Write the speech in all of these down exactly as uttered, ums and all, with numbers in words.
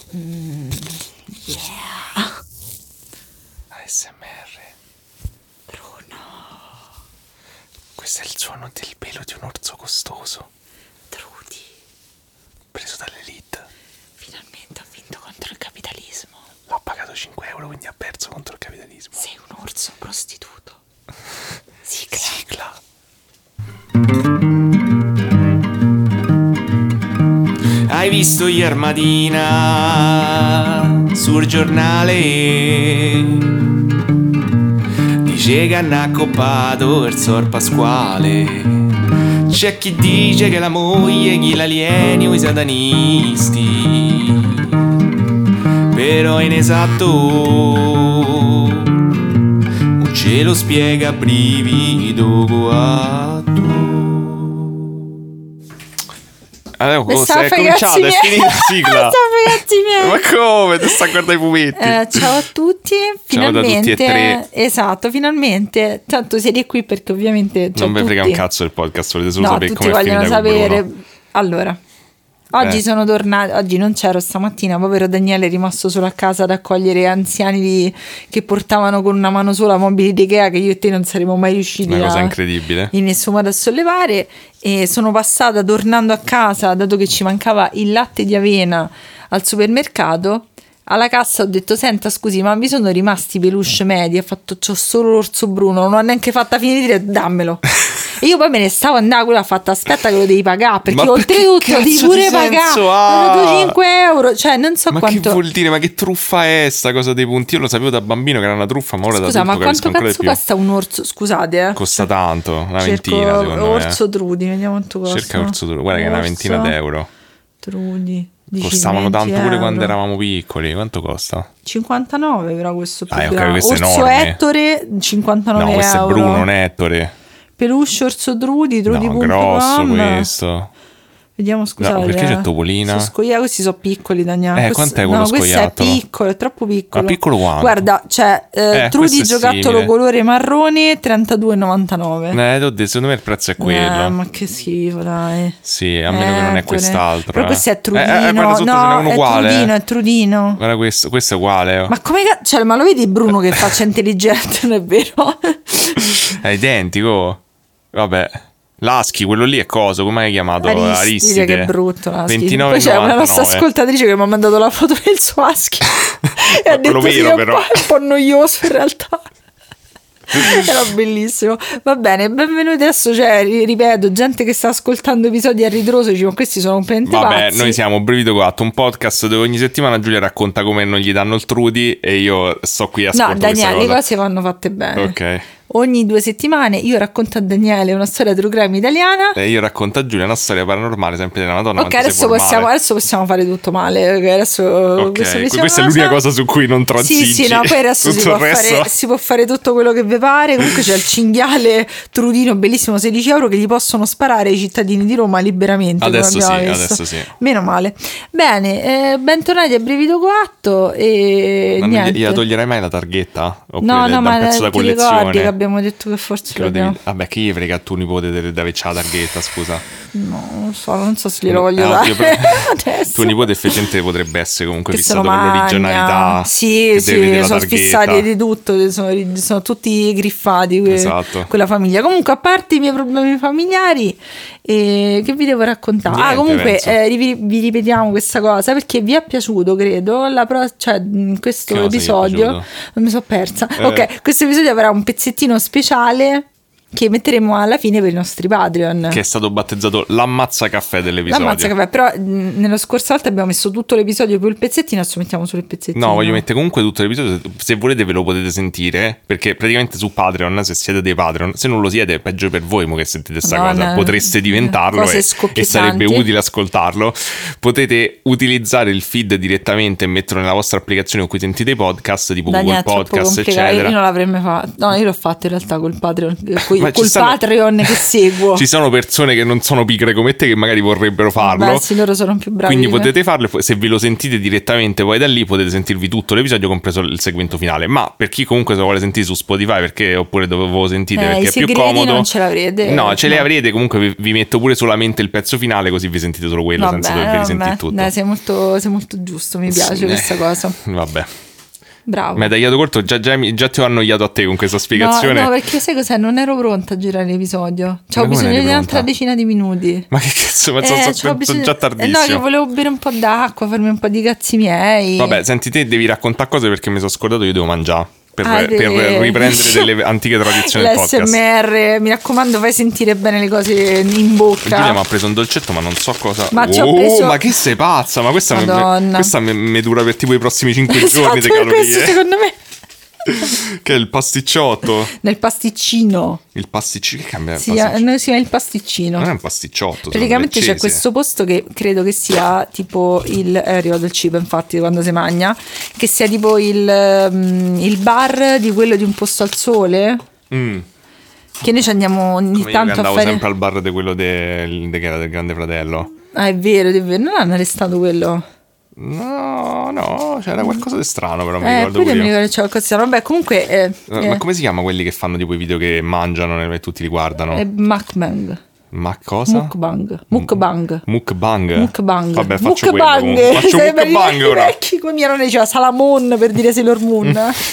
Mm, yeah. A S M R. Bruno. Questo è il suono del pelo di un orso costoso. Trudy. Preso dall'Elite. Finalmente ho vinto contro il capitalismo. L'ho pagato cinque euro, quindi ha perso contro il capitalismo. Sei un orso prostituto. Sigla. Sigla. Hai visto ieri mattina sul giornale? Dice che hanno accoppato il Sor Pasquale. C'è chi dice che la moglie chi l'alieni o i satanisti. Però inesatto non ce lo spiega brivido guatto. Allora, stai cominciato, è finita la sigla. Ma come? Ti sta a guardare i fumetti. Eh, ciao a tutti. Finalmente, ciao da tutti e tre. Esatto, finalmente. Tanto siete qui perché ovviamente non vi frega un cazzo del podcast, volete solo no, sapere come è finita sapere. Bruno. Allora, oggi eh. sono tornata, oggi non c'ero stamattina, povero Daniele è rimasto solo a casa ad accogliere anziani di, che portavano con una mano sola mobili di Ikea che io e te non saremmo mai riusciti una cosa a, incredibile. in nessun modo a sollevare. E sono passata tornando a casa, dato che ci mancava il latte di avena al supermercato. Alla cassa ho detto: senta, scusi, ma mi sono rimasti i peluche medi. Ha fatto: c'ho solo l'orso Bruno. Non ho neanche fatta finire di dire dammelo. E io poi me ne stavo andando, quella ha fatto: aspetta che lo devi pagare, perché ma oltretutto devi pure pagare ah. cinque euro, cioè non so ma quanto. Ma che vuol dire? Ma che truffa è sta cosa dei punti? Io lo sapevo da bambino che era una truffa, ma ora scusa, da ma quanto cazzo costa un orso? Scusate, eh. Costa tanto, una Cerco ventina secondo me. Orso Trudy, vediamo quanto costa. Cerca orso Trudy, guarda orso che è una ventina d'euro. Trudy. Costavano tanto euro. Pure quando eravamo piccoli. Quanto costa? cinquantanove però questo più ah, okay, questo orso enorme. Ettore cinquantanove no, questo euro. è Bruno, non è Ettore. Peluche orso Trudy, Trudy. No, grosso questo. Vediamo, scusate. No, perché c'è Topolina? Scoia, questi sono piccoli, Daniele. Eh, quant'è quello no, scoiattolo? Questo è piccolo, è troppo piccolo. Ma piccolo quanto? Guarda, c'è eh, eh, Trudy giocattolo colore marrone, trentadue e novantanove. Eh, secondo me il prezzo è quello. Eh, ma che schifo, dai. Sì, a meno eh, che non è quest'altro. Però eh. questo è Trudino. Eh, eh, no, no, è uguale, Trudino, eh. è Trudino. Guarda questo, questo è uguale. Oh. Ma come cioè, ma lo vedi Bruno che faccia intelligente, non è vero? È identico. Vabbè. L'Husky, quello lì è coso, come hai chiamato? Aristide, Aristide. Che brutto l'Husky. ventinove Poi c'è una nostra ascoltatrice che mi ha mandato la foto del suo Husky e ha detto sì, è un, po', un po' noioso in realtà. Era bellissimo. Va bene, benvenuti adesso, cioè, ripeto, gente che sta ascoltando episodi a ritroso dice: ma questi sono completamente Vabbè, pazzi. noi siamo Brivido Guatto, un podcast dove ogni settimana Giulia racconta come non gli danno il Trudy e io sto qui a ascoltare. No, Daniele, le cose vanno fatte bene. Ok. Ogni due settimane io racconto a Daniele una storia true crime italiana e io racconto a Giulia una storia paranormale sempre della Madonna. Ok, adesso possiamo, adesso possiamo fare tutto male. Adesso okay, questa è l'unica cosa su cui non transiggi. Sì, sì, no, poi adesso si può, resto... fare, si può fare tutto quello che vi pare. Comunque c'è il cinghiale Trudino bellissimo, sedici euro, che gli possono sparare ai cittadini di Roma liberamente. Adesso sì, visto. adesso sì. Meno male. Bene, eh, bentornati a Brivido Coatto e ma niente. non gliela toglierai mai la targhetta? Oppure no, no, ma pezzo da ti collezione? ricordi che abbiamo detto che forse che lo devi... Vabbè, che gli frega a tuo nipote di averci la targhetta, scusa? No, non so, non so se glielo voglio eh, dare oddio, adesso. Tuo nipote effettivamente potrebbe essere comunque che fissato con l'originalità. Sì, sì, sono fissati di tutto, sono, sono tutti griffati que- esatto. quella famiglia. Comunque, a parte i miei problemi familiari, eh, che vi devo raccontare? Niente, ah, comunque eh, vi, vi ripetiamo questa cosa perché vi è piaciuto, credo, la pro- cioè in questo che episodio non mi sono persa. Eh. Ok, questo episodio avrà un pezzettino speciale che metteremo alla fine per i nostri Patreon, che è stato battezzato l'ammazza caffè dell'episodio. L'ammazza caffè, però nella scorsa volta abbiamo messo tutto l'episodio più il pezzettino, adesso mettiamo solo il pezzettino. No, voglio mettere comunque tutto l'episodio, se volete ve lo potete sentire, perché praticamente su Patreon, se siete dei Patreon, se non lo siete è peggio per voi mo che sentite sta no, cosa, no, potreste diventarlo e, e sarebbe utile ascoltarlo. Potete utilizzare il feed direttamente e metterlo nella vostra applicazione con cui sentite i podcast, tipo Daniel, Google Podcast, eccetera. Io non l'avrei mai fatto, no, io l'ho fatto in realtà col Patreon, con ma col stanno... Patreon che seguo. Ci sono persone che non sono pigre come te che magari vorrebbero farlo. Beh, sì, loro sono più bravi. Quindi potete farlo, se ve lo sentite direttamente poi da lì potete sentirvi tutto l'episodio compreso il segmento finale. Ma per chi comunque se lo vuole sentire su Spotify perché oppure dove voi sentite eh, perché è più comodo, non ce l'avrete. No, ce no. le avrete, comunque vi, vi metto pure solamente il pezzo finale così vi sentite solo quello, vabbè, senza dovervi sentire tutto. Dai, sei molto, sei molto giusto, mi piace sì, questa eh, cosa. Vabbè. Bravo. Mi hai tagliato corto, già, già, già ti ho annoiato a te con questa spiegazione. No, no, perché sai cos'è? Non ero pronta a girare l'episodio. C'ho bisogno di un'altra decina di minuti. Ma che cazzo, ma eh, sono bisogno... già tardissimo. Eh no, che volevo bere un po' d'acqua, farmi un po' di cazzi miei. Vabbè, senti, te devi raccontare cose perché mi sono scordato, io devo mangiare. Per, ah, per riprendere delle antiche tradizioni del podcast. L'S M R, mi raccomando, fai sentire bene le cose in bocca. Giulia mi ha preso un dolcetto, ma non so cosa. Ma oh, preso... ma che sei pazza? Ma questa me, questa me, me dura per tipo i prossimi cinque esatto, giorni di calorie. Questo secondo me. Che è il pasticciotto? Nel pasticcino. Il pasticcino che cambia? Sì, noi si chiama il pasticcino. Non è un pasticciotto. Praticamente c'è questo posto che credo che sia tipo il è arrivato il cibo, infatti, quando si mangia, che sia tipo il, um, il bar di quello di Un Posto al Sole. Mm. Che noi ci andiamo ogni come tanto io che andavo a fare... sempre al bar di quello de, de, che era del Grande Fratello. Ah, è vero, è vero. Non hanno arrestato quello. No, no, c'era qualcosa di strano, però mi eh, ricordo pure mi io. ricordo che c'era qualcosa di strano. Vabbè, comunque eh, Ma eh, come si chiama quelli che fanno tipo i video che mangiano e tutti li guardano? È mukbang. Ma cosa? Mukbang. Mukbang. Mukbang. Mukbang. Vabbè, faccio mukbang. quello. Faccio mukbang ora. Vecchi come erano, diceva Salamon per dire Sailor Moon.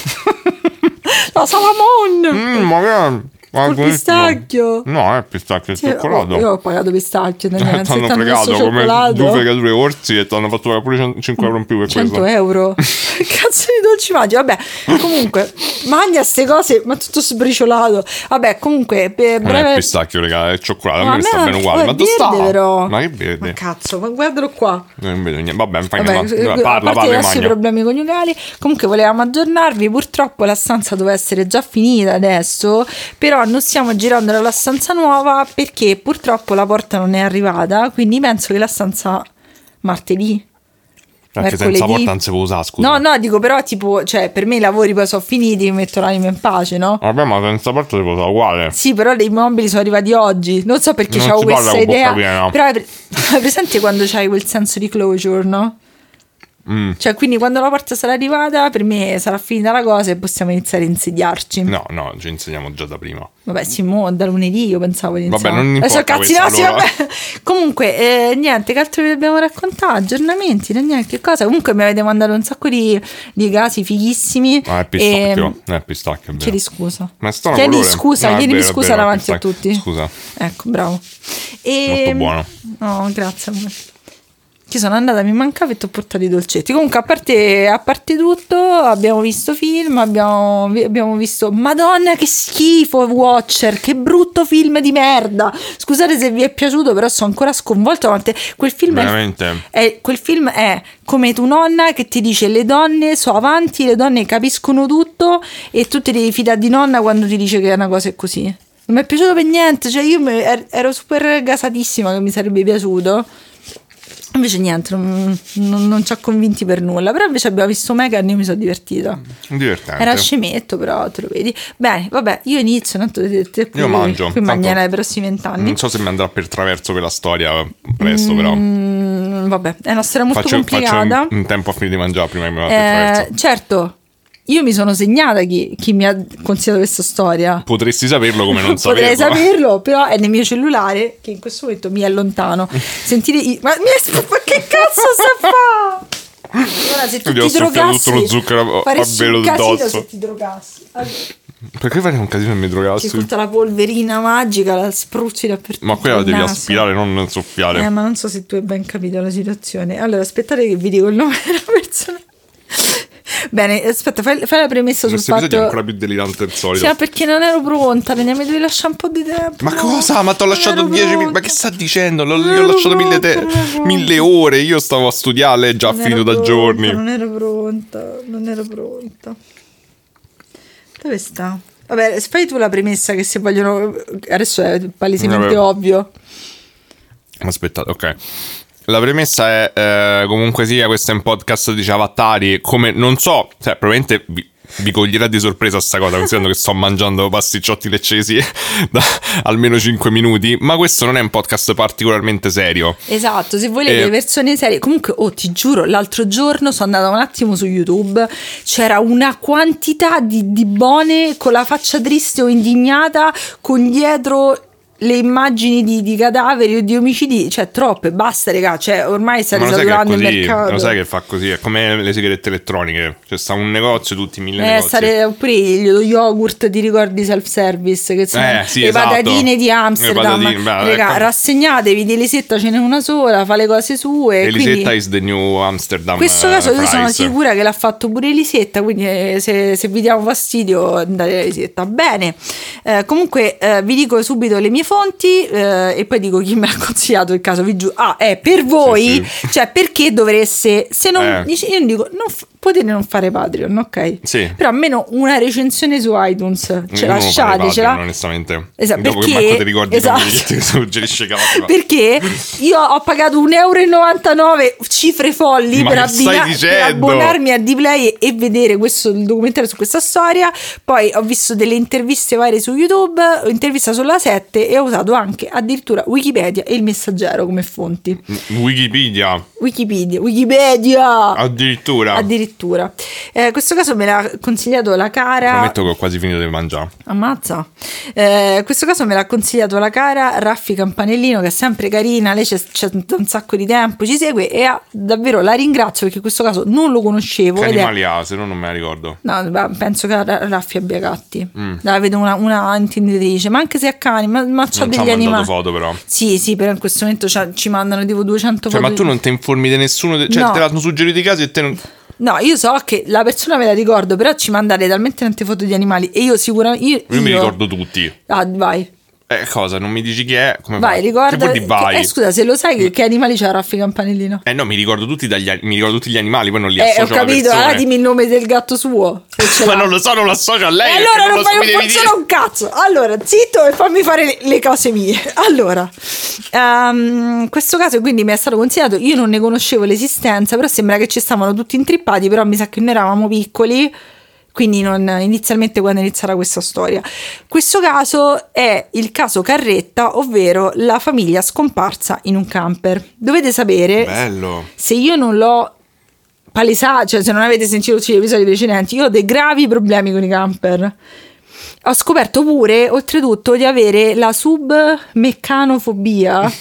No, Salamon. Mm, magari. Col pistacchio? No, è pistacchio, è cioccolato. Io ho pagato pistacchio. Ti hanno fregato come due fregature orsi e ti hanno fatto pure cinque euro in più per cento questo. euro? Che cazzo di dolci mangi? Vabbè, comunque, mangia ste cose, ma tutto sbriciolato. Vabbè, comunque, per breve... Non è pistacchio, raga, è cioccolato. Ma a me sta bene uguale. Ma dove sta? Però. Ma che verde? Ma cazzo, ma guardalo qua. Non vedo niente. Vabbè, fai Vabbè, una... parla, parla, parla, i problemi coniugali. Comunque, volevamo aggiornarvi. Purtroppo la stanza doveva essere già finita adesso, però non stiamo girando la stanza nuova perché purtroppo la porta non è arrivata, quindi penso che la stanza martedì, perché senza porta non si può usare, scusa. no no dico però tipo, cioè per me i lavori poi sono finiti, mi metto l'anima in pace, no? Vabbè, ma senza porta si può usare uguale. Sì, però i mobili sono arrivati oggi, non so perché c'avevo questa idea, però hai presente quando c'hai quel senso di closure, no? Mm. Cioè, quindi quando la porta sarà arrivata, per me sarà finita la cosa e possiamo iniziare a insediarci. No, no, ci insediamo già da prima. Vabbè, sì, mo, da lunedì io pensavo di iniziare. Vabbè, non importa cazzi nostri, allora. Vabbè. Comunque, eh, niente, che altro vi dobbiamo raccontare? Aggiornamenti, niente, che cosa? Comunque mi avete mandato un sacco di, di casi fighissimi. Ah, è pistacchio, e... è pistacchio, è vero. Chiedi scusa. Ma sto Chiedi scusa, no, chiedimi vero, scusa vero, davanti a tutti. Scusa. Ecco, bravo. E... Molto buono. No, grazie a me. Che sono andata, mi mancava e ti ho portato i dolcetti. Comunque, a parte, a parte tutto, abbiamo visto film, abbiamo, abbiamo visto... Madonna, che schifo Watcher, che brutto film di merda. Scusate se vi è piaciuto, però sono ancora sconvolta. Quel film veramente è, è, quel film è come tu nonna che ti dice le donne sono avanti, le donne capiscono tutto e tu ti devi fidare di nonna quando ti dice che è una cosa è così. Non mi è piaciuto per niente, cioè io ero super gasatissima che mi sarebbe piaciuto. Invece niente, non, non, non ci ha convinti per nulla. Però invece abbiamo visto Megan e io mi sono divertita. Divertente. Era scemetto, però te lo vedi. Bene, vabbè, io inizio, tanto te, te, io mangio. Qui mangerai i prossimi vent'anni. Non so se mi andrà per traverso per la storia presto, mm, però. Vabbè, è una storia molto faccio, complicata. Faccio un, un tempo a finire di mangiare prima che mi vada eh, per traverso. Certo. Io mi sono segnata chi, chi mi ha consigliato questa storia. Potresti saperlo come non saperlo. Potrei saperlo, però è nel mio cellulare che in questo momento mi è lontano. Sentite, i... ma, mi è... ma che cazzo sta a fa? Allora, se tu ti drogassi, tutto lo zucchero a velo addosso. Se ti drogassi. Allora, perché fare un casino se mi drogassi? C'è tutta la polverina magica, la spruzzi dappertutto. Ma quella la devi aspirare, non soffiare. Eh, ma non so se tu hai ben capito la situazione. Allora, aspettate che vi dico il nome della persona. Bene, aspetta, fai, fai la premessa sul fatto... Questo è ancora più delirante del solito. Sì, perché non ero pronta, veniamo, mi devi lasciare un po' di tempo. Ma no, cosa? Ma ti ho lasciato dieci minuti. Ma che sta dicendo? L'ho, gli ho lasciato mille, te- mille ore. Io stavo a studiare, lei già ha finito da pronta, giorni. Non ero pronta, non ero pronta. Dove sta? Vabbè, fai tu la premessa che se vogliono... Adesso è palesemente Vabbè. ovvio. Aspettate, ok. La premessa è eh, comunque sia, questo è un podcast di Ciabattari, come non so, cioè probabilmente vi, vi coglierà di sorpresa sta cosa, considerando che sto mangiando pasticciotti leccesi da almeno cinque minuti, ma questo non è un podcast particolarmente serio. Esatto, se volete eh, persone serie. Comunque, oh, ti giuro, l'altro giorno sono andata un attimo su YouTube, c'era una quantità di, di bone con la faccia triste o indignata, con dietro le immagini di, di cadaveri o di omicidi, cioè troppe, basta regà, cioè ormai sta risaturando il mercato. Lo sai che fa così, è come le sigarette elettroniche, cioè sta un negozio, tutti mille eh, negozi. Stare, oppure lo yogurt, ti ricordi, self-service, che sono eh, sì, le esatto. patatine di Amsterdam, patatine, beh, regà, ecco. Rassegnatevi, di Elisetta ce n'è una sola, fa le cose sue. Elisetta quindi, is the new Amsterdam. In questo caso uh, io sono sicura che l'ha fatto pure Elisetta, quindi eh, se, se vi diamo fastidio andate a Elisetta. Bene, eh, comunque eh, vi dico subito le mie fonti, eh, e poi dico chi me l'ha consigliato il caso, vi giuro. Ah, è per voi, sì, sì. Cioè perché dovreste, se non, eh. io non dico, non, potete non fare Patreon, ok? Sì. Però almeno una recensione su iTunes, ce lasciatecela. Onestamente. Esatto, dopo perché, che manco ti ricordi esatto. che suggerisce cavolo. Perché io ho pagato un euro e novantanove, cifre folli, per, abbina- per abbonarmi a Dplay e, e vedere questo il documentario su questa storia. Poi ho visto delle interviste varie su YouTube, ho intervista sulla sette e ho usato anche addirittura Wikipedia e il Messaggero come fonti. Wikipedia. Wikipedia. Wikipedia. Addirittura. Addirittura. Eh, questo caso me l'ha consigliato la cara. Prometto che ho quasi finito di mangiare. Ammazza. Eh, questo caso me l'ha consigliato la cara Raffi Campanellino, che è sempre carina, lei c'è, c'è un sacco di tempo, ci segue e ha, davvero la ringrazio perché questo caso non lo conoscevo. Che ed animali è... ha, se no non me la ricordo. No, penso che Raffi abbia gatti. Mm. La vedo una, una intenditrice, ma anche se ha cani, ma, ma c'ha non degli animali. Foto però. Sì, sì, però in questo momento ci mandano tipo duecento cioè, foto. Ma tu non ti informi di nessuno, de- cioè no. Te l'hanno suggerito i casi e te non... No, io so che la persona me la ricordo, però ci mandate talmente tante foto di animali e io sicuramente... Io, io, io mi ricordo tutti. Ah, vai. Eh, cosa? Non mi dici chi è? Come vai, vai? ricorda. Che vai? Eh, scusa, se lo sai che, che animali c'ha Raffi Campanellino? Eh no, mi ricordo tutti dagli, mi ricordo tutti gli animali, poi non li eh, associo ho capito, alla allora dimmi il nome del gatto suo. Ma non lo so, non lo associo a lei. E allora non, non fai un, solo un cazzo. Allora, zitto e fammi fare le, le cose mie. Allora, um, questo caso quindi mi è stato consigliato, io non ne conoscevo l'esistenza, però sembra che ci stavano tutti intrippati, però mi sa che noi eravamo piccoli. Quindi non inizialmente quando inizierà questa storia. Questo caso è il caso Carretta, ovvero la famiglia scomparsa in un camper. Dovete sapere, bello. Se io non l'ho palesato, cioè se non avete sentito tutti gli episodi precedenti, io ho dei gravi problemi con i camper. Ho scoperto pure, oltretutto, di avere la submeccanofobia.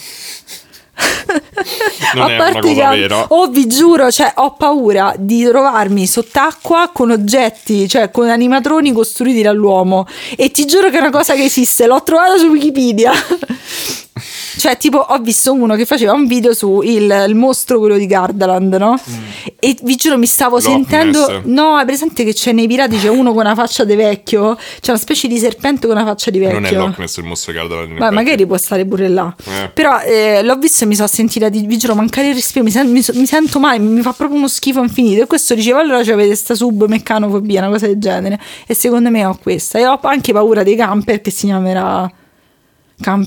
Non a è parte una cosa che, vera. Oh, vi giuro, cioè ho paura di trovarmi sott'acqua con oggetti, cioè con animatroni costruiti dall'uomo, e ti giuro che è una cosa che esiste, l'ho trovata su Wikipedia. Cioè tipo ho visto uno che faceva un video su il, il mostro, quello di Gardaland, no? Mm. E vi giuro mi stavo Loch sentendo Ness. No, è presente che c'è nei pirati, c'è uno con una faccia di vecchio, c'è una specie di serpente con una faccia di vecchio. Non è Loch Ness il mostro di Gardaland. Ma magari può stare pure là, eh. Però eh, l'ho visto e mi sono sentita di, vi giuro, mancare il respiro, mi, sen- mi, so- mi sento male, mi fa proprio uno schifo infinito. E questo diceva, allora avete sta submeccanofobia, una cosa del genere, e secondo me ho questa. E ho anche paura dei camper, che si chiamerà camp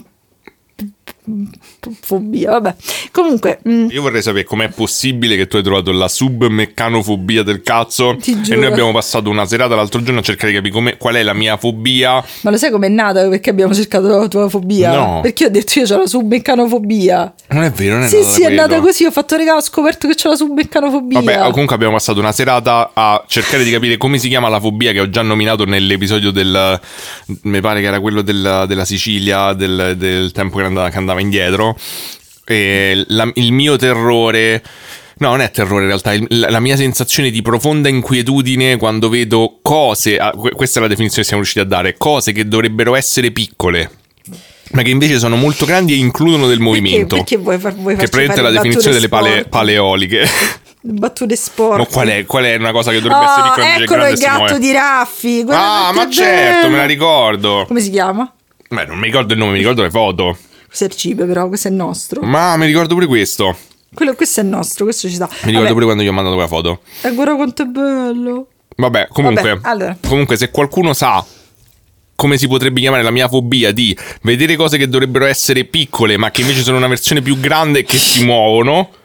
fobia, vabbè. Comunque mh. io vorrei sapere com'è possibile che tu hai trovato la submeccanofobia del cazzo e noi abbiamo passato una serata l'altro giorno a cercare di capire come, qual è la mia fobia. Ma lo sai com'è nata? Perché abbiamo cercato la tua fobia? No. Perché io ho detto io c'ho la submeccanofobia. Non è vero, non è sì, nata sì, quello. È nata così, ho fatto regalo, ho scoperto che c'ho la submeccanofobia. Vabbè, comunque abbiamo passato una serata a cercare di capire come si chiama la fobia che ho già nominato nell'episodio del, mi pare che era quello del, della Sicilia, del, del tempo che andava, che andava indietro. E la, il mio terrore, no, non è terrore in realtà, il, la mia sensazione di profonda inquietudine quando vedo cose, questa è la definizione che siamo riusciti a dare, cose che dovrebbero essere piccole ma che invece sono molto grandi e includono del movimento. Perché, perché vuoi far, vuoi che prende la definizione delle pale, paleoliche. Battute sport. No, qual è? Qual è una cosa che dovrebbe oh, essere piccola? Eccolo il gatto di Raffi. Ah, ma certo, bello. Me la ricordo. Come si chiama? Beh, non mi ricordo il nome, mi ricordo le foto. Questo è il cibo, però questo è il nostro. Ma mi ricordo pure questo. Quello, questo è il nostro, questo ci sta. Mi ricordo Vabbè. pure quando gli ho mandato quella foto. E guarda quanto è bello. Vabbè, comunque, Vabbè, allora. comunque se qualcuno sa come si potrebbe chiamare la mia fobia di vedere cose che dovrebbero essere piccole ma che invece sono una versione più grande e che si muovono,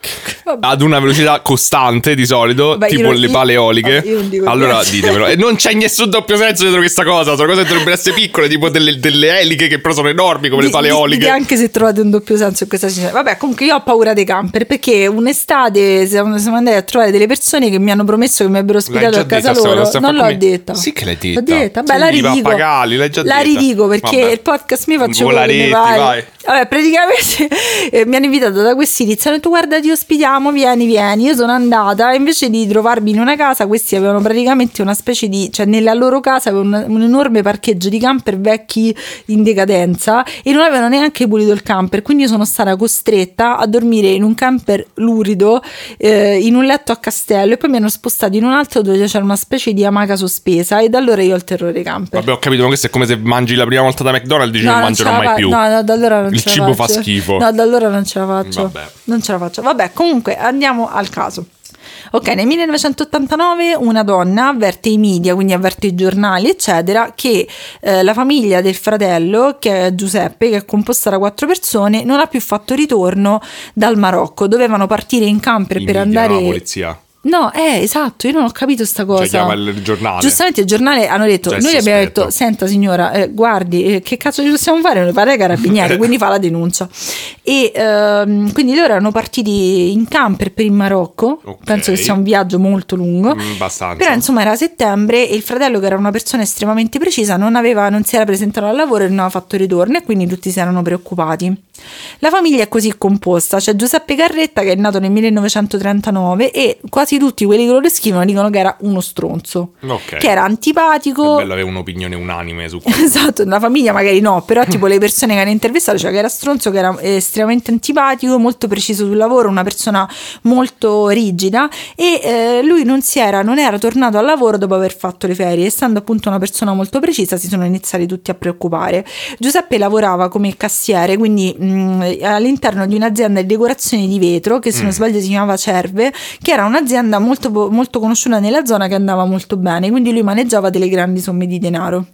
Vabbè. ad una velocità costante di solito, Vabbè, tipo le pale eoliche. Vabbè, allora questo. ditemelo. E non c'è nessun doppio senso dietro questa cosa. Sono cose che dovrebbero essere piccole, tipo delle, delle eliche che però sono enormi come di, le pale eoliche. Anche se trovate un doppio senso in questa situazione. Vabbè, comunque io ho paura dei camper perché un'estate siamo, siamo andati a trovare delle persone che mi hanno promesso che mi avrebbero ospitato a casa detta, loro. Non l'ho detta. Sì che l'hai detta. L'ho detta. Beh, la ridico. Pagali, l'hai già la detta. ridico perché Vabbè. il podcast mi faccio Volaretti, vai. vai. Vabbè, praticamente eh, mi hanno invitato da questi tizi, hanno detto guarda ti ospitiamo, vieni, vieni. Io sono andata e invece di trovarmi in una casa, questi avevano praticamente una specie di, cioè nella loro casa avevano un, un enorme parcheggio di camper vecchi in decadenza e non avevano neanche pulito il camper, quindi io sono stata costretta a dormire in un camper lurido, eh, in un letto a castello, e poi mi hanno spostato in un altro dove c'era una specie di amaca sospesa, e da allora io ho il terrore camper. Vabbè, ho capito, ma questo è come se mangi la prima volta da McDonald's e dici no, non mangerò mai fa- più. No, no, da allora non il ce la cibo faccio. fa schifo. No, da allora non ce la faccio. Vabbè. Non ce la faccio. Vabbè, comunque andiamo al caso. Ok, nel millenovecentottantanove una donna avverte i media, quindi avverte i giornali, eccetera, che eh, la famiglia del fratello, che è Giuseppe, che è composta da quattro persone, non ha più fatto ritorno dal Marocco. Dovevano partire in camper I per media, andare... la polizia. No, eh, esatto, io non ho capito sta cosa. Cioè chiama il giornale. Giustamente il giornale hanno detto, cioè, noi abbiamo detto, senta signora, eh, guardi, eh, che cazzo ci possiamo fare? Noi pare carabinieri, quindi fa la denuncia. E ehm, quindi loro erano partiti in camper per il Marocco, okay. Penso che sia un viaggio molto lungo. Mm, abbastanza. Però insomma era settembre e il fratello, che era una persona estremamente precisa, non aveva, non si era presentato al lavoro e non aveva fatto ritorno, e quindi tutti si erano preoccupati. La famiglia è così composta, c'è Giuseppe Carretta che è nato nel millenovecentotrentanove e quasi tutti quelli che lo descrivono dicono che era uno stronzo, okay. Che era antipatico. È bello avere un'opinione unanime su questo. Esatto, nella famiglia magari no, però tipo le persone che hanno intervistato, cioè che era stronzo, che era estremamente antipatico, molto preciso sul lavoro, una persona molto rigida, e eh, lui non si era, non era tornato al lavoro dopo aver fatto le ferie, essendo appunto una persona molto precisa. Si sono iniziati tutti a preoccupare. Giuseppe lavorava come cassiere, quindi mh, all'interno di un'azienda di decorazioni di vetro che, se non sbaglio, si chiamava Cerve, che era un'azienda molto, molto conosciuta nella zona, che andava molto bene, quindi lui maneggiava delle grandi somme di denaro.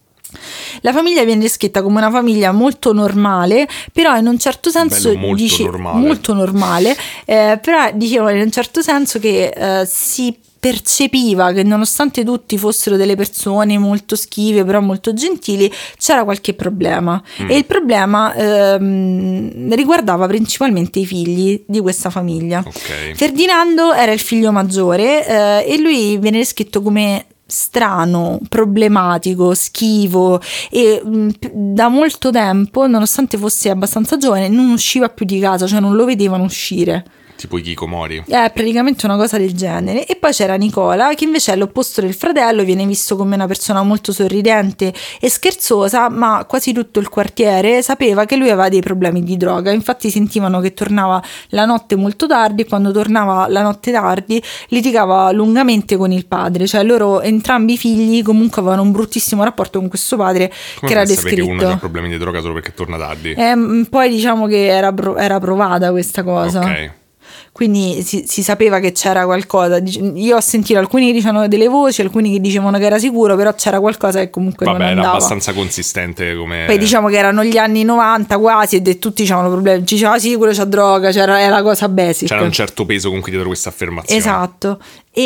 La famiglia viene descritta come una famiglia molto normale, però in un certo senso Bello, molto dice, normale, molto normale eh, però dicevano in un certo senso che eh, si percepiva che nonostante tutti fossero delle persone molto schive però molto gentili, c'era qualche problema, mm. e il problema ehm, riguardava principalmente i figli di questa famiglia. Okay. Ferdinando era il figlio maggiore eh, e lui viene descritto come strano, problematico, schivo, e mh, da molto tempo, nonostante fosse abbastanza giovane, non usciva più di casa, cioè non lo vedevano uscire. Tipo i Kikomori. Eh, praticamente una cosa del genere. E poi c'era Nicola, che invece è l'opposto del fratello, viene visto come una persona molto sorridente e scherzosa, ma quasi tutto il quartiere sapeva che lui aveva dei problemi di droga. Infatti sentivano che tornava la notte molto tardi, e quando tornava la notte tardi litigava lungamente con il padre. Cioè loro, entrambi i figli, comunque avevano un bruttissimo rapporto con questo padre. Come che era descritto. Come che uno ha problemi di droga solo perché torna tardi? Eh, poi diciamo che era, era provata questa cosa. Ok. Quindi si, si sapeva che c'era qualcosa. Io ho sentito alcuni che dicevano delle voci, alcuni che dicevano che era sicuro, però c'era qualcosa che comunque Vabbè, non andava. Era abbastanza consistente come... Poi diciamo che erano gli anni novanta quasi, e tutti dicevano problemi. Ci diceva sicuro c'ha droga, c'era, era la cosa basic. C'era un certo peso comunque dietro questa affermazione. Esatto.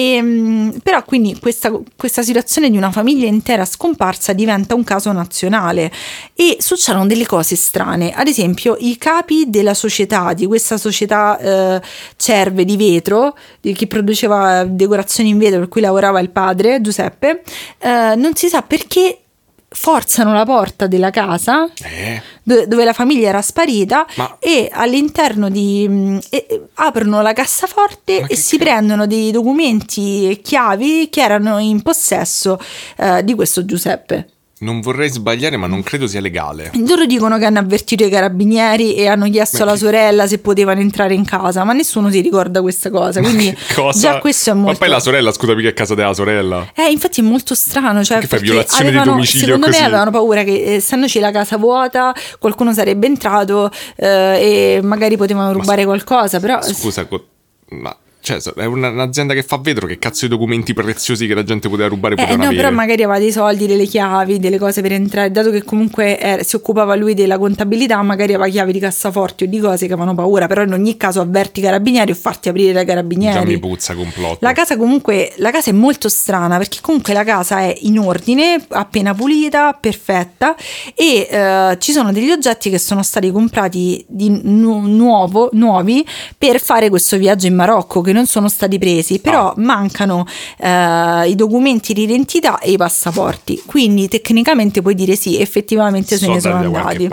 E, però quindi questa, questa situazione di una famiglia intera scomparsa diventa un caso nazionale, e succedono delle cose strane. Ad esempio, i capi della società, di questa società eh, Cerve di vetro, di chi produceva decorazioni in vetro, per cui lavorava il padre Giuseppe, eh, non si sa perché forzano la porta della casa eh. dove, dove la famiglia era sparita, Ma... e all'interno di mh, e, aprono la cassaforte e si che... prendono dei documenti e chiavi che erano in possesso eh, di questo Giuseppe. Non vorrei sbagliare, ma non credo sia legale. Loro dicono che hanno avvertito i carabinieri e hanno chiesto ma alla che... sorella se potevano entrare in casa, ma nessuno si ricorda questa cosa. Quindi cosa? Già questo è molto... Ma poi la sorella, scusami, che è casa della sorella? Eh, infatti è molto strano. Cioè, che fai violazione avevano, di domicilio secondo così? me avevano paura che, essendoci la casa vuota, qualcuno sarebbe entrato eh, e magari potevano rubare ma, qualcosa. Però scusa, ma cioè, è un'azienda che fa vetro, che cazzo di documenti preziosi che la gente poteva rubare eh, no, avere. Però magari aveva dei soldi, delle chiavi, delle cose per entrare, dato che comunque era, si occupava lui della contabilità, magari aveva chiavi di cassaforti o di cose che avevano paura, però in ogni caso avverti i carabinieri o farti aprire dai carabinieri. Già mi puzza complotto. La casa comunque, la casa è molto strana, perché comunque la casa è in ordine, appena pulita, perfetta, e eh, ci sono degli oggetti che sono stati comprati di nu- nuovo, nuovi per fare questo viaggio in Marocco, che non sono stati presi, però ah. mancano eh, i documenti di identità e i passaporti, quindi tecnicamente puoi dire sì, effettivamente se ne sono andati.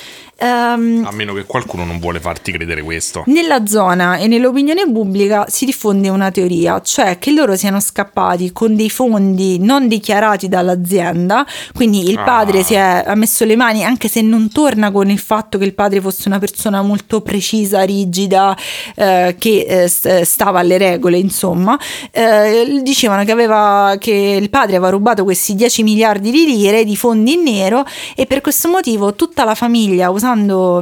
Um, a meno che qualcuno non vuole farti credere questo. Nella zona e nell'opinione pubblica si diffonde una teoria, cioè che loro siano scappati con dei fondi non dichiarati dall'azienda, quindi il padre ah. si è ha messo le mani, anche se non torna con il fatto che il padre fosse una persona molto precisa, rigida, eh, che eh, stava alle regole, insomma. Eh, dicevano che aveva che il padre aveva rubato questi dieci miliardi di lire di fondi in nero, e per questo motivo tutta la famiglia, usando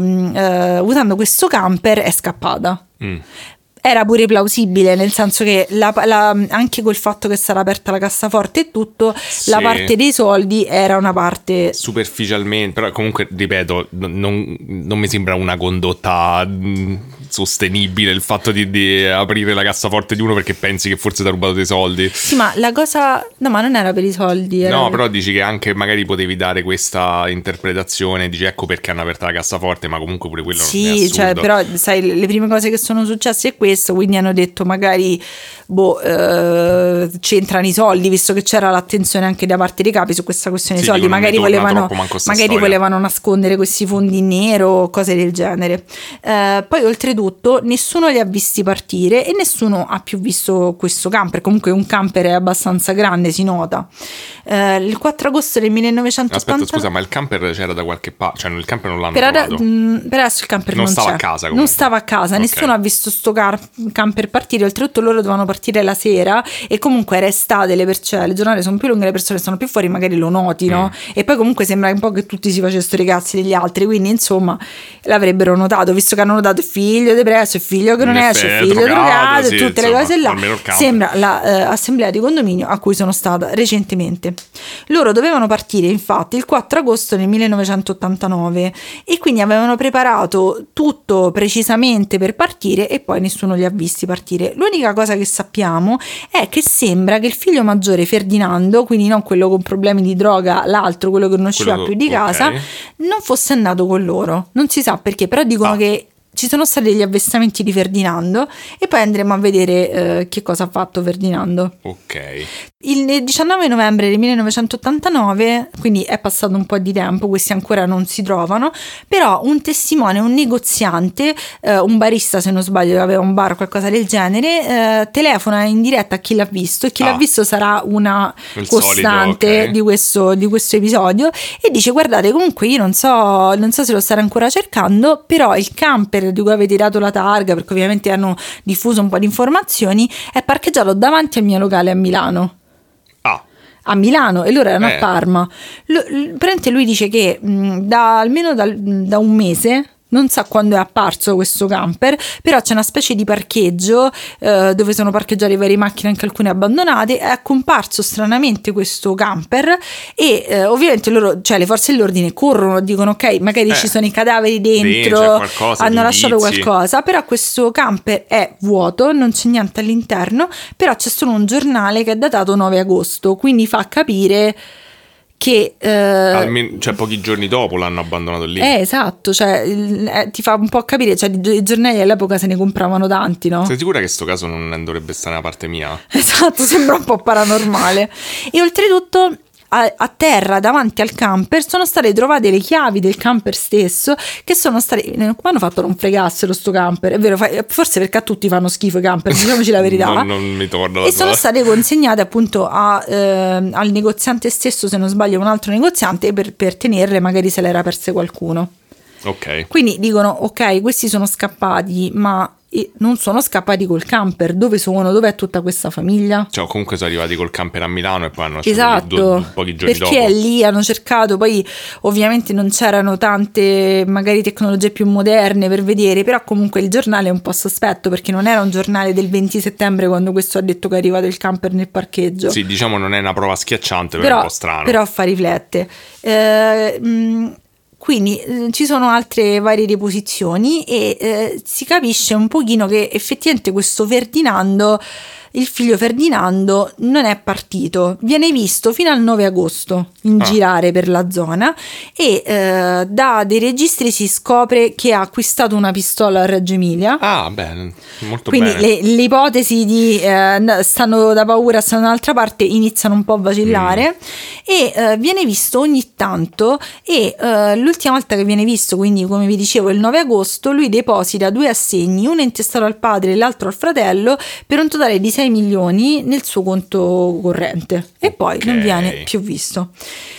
Uh, usando questo camper, è scappata. Mm. Era pure plausibile, nel senso che la, la, anche col fatto che sarà aperta la cassaforte e tutto, sì. La parte dei soldi era una parte superficialmente, però comunque ripeto, non, non mi sembra una condotta sostenibile il fatto di, di aprire la cassaforte di uno perché pensi che forse ti ha rubato dei soldi. Sì, ma la cosa, no, ma non era per i soldi, era no, per... però dici che anche magari potevi dare questa interpretazione, dici ecco perché hanno aperto la cassaforte, ma comunque pure quello sì, non è assurdo. Sì, cioè, però sai, le prime cose che sono successe è questo, quindi hanno detto magari boh, eh, c'entrano i soldi, visto che c'era l'attenzione anche da parte dei capi su questa questione dei sì, soldi, magari volevano magari volevano nascondere questi fondi in nero, cose del genere. Eh, poi oltretutto nessuno li ha visti partire e nessuno ha più visto questo camper, comunque un camper è abbastanza grande, si nota. Eh, il quattro agosto del millenovecentottanta. Aspetta, scusa, ma il camper c'era da qualche parte, cioè il camper non l'hanno per trovato? Ad- mh, per adesso il camper non, non stava c'è. a casa comunque. Non stava a casa, okay. Nessuno ha visto sto car- camper partire, oltretutto loro dovevano partire la sera e comunque era estate, le, perce- le giornate sono più lunghe, le persone stanno più fuori, magari lo noti, no? Mm. E poi comunque sembra un po' che tutti si facessero i cazzi degli altri, quindi insomma l'avrebbero notato, visto che hanno notato il figlio depresso, il figlio che non in esce, il figlio drogato, sì, tutte insomma, le cose là. Sembra l'assemblea di condominio a cui sono stata recentemente. Loro dovevano partire infatti il quattro agosto del millenovecentottantanove e quindi avevano preparato tutto precisamente per partire e poi nessuno li ha visti partire. L'unica cosa che sappiamo è che sembra che il figlio maggiore Ferdinando, quindi non quello con problemi di droga, l'altro, quello che non usciva quello, più di casa, okay. non fosse andato con loro. Non si sa perché, però dicono ah. che ci sono stati degli avvestamenti di Ferdinando e poi andremo a vedere eh, che cosa ha fatto Ferdinando. Ok. Il diciannove novembre del millenovecentottantanove, quindi è passato un po' di tempo, questi ancora non si trovano, però un testimone, un negoziante, eh, un barista se non sbaglio, aveva un bar o qualcosa del genere, eh, telefona in diretta a chi l'ha visto e chi ah. l'ha visto sarà una Il costante solito, okay. di, questo, di questo episodio e dice guardate comunque io non so, non so se lo starà ancora cercando, però il camper di cui avete dato la targa, perché ovviamente hanno diffuso un po' di informazioni, è parcheggiato davanti al mio locale a Milano. Ah. A Milano e loro erano eh. a Parma. Lo, l- lui dice che mh, da almeno da, da un mese, non sa quando è apparso questo camper, però c'è una specie di parcheggio eh, dove sono parcheggiate varie macchine, anche alcune abbandonate. È comparso stranamente questo camper e eh, ovviamente loro, cioè le forze dell'ordine corrono, dicono ok, magari eh, ci sono i cadaveri dentro, qualcosa, hanno lasciato qualcosa, però questo camper è vuoto, non c'è niente all'interno, però c'è solo un giornale che è datato nove agosto, quindi fa capire che eh, almeno, cioè pochi giorni dopo l'hanno abbandonato lì. Eh, esatto, cioè eh, ti fa un po' capire, cioè i giornali all'epoca se ne compravano tanti, no? Sei sicura che sto caso non dovrebbe stare da parte mia? Esatto, sembra un po' paranormale. E oltretutto A, a terra davanti al camper sono state trovate le chiavi del camper stesso, che sono state, come hanno fatto a non fregassero sto camper, è vero, forse perché a tutti fanno schifo i camper, diciamoci la verità. non, non mi torno e sono state consegnate appunto a, eh, al negoziante stesso, se non sbaglio un altro negoziante, per, per tenerle, magari se l'era perse qualcuno. Ok. Quindi dicono ok, questi sono scappati, ma non sono scappati col camper. Dove sono? Dov'è tutta questa famiglia? Cioè comunque sono arrivati col camper a Milano e poi hanno lasciato esatto, due, due, pochi giorni perché dopo. Perché lì hanno cercato, poi ovviamente non c'erano tante magari tecnologie più moderne per vedere, però comunque il giornale è un po' sospetto, perché non era un giornale del venti settembre quando questo ha detto che è arrivato il camper nel parcheggio. Sì, diciamo non è una prova schiacciante, però, però è un po' strano. Però fa riflette. Eh, mh, Quindi eh, ci sono altre varie riposizioni e eh, si capisce un pochino che effettivamente questo Ferdinando, il figlio Ferdinando, non è partito. Viene visto fino al nove agosto in ah. girare per la zona e eh, da dei registri si scopre che ha acquistato una pistola a Reggio Emilia. Ah, bene, molto Quindi bene. Quindi le ipotesi di eh, stanno da paura, stanno dall'altra parte, iniziano un po' a vacillare mm. e eh, viene visto ogni tanto e eh, l'ultima volta che viene visto, quindi come vi dicevo il nove agosto, lui deposita due assegni, uno intestato al padre e l'altro al fratello, per un totale di sei milioni nel suo conto corrente e poi okay. non viene più visto.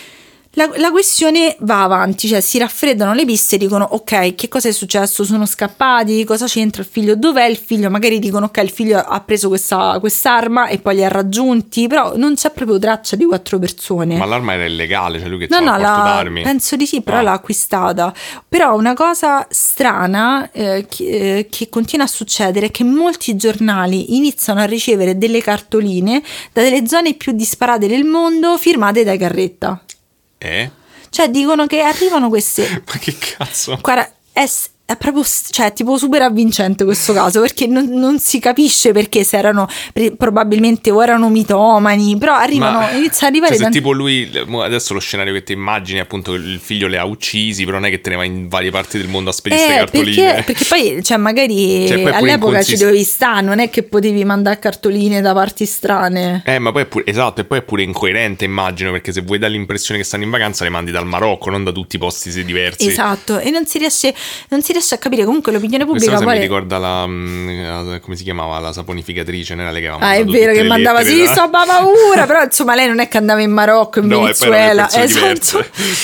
La, la questione va avanti, cioè si raffreddano le piste e dicono ok, che cosa è successo? Sono scappati? Cosa c'entra il figlio? Dov'è il figlio? Magari dicono ok, il figlio ha preso questa quest'arma e poi li ha raggiunti, però non c'è proprio traccia di quattro persone. Ma l'arma era illegale, cioè lui che no, c'ha no, il porto la, d'armi? Penso di sì, però ah. l'ha acquistata. Però una cosa strana eh, che, eh, che continua a succedere è che molti giornali iniziano a ricevere delle cartoline da delle zone più disparate del mondo firmate dai Carretta. Eh? Cioè dicono che arrivano queste. Ma che cazzo? Guarda, è, è proprio, cioè, tipo super avvincente questo caso, perché non, non si capisce perché se erano probabilmente o erano mitomani, però arrivano, ma, inizia a arrivare cioè, tanti... se tipo lui, adesso lo scenario che ti immagini, appunto il figlio le ha uccisi, però non è che te ne va in varie parti del mondo a spedire queste eh, cartoline. Perché, perché poi, cioè, magari cioè, poi all'epoca consist... ci dovevi stare, non è che potevi mandare cartoline da parti strane. Eh, ma poi è pure, esatto, e poi è pure incoerente, immagino, perché se vuoi dare l'impressione che stanno in vacanza le mandi dal Marocco, non da tutti i posti diversi. Esatto, e non si riesce, non si riesce a capire comunque l'opinione pubblica. Questa cosa pare... mi ricorda la, la, come si chiamava, la saponificatrice, non era lei che aveva ah è vero che mandava sì, da... so paura, però insomma lei non è che andava in Marocco, in no, Venezuela, esatto.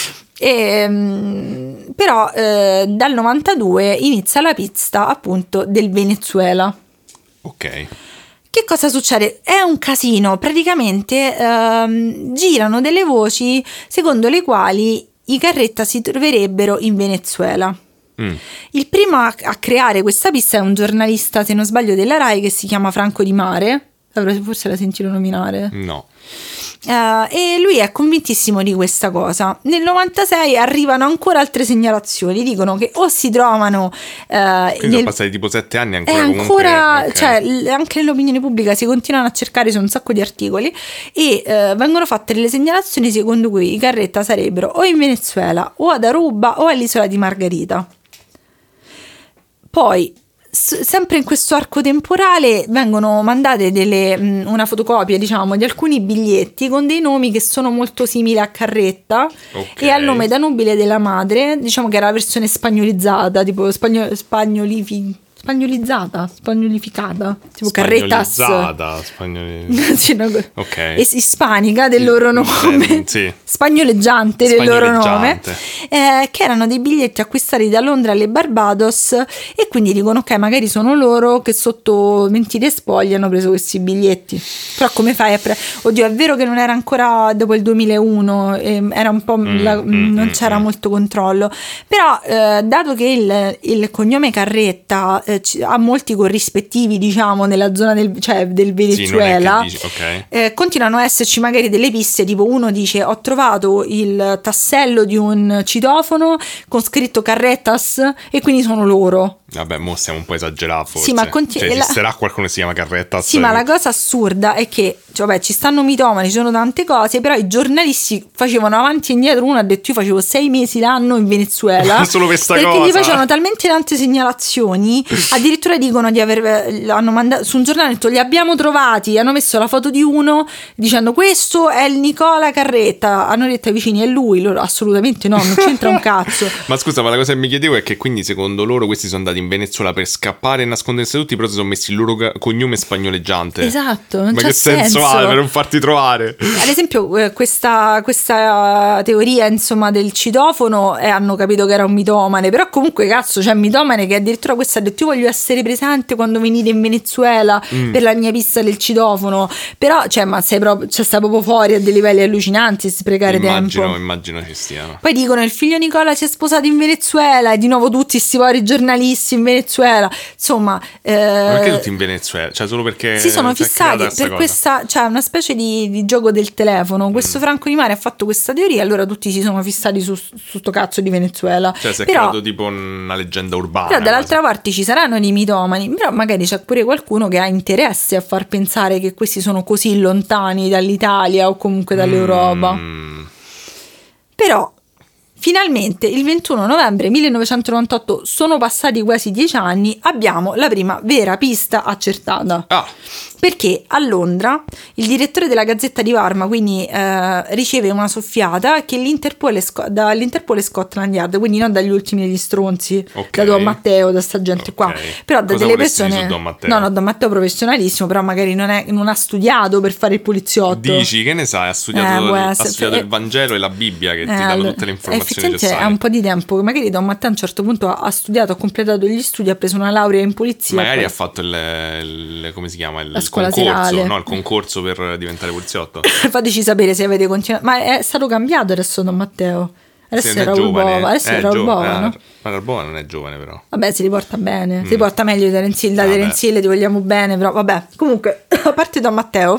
E, però eh, dal novantadue inizia la pista appunto del Venezuela. Ok. Che cosa succede? È un casino, praticamente ehm, girano delle voci secondo le quali i Carretta si troverebbero in Venezuela. Mm. Il primo a, a creare questa pista è un giornalista, se non sbaglio, della Rai che si chiama Franco Di Mare. Forse l'ha sentito nominare? No. Uh, e lui è convintissimo di questa cosa. Nel novantasei arrivano ancora altre segnalazioni, dicono che o si trovano uh, quindi nel... sono passati tipo sette anni ancora, ancora comunque, okay. Cioè anche nell'opinione pubblica si continuano a cercare su un sacco di articoli e uh, vengono fatte delle segnalazioni secondo cui i Carretta sarebbero o in Venezuela o ad Aruba o all'isola di Margarita. Poi sempre in questo arco temporale vengono mandate delle, una fotocopia, diciamo, di alcuni biglietti con dei nomi che sono molto simili a Carretta, okay. E al nome da nobile della madre, diciamo che era la versione spagnolizzata, tipo spagnol- spagnolifi- spagnolizzata, spagnolificata, tipo Carretas, spagnoli... sì, no, okay. es- ispanica del loro nome, sì. Spagnoleggiante del loro nome, eh, che erano dei biglietti acquistati da Londra alle Barbados, e quindi dicono ok, magari sono loro che sotto mentire e spoglie hanno preso questi biglietti. Però come fai a pre- oddio, è vero che non era ancora dopo il duemilauno, eh, era un po' mm, la, mm, non c'era mm. molto controllo, però eh, dato che il, il cognome Carretta eh, ha molti corrispettivi, diciamo, nella zona del, cioè, del Venezuela, sì, dici, okay. eh, continuano a esserci magari delle piste, tipo uno dice ho trovato il tassello di un citofono con scritto Carretas e quindi sono loro. Vabbè, mo stiamo un po' esagerando forse. Sì, ma conti- cioè, esisterà la... qualcuno che si chiama Carretas? Sì, ma la cosa assurda è che, cioè, vabbè, ci stanno mitomani, ci sono tante cose, però i giornalisti facevano avanti e indietro. Uno ha detto io facevo sei mesi l'anno in Venezuela solo per sta perché cosa, gli facevano talmente tante segnalazioni, addirittura dicono di aver hanno mandato su un giornale, detto, li abbiamo trovati, hanno messo la foto di uno dicendo questo è il Nicola Carretta, hanno detto ai vicini è lui, loro assolutamente no, non c'entra un cazzo. Ma scusa, ma la cosa che mi chiedevo è che quindi secondo loro questi sono andati in in Venezuela per scappare e nascondersi tutti, però si sono messi il loro ca- cognome spagnoleggiante. Esatto, non Ma c'ha che senso, senso ha per non farti trovare? Ad esempio questa, questa teoria insomma del citofono, eh, hanno capito che era un mitomane, però comunque cazzo c'è un mitomane che addirittura questo ha detto io voglio essere presente quando venite in Venezuela mm. per la mia pista del citofono, però cioè ma sei proprio, cioè, stai proprio fuori a dei livelli allucinanti, sprecare immagino, tempo. Immagino ci stiano. Poi dicono il figlio Nicola si è sposato in Venezuela e di nuovo tutti sti vari giornalisti in Venezuela, insomma eh, ma perché tutti in Venezuela? Cioè solo perché si sono fissati per cosa? questa, cioè una specie di, di gioco del telefono. Questo mm. Franco Di Mare ha fatto questa teoria, allora tutti si sono fissati su, su sto cazzo di Venezuela. Cioè si è però, creato tipo una leggenda urbana. Però dall'altra quasi. parte ci saranno dei mitomani, però magari c'è pure qualcuno che ha interesse a far pensare che questi sono così lontani dall'Italia o comunque dall'Europa. Mm. Però finalmente il ventuno novembre millenovecentonovantotto, sono passati quasi dieci anni, abbiamo la prima vera pista accertata. Ah. Perché a Londra il direttore della Gazzetta di Parma quindi eh, riceve una soffiata che l'Interpol sco- dall'Interpol e Scotland Yard, quindi non dagli ultimi degli stronzi, okay. da Don Matteo, da sta gente okay. qua, però da cosa delle persone. Don Matteo? No, no, Don Matteo professionalissimo, però magari non, è, non ha studiato per fare il poliziotto. Dici, che ne sai, ha studiato, eh, ha studiato eh, il Vangelo e la Bibbia che eh, ti danno tutte le informazioni necessarie. È un po' di tempo che magari Don Matteo a un certo punto ha, ha studiato, ha completato gli studi, ha preso una laurea in polizia. Magari poi... ha fatto il, il come si chiama? Il, la scuola concorso, serale. No, il concorso per diventare poliziotto. Fateci sapere se avete continuato. Ma è stato cambiato adesso Don Matteo. Adesso sì, era Raul Bova. Adesso è era Raul Bova, no? Ma Raul Bova non è giovane però. Vabbè, si riporta bene. Mm. Si porta meglio di Terence Hill. Da ah, Terence Hill ti vogliamo bene, però vabbè. Comunque, a parte Don Matteo,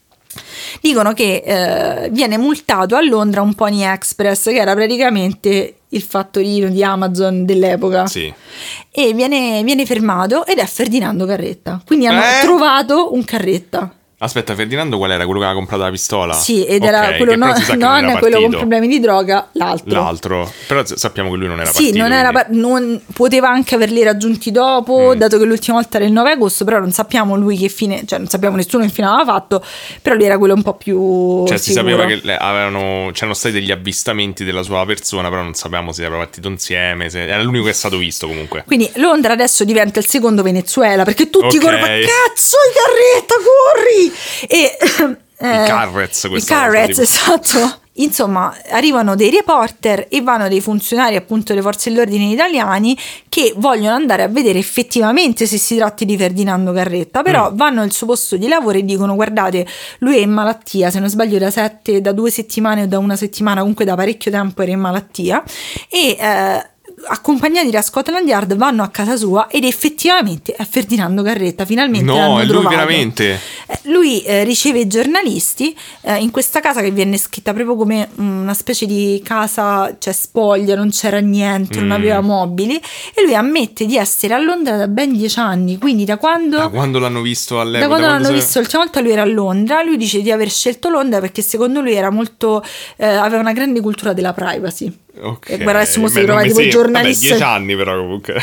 dicono che eh, viene multato a Londra un Pony Express, che era praticamente il fattorino di Amazon dell'epoca. Sì. E viene, viene fermato ed è Ferdinando Carretta. Quindi hanno eh? trovato un Carretta. Aspetta, Ferdinando qual era? Quello che aveva comprato la pistola? Sì, ed okay, era quello no, non, non quello con problemi di droga, l'altro. L'altro, però sappiamo che lui non era sì, partito. Sì, non era par- non, poteva anche averli raggiunti dopo, mm. dato che l'ultima volta era il nove agosto, però non sappiamo lui che fine, cioè non sappiamo nessuno che fine aveva fatto, però lui era quello un po' più Cioè sicuro. Si sapeva che avevano, c'erano stati degli avvistamenti della sua persona, però non sapevamo se aveva partito insieme, se, era l'unico che è stato visto comunque. Quindi Londra adesso diventa il secondo Venezuela, perché tutti okay. corrono, ma cazzo, i Carretta, corri! E Eh, I Carrets, i Carrets, esatto. Insomma, arrivano dei reporter e vanno dei funzionari appunto delle forze dell'ordine italiani che vogliono andare a vedere effettivamente se si tratti di Ferdinando Carretta, però mm. vanno al suo posto di lavoro e dicono: guardate, lui è in malattia, se non sbaglio da sette, da due settimane o da una settimana, comunque da parecchio tempo era in malattia, e eh, accompagnati da Scotland Yard vanno a casa sua ed effettivamente è Ferdinando Carretta, finalmente no, l'hanno è lui trovato. veramente eh, lui eh, riceve i giornalisti eh, in questa casa che viene scritta proprio come mh, una specie di casa, cioè spoglia, non c'era niente, mm. non aveva mobili, e lui ammette di essere a Londra da ben dieci anni, quindi da quando da quando l'hanno visto all'epoca, da quando, da l'hanno quando visto l'ultima volta lui era a Londra. Lui dice di aver scelto Londra perché secondo lui era molto eh, aveva una grande cultura della privacy. Ok, e guarda, adesso si trova tipo giornalista. Vabbè, dieci anni però comunque.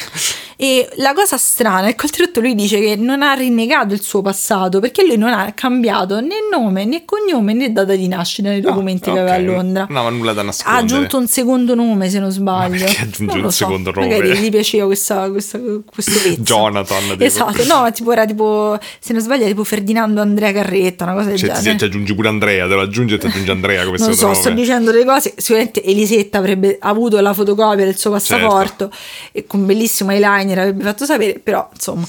E la cosa strana è che oltretutto lui dice che non ha rinnegato il suo passato, perché lui non ha cambiato né nome né cognome né data di nascita nei documenti no, che okay. aveva a Londra. No, ma nulla da nascondere. Ha aggiunto un secondo nome, se non sbaglio. Ma perché aggiunge un so, secondo nome? Magari gli piaceva questa, questa, questo vezzo. Jonathan tipo. Esatto, no, tipo era tipo, se non sbaglio, tipo Ferdinando Andrea Carretta, una cosa del cioè, genere. Ti, ti aggiungi pure Andrea, te lo aggiungi e ti aggiungi Andrea come non so, nome. Sto dicendo delle cose. Sicuramente Elisetta avrebbe avuto la fotocopia del suo passaporto, certo. e con bellissimo eyeliner avrebbe fatto sapere, però insomma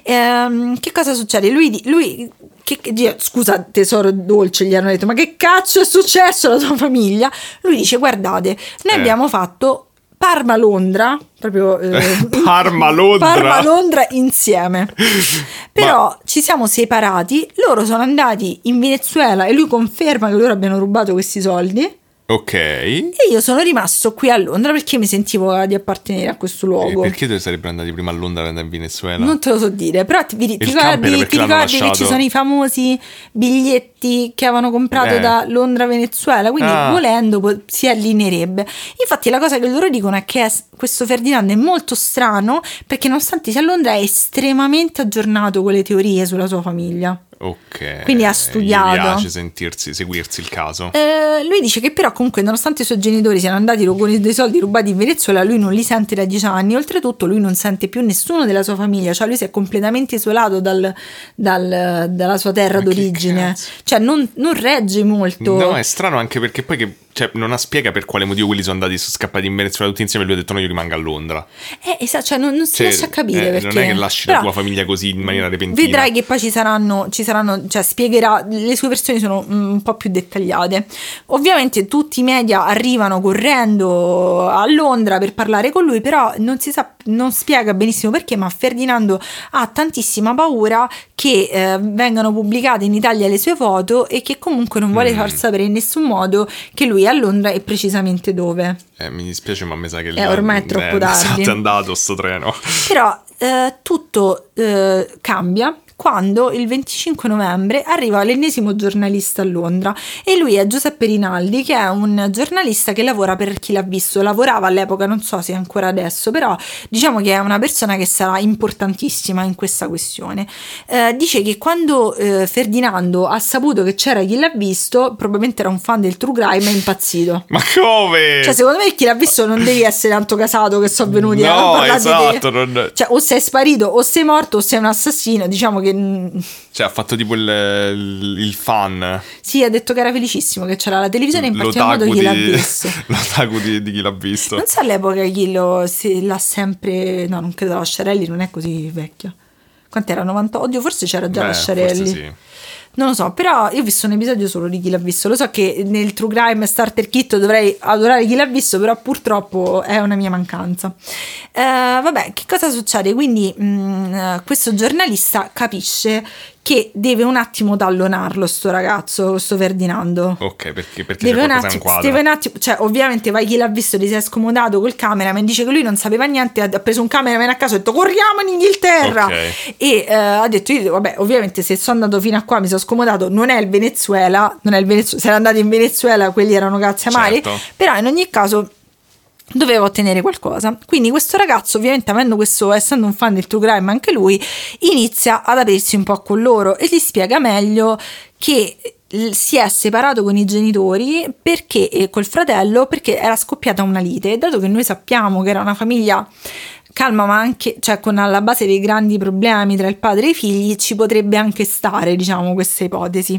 ehm, che cosa succede? Lui, lui che, che, scusa tesoro dolce, gli hanno detto: ma che cazzo è successo alla tua famiglia? Lui dice: guardate, noi eh. abbiamo fatto Parma-Londra proprio eh, Parma-Londra Parma-Londra insieme però ma... ci siamo separati, loro sono andati in Venezuela e lui conferma che loro abbiano rubato questi soldi. Ok. E io sono rimasto qui a Londra perché mi sentivo di appartenere a questo luogo. E perché tu sarebbero andati prima a Londra e andare in Venezuela? Non te lo so dire, però ti, ti ricordi, ti ricordi che ci sono i famosi biglietti che avevano comprato eh. da Londra a Venezuela, quindi ah. volendo si allineerebbe. Infatti la cosa che loro dicono è che è, questo Ferdinando è molto strano perché nonostante sia a Londra è estremamente aggiornato con le teorie sulla sua famiglia. Ok. Quindi ha studiato. Mi piace sentirsi, seguirsi il caso. Eh, lui dice che però comunque nonostante i suoi genitori siano andati con dei soldi rubati in Venezuela, lui non li sente da dieci anni. Oltretutto lui non sente più nessuno della sua famiglia, cioè lui si è completamente isolato dal, dal, dalla sua terra Ma d'origine. Cioè non, non regge molto. No, è strano anche perché poi che... Cioè, non ha spiega per quale motivo quelli sono andati, sono scappati in Venezuela tutti insieme e lui ha detto no, io rimango a Londra. Eh, esatto, cioè non, non si cioè, riesce a capire eh, perché. Non è che lasci Però, la tua famiglia così in maniera repentina. Vedrai che poi ci saranno, ci saranno, cioè spiegherà, le sue versioni sono un po' più dettagliate. Ovviamente tutti i media arrivano correndo a Londra per parlare con lui, però non si sa, non spiega benissimo perché, ma Ferdinando ha tantissima paura che eh, vengano pubblicate in Italia le sue foto e che comunque non vuole mm. far sapere in nessun modo che lui a Londra e precisamente dove. Eh, mi dispiace, ma mi sa che eh, ormai è troppo eh, tardi. È andato sto treno. Però eh, tutto eh, cambia quando il venticinque novembre arriva l'ennesimo giornalista a Londra e lui è Giuseppe Rinaldi, che è un giornalista che lavora per Chi l'ha visto, lavorava all'epoca, non so se ancora adesso, però diciamo che è una persona che sarà importantissima in questa questione. Eh, dice che quando eh, Ferdinando ha saputo che c'era Chi l'ha visto, probabilmente era un fan del true crime, è impazzito. Ma come? Cioè secondo me Chi l'ha visto non devi essere tanto casato che sono venuti no, a parlare esatto, di te. Non... Cioè o sei sparito o sei morto o sei un assassino, diciamo che cioè ha fatto tipo il, il, il fan. Sì, ha detto che era felicissimo che c'era la televisione, in particolar modo Chi l'ha visto. L'otaku di, di Chi l'ha visto. Non so all'epoca chi lo, se l'ha sempre... No, non credo, la Sciarelli non è così vecchia. Quant'era? novanta? Oddio, forse c'era già Beh, la Sciarelli. Forse sì. Non lo so, però io ho visto un episodio solo di Chi l'ha visto. Lo so che nel True Crime Starter Kit dovrei adorare Chi l'ha visto, però purtroppo è una mia mancanza. Eh, vabbè, che cosa succede? Quindi mh, questo giornalista capisce che deve un attimo tallonarlo sto ragazzo, sto Ferdinando. Ok, perché, perché deve c'è un qualcosa attimo, in quadro. Deve un attimo, cioè ovviamente vai Chi l'ha visto, gli si è scomodato col cameraman, dice che lui non sapeva niente, ha preso un cameraman a caso e ha detto corriamo in Inghilterra. Okay. E eh, ha detto io, vabbè, ovviamente se sono andato fino a qua mi sono scomodato, non è il Venezuela, non è il Venezuela, se era andato in Venezuela quelli erano cazzi amari, certo. Però in ogni caso doveva ottenere qualcosa. Quindi questo ragazzo, ovviamente avendo questo, essendo un fan del true crime anche lui, inizia ad aprirsi un po' con loro e gli spiega meglio che si è separato con i genitori perché e col fratello perché era scoppiata una lite, e dato che noi sappiamo che era una famiglia calma ma anche, cioè con alla base dei grandi problemi tra il padre e i figli, ci potrebbe anche stare, diciamo, questa ipotesi.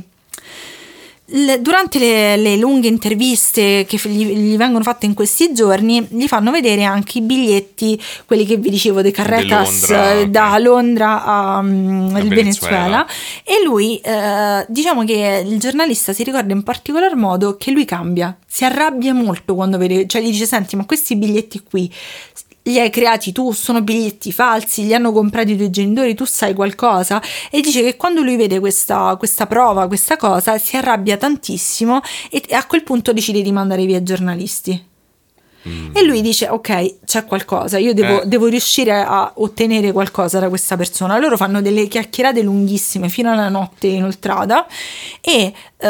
Durante le, le lunghe interviste che gli, gli vengono fatte in questi giorni, gli fanno vedere anche i biglietti, quelli che vi dicevo dei Carretas Londra, da okay. Londra a, um, al Venezuela. Venezuela e lui eh, diciamo che il giornalista si ricorda in particolar modo che lui cambia, si arrabbia molto quando vede, cioè gli dice senti ma questi biglietti qui li hai creati tu, sono biglietti falsi, li hanno comprati i tuoi genitori, tu sai qualcosa? E dice che quando lui vede questa, questa prova, questa cosa, si arrabbia tantissimo e a quel punto decide di mandare via i giornalisti. Mm. E lui dice ok, c'è qualcosa, io devo, eh. devo riuscire a ottenere qualcosa da questa persona. Loro fanno delle chiacchierate lunghissime fino alla notte inoltrata e Uh,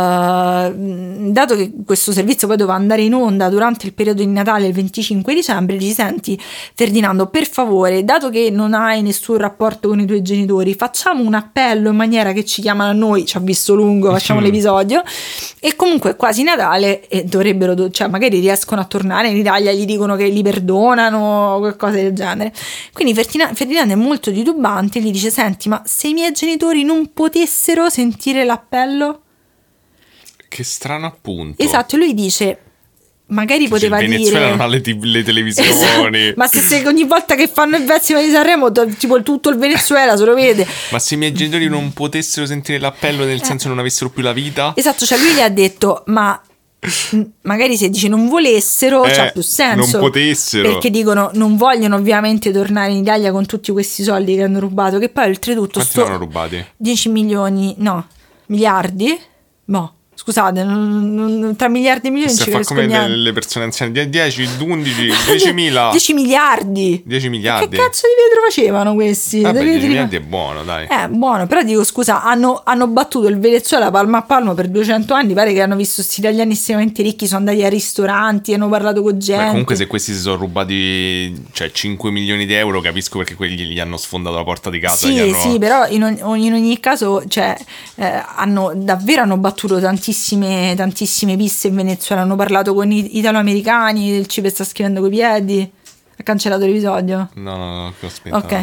dato che questo servizio poi doveva andare in onda durante il periodo di Natale il venticinque dicembre, dici senti Ferdinando, per favore, dato che non hai nessun rapporto con i tuoi genitori, facciamo un appello in maniera che ci chiamano a noi, ci ha visto lungo, facciamo mm. l'episodio e comunque è quasi Natale e dovrebbero, cioè magari riescono a tornare in Italia, gli dicono che li perdonano o qualcosa del genere. Quindi Ferdinando, Ferdinando è molto titubante e gli dice senti ma se i miei genitori non potessero sentire l'appello. Che strano appunto. Esatto, lui dice magari cioè, poteva il dire Venezuela non ha le, t- le televisioni esatto. Ma se, se ogni volta che fanno il Festival di Sanremo tipo tutto il Venezuela se lo vede. Ma se i miei genitori non potessero sentire l'appello, nel eh. senso non avessero più la vita. Esatto, cioè lui gli ha detto ma magari se dici non volessero eh, c'ha più senso, non potessero, perché dicono non vogliono ovviamente tornare in Italia con tutti questi soldi che hanno rubato, che poi oltretutto quanti sto... hanno rubati? dieci milioni, no, miliardi, boh scusate, non, non, tra miliardi e milioni non ci capisco niente. Come le persone anziane, dieci, undici, diecimila. dieci miliardi. dieci miliardi. Che cazzo di vetro facevano questi? Vabbè, dieci miliardi è buono, dai. Eh, buono, però dico, scusa, hanno, hanno battuto il Venezuela palmo a palmo per duecento anni, pare che hanno visto questi italiani estremamente ricchi, sono andati ai ristoranti, hanno parlato con gente. Beh, comunque se questi si sono rubati, cioè, cinque milioni di euro, capisco perché quelli gli hanno sfondato la porta di casa. Sì, hanno... sì, però in ogni, in ogni caso, cioè, eh, hanno davvero hanno battuto tantissime, tantissime piste in Venezuela, hanno parlato con i italo-americani, il cibo sta scrivendo coi piedi. Ha cancellato l'episodio? No, no, no, che ho spento. Ok,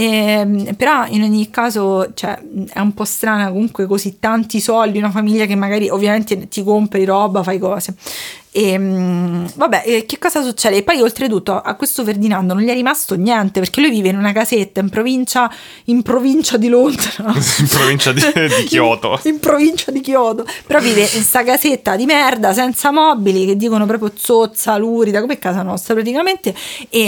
e, però in ogni caso, cioè, è un po' strana comunque così tanti soldi, una famiglia che magari ovviamente ti compri roba, fai cose. E vabbè, e che cosa succede? E poi oltretutto a questo Ferdinando non gli è rimasto niente, perché lui vive in una casetta in provincia in provincia di Londra in provincia di, di Kyoto in, in provincia di Kyoto, però vive in sta casetta di merda senza mobili, che dicono proprio zozza, lurida, come casa nostra praticamente.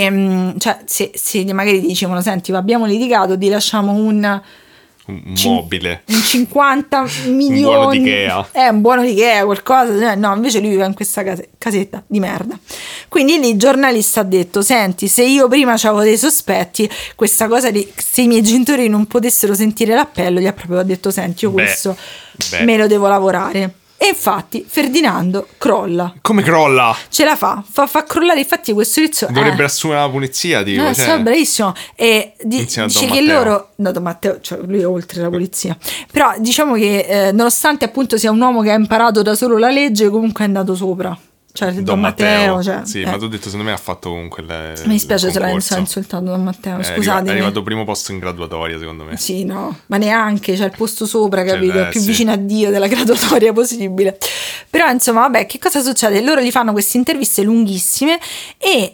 E cioè se, se magari dicevano senti abbiamo litigato, ti lasciamo un un mobile, un cinquanta milioni, un buono di Ikea, eh, un buono di Ikea, qualcosa, no, invece lui vive in questa case- casetta di merda. Quindi lì il giornalista ha detto senti, se io prima avevo dei sospetti, questa cosa di se i miei genitori non potessero sentire l'appello, gli ha proprio detto senti, io questo beh, beh. me lo devo lavorare. E infatti Ferdinando crolla. Come crolla? Ce la fa, fa, fa crollare. Infatti questo tizio dovrebbe eh, assumere la polizia, dico, no, cioè. bravissimo. E di, dice che Matteo. loro no, Don Matteo, cioè lui è oltre la polizia. Però diciamo che eh, nonostante appunto sia un uomo che ha imparato da solo la legge, comunque è andato sopra. Cioè, Don, Don Matteo, Matteo cioè, sì, eh. ma tu hai detto secondo me ha fatto comunque le, mi dispiace se l'ha insultato Don Matteo, scusate. È arrivato primo posto in graduatoria secondo me. Sì, no, ma neanche, c'è cioè il posto sopra, capito? Cioè, eh, più sì. vicino a Dio della graduatoria possibile. Però insomma, vabbè, che cosa succede? Loro gli fanno queste interviste lunghissime e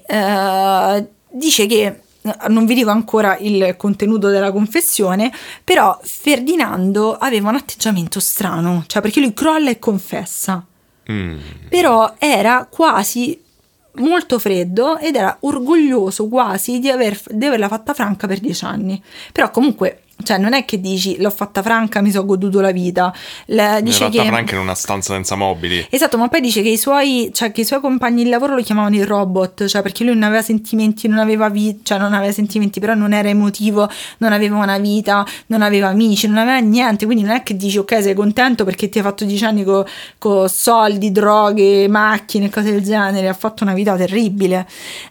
uh, dice che non vi dico ancora il contenuto della confessione, però Ferdinando aveva un atteggiamento strano, cioè perché lui crolla e confessa. Mm. Però era quasi molto freddo ed era orgoglioso quasi di, aver, di averla fatta franca per dieci anni. Però comunque, cioè non è che dici l'ho fatta franca, mi sono goduto la vita. La, dice l'ho fatta che, franca in una stanza senza mobili. Esatto, ma poi dice che i suoi, cioè che i suoi compagni di lavoro lo chiamavano il robot, cioè perché lui non aveva sentimenti, non aveva vita, cioè non aveva sentimenti, però non era emotivo, non aveva una vita, non aveva amici, non aveva niente. Quindi non è che dici ok, sei contento perché ti hai fatto dieci anni con co soldi, droghe, macchine, cose del genere, ha fatto una vita terribile.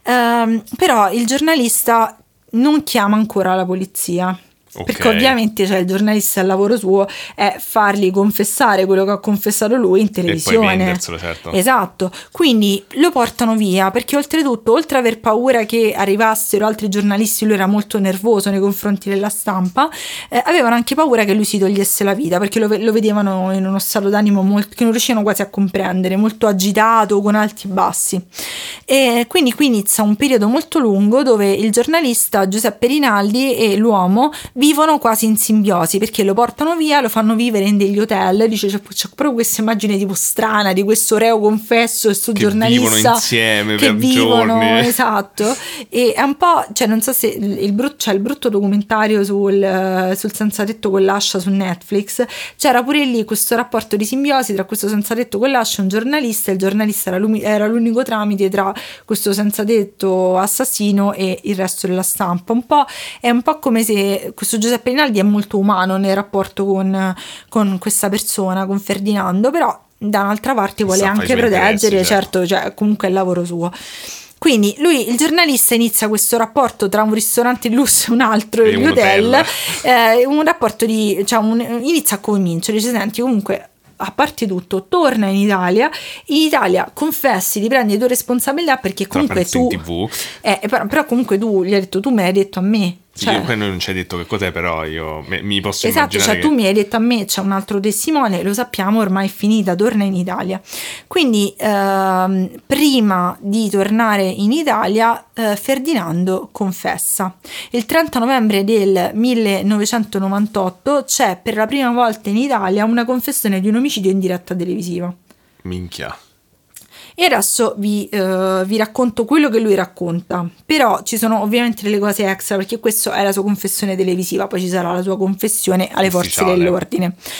Um, però il giornalista non chiama ancora la polizia. Okay. Perché ovviamente cioè, il giornalista, il lavoro suo è fargli confessare quello che ha confessato lui in televisione. E poi venderselo, certo. Esatto, quindi lo portano via perché oltretutto, oltre ad aver paura che arrivassero altri giornalisti, lui era molto nervoso nei confronti della stampa, eh, avevano anche paura che lui si togliesse la vita, perché lo, lo vedevano in uno stato d'animo molto, che non riuscivano quasi a comprendere, molto agitato, con alti e bassi. E quindi qui inizia un periodo molto lungo dove il giornalista Giuseppe Rinaldi e l'uomo vivono quasi in simbiosi, perché lo portano via, lo fanno vivere in degli hotel, dice c'è, c'è proprio questa immagine tipo strana di questo reo confesso e questo giornalista vivono insieme che per vivono, giorni. Esatto, e è un po', cioè non so se il brutto, c'è il brutto documentario sul, sul senza tetto con l'ascia su Netflix, c'era pure lì questo rapporto di simbiosi tra questo senza tetto con l'ascia e un giornalista, il giornalista era, era l'unico tramite tra questo senza tetto assassino e il resto della stampa. Un po', è un po' come se questo Giuseppe Rinaldi è molto umano nel rapporto con, con questa persona, con Ferdinando, però da un'altra parte vuole anche proteggere, certo, cioè comunque è il lavoro suo. Quindi lui, il giornalista, inizia questo rapporto tra un ristorante di lusso e un altro, e un hotel, hotel. Eh, un rapporto di, cioè un, inizia a convincere, dice senti comunque, a parte tutto, torna in Italia, in Italia confessi, ti prendi le tue responsabilità perché comunque tu, eh, però, però comunque tu gli hai detto, tu me l'hai detto a me. Sì, cioè, poi non ci hai detto che cos'è, però io me, mi posso esatto, immaginare. Cioè che... tu mi hai detto a me c'è un altro testimone, lo sappiamo, ormai è finita, torna in Italia. Quindi ehm, prima di tornare in Italia eh, Ferdinando confessa. Il trenta novembre del millenovecentonovantotto c'è per la prima volta in Italia una confessione di un omicidio in diretta televisiva. Minchia. E adesso vi, uh, vi racconto quello che lui racconta, però ci sono ovviamente delle cose extra, perché questa è la sua confessione televisiva, poi ci sarà la sua confessione alle ufficiale. forze dell'ordine.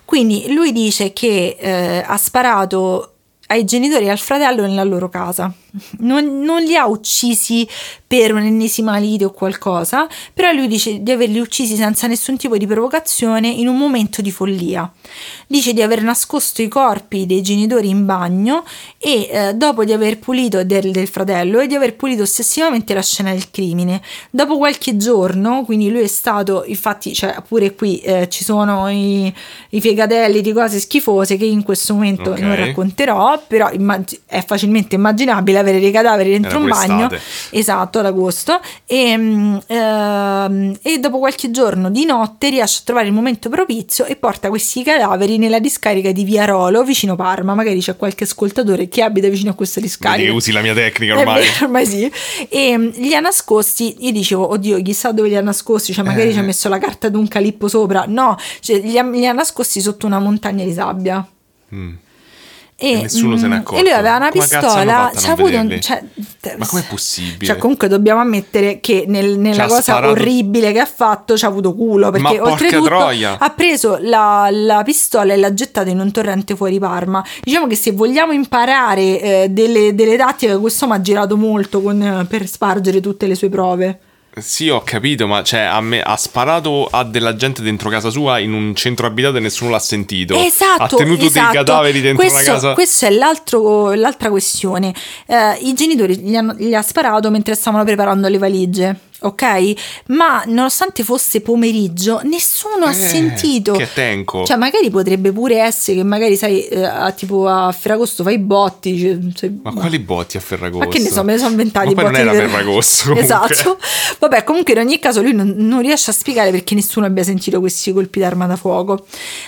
Quindi lui dice che eh, ha sparato ai genitori e al fratello nella loro casa. Non, non li ha uccisi per un'ennesima lite o qualcosa, però lui dice di averli uccisi senza nessun tipo di provocazione in un momento di follia. Dice di aver nascosto i corpi dei genitori in bagno e eh, dopo di aver pulito del, del fratello e di aver pulito ossessivamente la scena del crimine. Dopo qualche giorno, quindi lui è stato, infatti, cioè pure qui eh, ci sono i, i fegatelli di cose schifose che in questo momento okay. non racconterò, però immag- è facilmente immaginabile avere dei cadaveri dentro un bagno, esatto, ad agosto, e, ehm, e dopo qualche giorno di notte riesce a trovare il momento propizio e porta questi cadaveri nella discarica di Via Rolo vicino Parma. Magari c'è qualche ascoltatore che abita vicino a questa discarica. Vedi che usi la mia tecnica ormai. Vero, ormai sì. E li ha nascosti, io dicevo, oddio, chissà dove li ha nascosti, cioè magari eh. ci ha messo la carta d'un calippo sopra. No, cioè, li, ha, li ha nascosti sotto una montagna di sabbia. Mm. E, e nessuno mh, se ne è accorto. E lui aveva una come pistola, c'ha avuto un, cioè, ma com'è possibile? Cioè, comunque dobbiamo ammettere che nel, nella cosa sparato... orribile che ha fatto c'ha avuto culo, perché ma oltretutto ha preso la, la pistola e l'ha gettata in un torrente fuori Parma. Diciamo che se vogliamo imparare eh, delle, delle tattiche, questo mi ha girato molto con, eh, per spargere tutte le sue prove. Sì, ho capito, ma cioè a me ha sparato a della gente dentro casa sua in un centro abitato e nessuno l'ha sentito. Esatto, ha tenuto esatto. dei cadaveri dentro questo, una casa. Questa è l'altro, l'altra questione. Eh, I genitori gli, hanno, gli ha sparato mentre stavano preparando le valigie. Ok, ma nonostante fosse pomeriggio nessuno eh, ha sentito. Che tenco. Cioè magari potrebbe pure essere che magari sai eh, a, tipo a Ferragosto fai i botti, cioè, cioè, ma no. Quali botti a Ferragosto? Ma che ne so, me ne sono inventati. Ma poi non era per... Ferragosto comunque. Esatto. Vabbè, comunque in ogni caso lui non, non riesce a spiegare perché nessuno abbia sentito questi colpi d'arma da fuoco.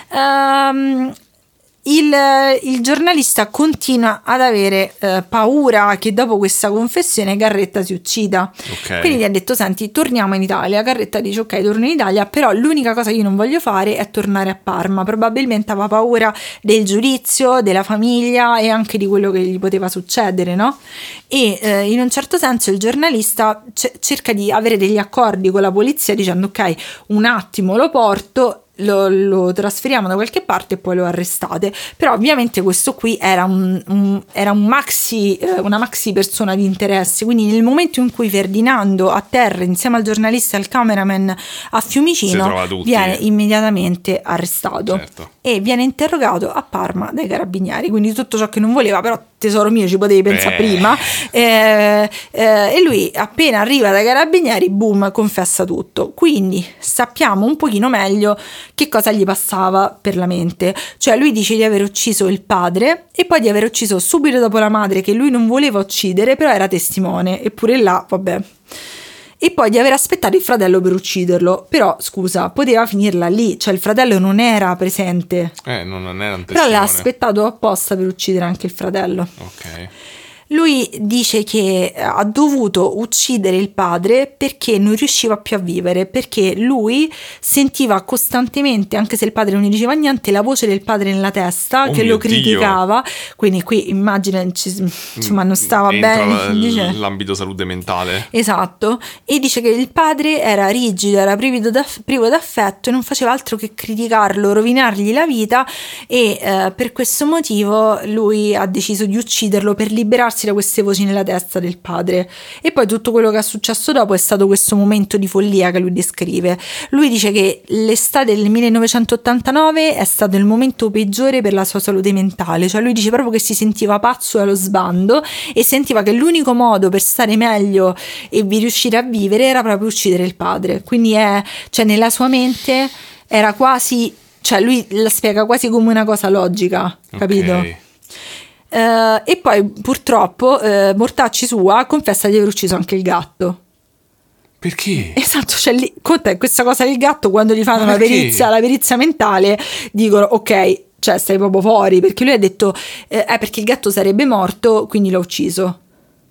Ehm um, Il, il giornalista continua ad avere eh, paura che dopo questa confessione Garretta si uccida. Okay. Quindi gli ha detto: senti, torniamo in Italia. Garretta dice: ok, torno in Italia, però l'unica cosa che io non voglio fare è tornare a Parma. Probabilmente aveva paura del giudizio, della famiglia e anche di quello che gli poteva succedere, no? E eh, in un certo senso il giornalista c- cerca di avere degli accordi con la polizia dicendo: ok, un attimo lo porto, Lo, lo trasferiamo da qualche parte e poi lo arrestate. Però ovviamente questo qui era un, un, era un maxi, eh, una maxi persona di interesse, quindi nel momento in cui Ferdinando atterra insieme al giornalista e al cameraman a Fiumicino viene immediatamente arrestato. Certo. E viene interrogato a Parma dai carabinieri, quindi tutto ciò che non voleva, però tesoro mio ci potevi pensare Beh. prima, eh, eh, e lui appena arriva dai carabinieri boom, confessa tutto. Quindi sappiamo un pochino meglio che cosa gli passava per la mente. Cioè lui dice di aver ucciso il padre e poi di aver ucciso subito dopo la madre, che lui non voleva uccidere però era testimone, eppure là vabbè. E poi di aver aspettato il fratello per ucciderlo. Però scusa, poteva finirla lì, cioè il fratello non era presente, eh non, non era un testimone, però l'ha aspettato apposta per uccidere anche il fratello. Ok. Lui dice che ha dovuto uccidere il padre perché non riusciva più a vivere, perché lui sentiva costantemente, anche se il padre non gli diceva niente, la voce del padre nella testa oh che lo criticava. Dio. Quindi qui immagina, insomma, non stava Entra bene. L- dice. L'ambito salute mentale. Esatto. E dice che il padre era rigido, era privo, d'aff- privo d'affetto e non faceva altro che criticarlo, rovinargli la vita, e eh, per questo motivo lui ha deciso di ucciderlo per liberarsi da queste voci nella testa del padre. E poi tutto quello che è successo dopo è stato questo momento di follia che lui descrive. Lui dice che l'estate del millenovecentottantanove è stato il momento peggiore per la sua salute mentale, cioè lui dice proprio che si sentiva pazzo allo sbando e sentiva che l'unico modo per stare meglio e vi riuscire a vivere era proprio uccidere il padre. Quindi è, cioè nella sua mente era quasi, cioè lui la spiega quasi come una cosa logica, capito? Okay. Uh, e poi purtroppo uh, mortacci sua confessa di aver ucciso anche il gatto. Perché? Esatto, cioè lì, conta questa cosa del gatto, quando gli fanno la perizia, la perizia mentale dicono ok, cioè stai proprio fuori, perché lui ha detto eh, eh perché il gatto sarebbe morto quindi l'ho ucciso.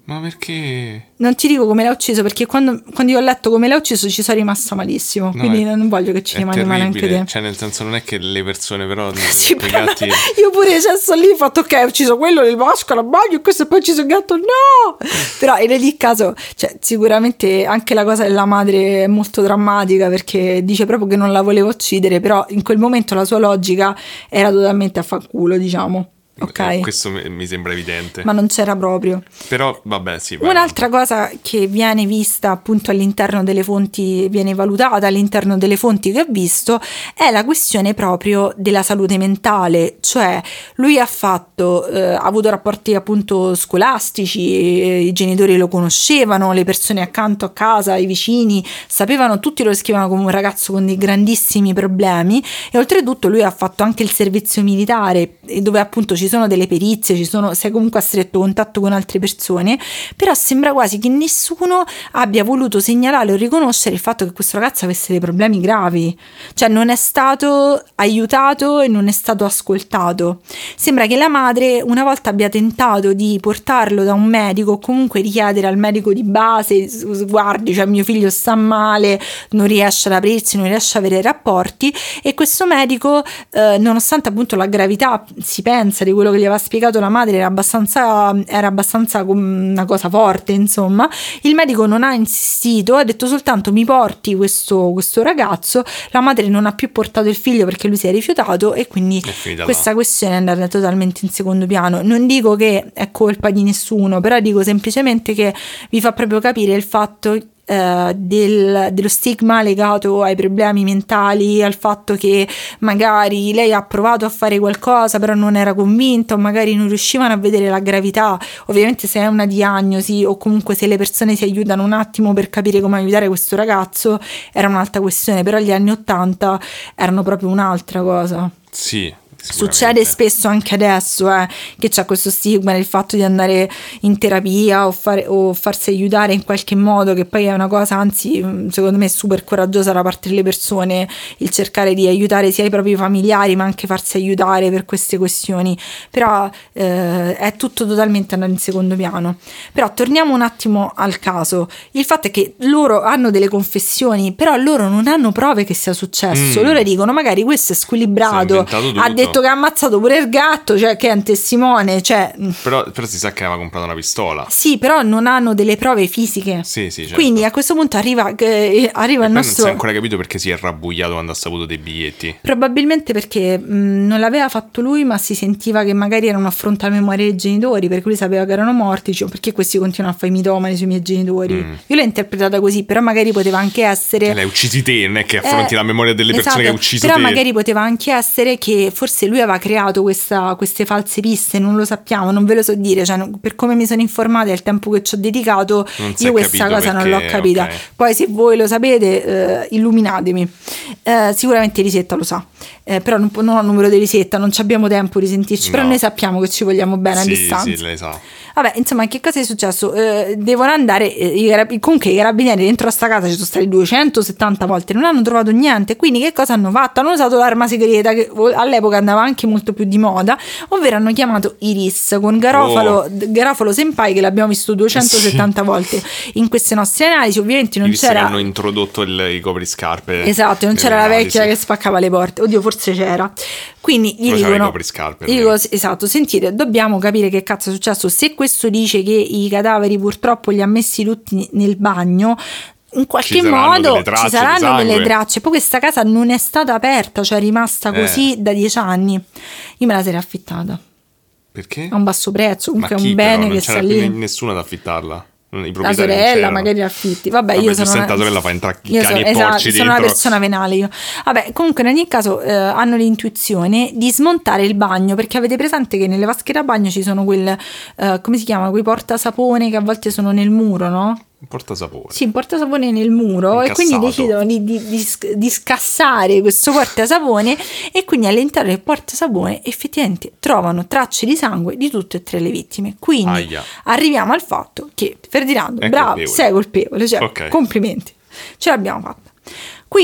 Ma perché? Non ti dico come l'ha ucciso, perché quando, quando io ho letto come l'ha ucciso ci sono rimasta malissimo, no, quindi è, non voglio che ci rimani male anche te. Cioè nel senso non è che le persone però sì, però gatti... io pure cioè, sto lì ho fatto ok, ho ucciso quello nel vasco al bagno e questo poi ho ucciso il gatto, no! Però in ogni caso cioè, sicuramente anche la cosa della madre è molto drammatica, perché dice proprio che non la voleva uccidere, però in quel momento la sua logica era totalmente a fanculo, diciamo. Okay. Questo mi sembra evidente, ma non c'era proprio. Però vabbè sì, un'altra cosa che viene vista appunto all'interno delle fonti, viene valutata all'interno delle fonti che ho visto, è la questione proprio della salute mentale. Cioè lui ha fatto eh, ha avuto rapporti appunto scolastici, eh, i genitori lo conoscevano, le persone accanto a casa, i vicini sapevano, tutti lo descrivevano come un ragazzo con dei grandissimi problemi, e oltretutto lui ha fatto anche il servizio militare, dove appunto ci sono delle perizie, ci sono, sei comunque a stretto contatto con altre persone, però sembra quasi che nessuno abbia voluto segnalare o riconoscere il fatto che questo ragazzo avesse dei problemi gravi, cioè non è stato aiutato e non è stato ascoltato. Sembra che la madre una volta abbia tentato di portarlo da un medico o comunque richiedere al medico di base, guardi, cioè mio figlio sta male, non riesce ad aprirsi, non riesce ad avere rapporti, e questo medico eh, nonostante appunto la gravità, si pensa, di quello che gli aveva spiegato la madre, era abbastanza era abbastanza una cosa forte, insomma, il medico non ha insistito, ha detto soltanto mi porti questo, questo ragazzo. La madre non ha più portato il figlio perché lui si è rifiutato, e quindi questa là. questione è andata totalmente in secondo piano. Non dico che è colpa di nessuno, però dico semplicemente che vi fa proprio capire il fatto Uh, del, dello stigma legato ai problemi mentali, al fatto che magari lei ha provato a fare qualcosa però non era convinta, o magari non riuscivano a vedere la gravità. Ovviamente se è una diagnosi o comunque se le persone si aiutano un attimo per capire come aiutare questo ragazzo era un'altra questione, però gli anni ottanta erano proprio un'altra cosa. Sì. Succede spesso anche adesso eh, che c'è questo stigma del fatto di andare in terapia o, fare, o farsi aiutare in qualche modo, che poi è una cosa, anzi secondo me super coraggiosa da parte delle persone, il cercare di aiutare sia i propri familiari ma anche farsi aiutare per queste questioni, però eh, è tutto totalmente andato in secondo piano. Però torniamo un attimo al caso. Il fatto è che loro hanno delle confessioni, però loro non hanno prove che sia successo. mm. Loro dicono magari questo è squilibrato, ha detto che ha ammazzato pure il gatto, cioè che è un testimone, cioè... però, però si sa che aveva comprato una pistola. Sì, però non hanno delle prove fisiche. Sì, sì, certo. Quindi a questo punto arriva, eh, arriva il nostro... non si è ancora capito perché si è rabbuiato quando ha saputo dei biglietti. Probabilmente perché mh, non l'aveva fatto lui, ma si sentiva che magari era un affronto alla memoria dei genitori, perché lui sapeva che erano morti, cioè, perché questi continuano a fare i mitomani sui miei genitori. mm. Io l'ho interpretata così, però magari poteva anche essere... l'hai uccisi te, non è che affronti eh, la memoria delle persone esatto, che hai ucciso però te. Però magari poteva anche essere che forse lui aveva creato questa, queste false piste, non lo sappiamo, non ve lo so dire, cioè, per come mi sono informata e il tempo che ci ho dedicato io questa cosa perché, non l'ho capita. Okay. Poi se voi lo sapete eh, illuminatemi. Eh, sicuramente Risetta lo sa, eh, però non, non ho il numero di Risetta, non abbiamo tempo di sentirci, no. Però noi sappiamo che ci vogliamo bene sì, a distanza. Sì, lei sa. Vabbè, insomma, che cosa è successo? Eh, devono andare, eh, i carab- comunque i carabinieri dentro a sta casa ci sono stati duecentosettanta volte, non hanno trovato niente, quindi che cosa hanno fatto? Hanno usato l'arma segreta che all'epoca andava anche molto più di moda, ovvero hanno chiamato Iris con Garofalo, oh. Garofalo Senpai, che l'abbiamo visto duecentosettanta sì. volte in queste nostre analisi. Ovviamente non Iris c'era... hanno introdotto il, i copriscarpe. Esatto, non c'era analisi. La vecchia che spaccava le porte, oddio forse c'era. Quindi gli dicono, gli dico, esatto, sentite, dobbiamo capire che cazzo è successo. Se questo dice che i cadaveri purtroppo li ha messi tutti nel bagno, in qualche ci modo ci saranno delle tracce. Poi questa casa non è stata aperta, cioè è rimasta così eh. da dieci anni. Io me la sarei affittata. Perché? A un basso prezzo, comunque è un chi, bene però, che sta lì. Non c'era nessuno ad affittarla. I la sorella magari affitti. Vabbè, Vabbè, io sono una... la sorella fa entrare io cani sono, e esatto, porci sono dentro. Una persona venale io. Vabbè, comunque in ogni caso eh, hanno l'intuizione di smontare il bagno, perché avete presente che nelle vasche da bagno ci sono quel eh, come si chiama, quei portasapone che a volte sono nel muro, no? Un portasapone. Sì, un portasapone nel muro. Incassato. E quindi decidono di, di, di, di scassare questo portasapone e quindi all'interno del portasapone effettivamente trovano tracce di sangue di tutte e tre le vittime. Quindi Aia. arriviamo al fatto che Ferdinando, è bravo, colpevole. sei colpevole, cioè okay. complimenti, ce l'abbiamo fatta. Quindi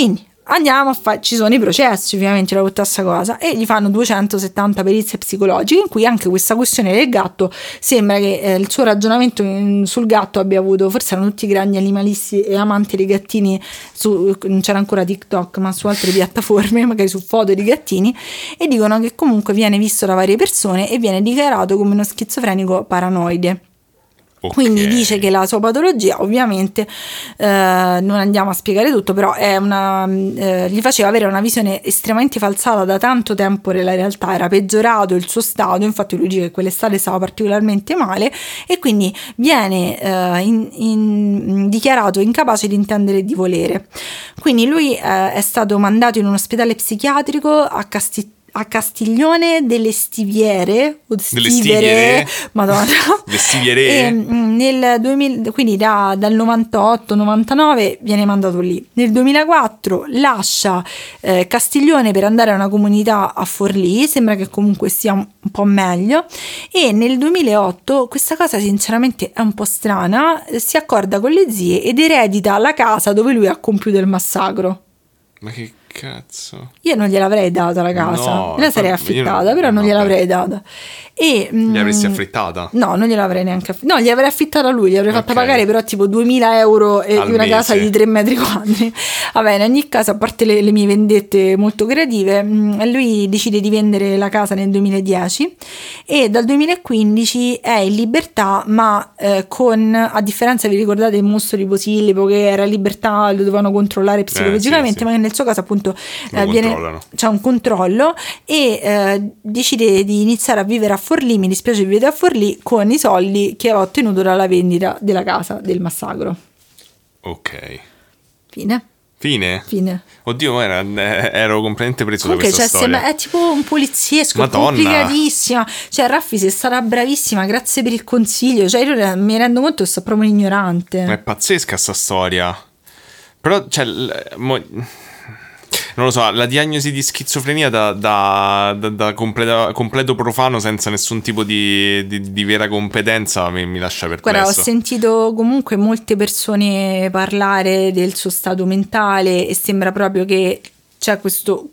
andiamo a fare, ci sono i processi ovviamente da tutta questa cosa, e gli fanno duecentosettanta perizie psicologiche, in cui anche questa questione del gatto sembra che eh, il suo ragionamento in, sul gatto abbia avuto, forse erano tutti grandi animalisti e amanti dei gattini, su, non c'era ancora TikTok ma su altre piattaforme, magari su foto di gattini, e dicono che comunque viene visto da varie persone e viene dichiarato come uno schizofrenico paranoide. Okay. Quindi dice che la sua patologia, ovviamente eh, non andiamo a spiegare tutto, però è una, eh, gli faceva avere una visione estremamente falsata da tanto tempo della realtà, era peggiorato il suo stato, infatti lui dice che quell'estate stava particolarmente male e quindi viene eh, in, in, dichiarato incapace di intendere e di volere. Quindi lui eh, è stato mandato in un ospedale psichiatrico a Castiglione a Castiglione delle Stiviere, o delle Stiviere, Madonna, le Stiviere. E, nel duemila, quindi da, dal novantotto novantanove viene mandato lì. Nel duemilaquattro lascia eh, Castiglione per andare a una comunità a Forlì, sembra che comunque sia un, un po' meglio, e nel duemilaotto questa cosa sinceramente è un po' strana, si accorda con le zie ed eredita la casa dove lui ha compiuto il massacro. Ma che cazzo? Io non gliel'avrei data la casa, no, la sarei affittata, non, però non gliel'avrei data. E gli avresti affrittata? No, non gliel'avrei neanche affittata. No, gli avrei affittata a lui, gli avrei okay. fatta pagare però tipo duemila euro e di una mese. Casa di tre metri quadri. Vabbè, in ogni caso, a parte le, le mie vendette molto creative, lui decide di vendere la casa nel duemiladieci e dal duemilaquindici è in libertà, ma eh, con, a differenza, vi ricordate il mostro di Posillipo che era in libertà, lo dovevano controllare psicologicamente, eh, sì, sì. ma nel suo caso appunto eh, viene, c'è un controllo e eh, decide di iniziare a vivere a Forlì, mi dispiace vivere a Forlì, con i soldi che aveva ottenuto dalla vendita della casa del massacro. Ok. Fine. Fine? Fine. Oddio, era, ero completamente preso comunque, da questa cioè, storia. È tipo un poliziesco, Madonna. complicatissima. Cioè, Raffi, sei stata bravissima, grazie per il consiglio. Cioè, io mi rendo conto che sono proprio ignorante. Ma è pazzesca sta storia. Però, cioè... Mo... non lo so, la diagnosi di schizofrenia da, da, da, da completo, completo profano senza nessun tipo di, di, di vera competenza mi, mi lascia perplesso. Guarda, ho sentito comunque molte persone parlare del suo stato mentale e sembra proprio che c'è questo,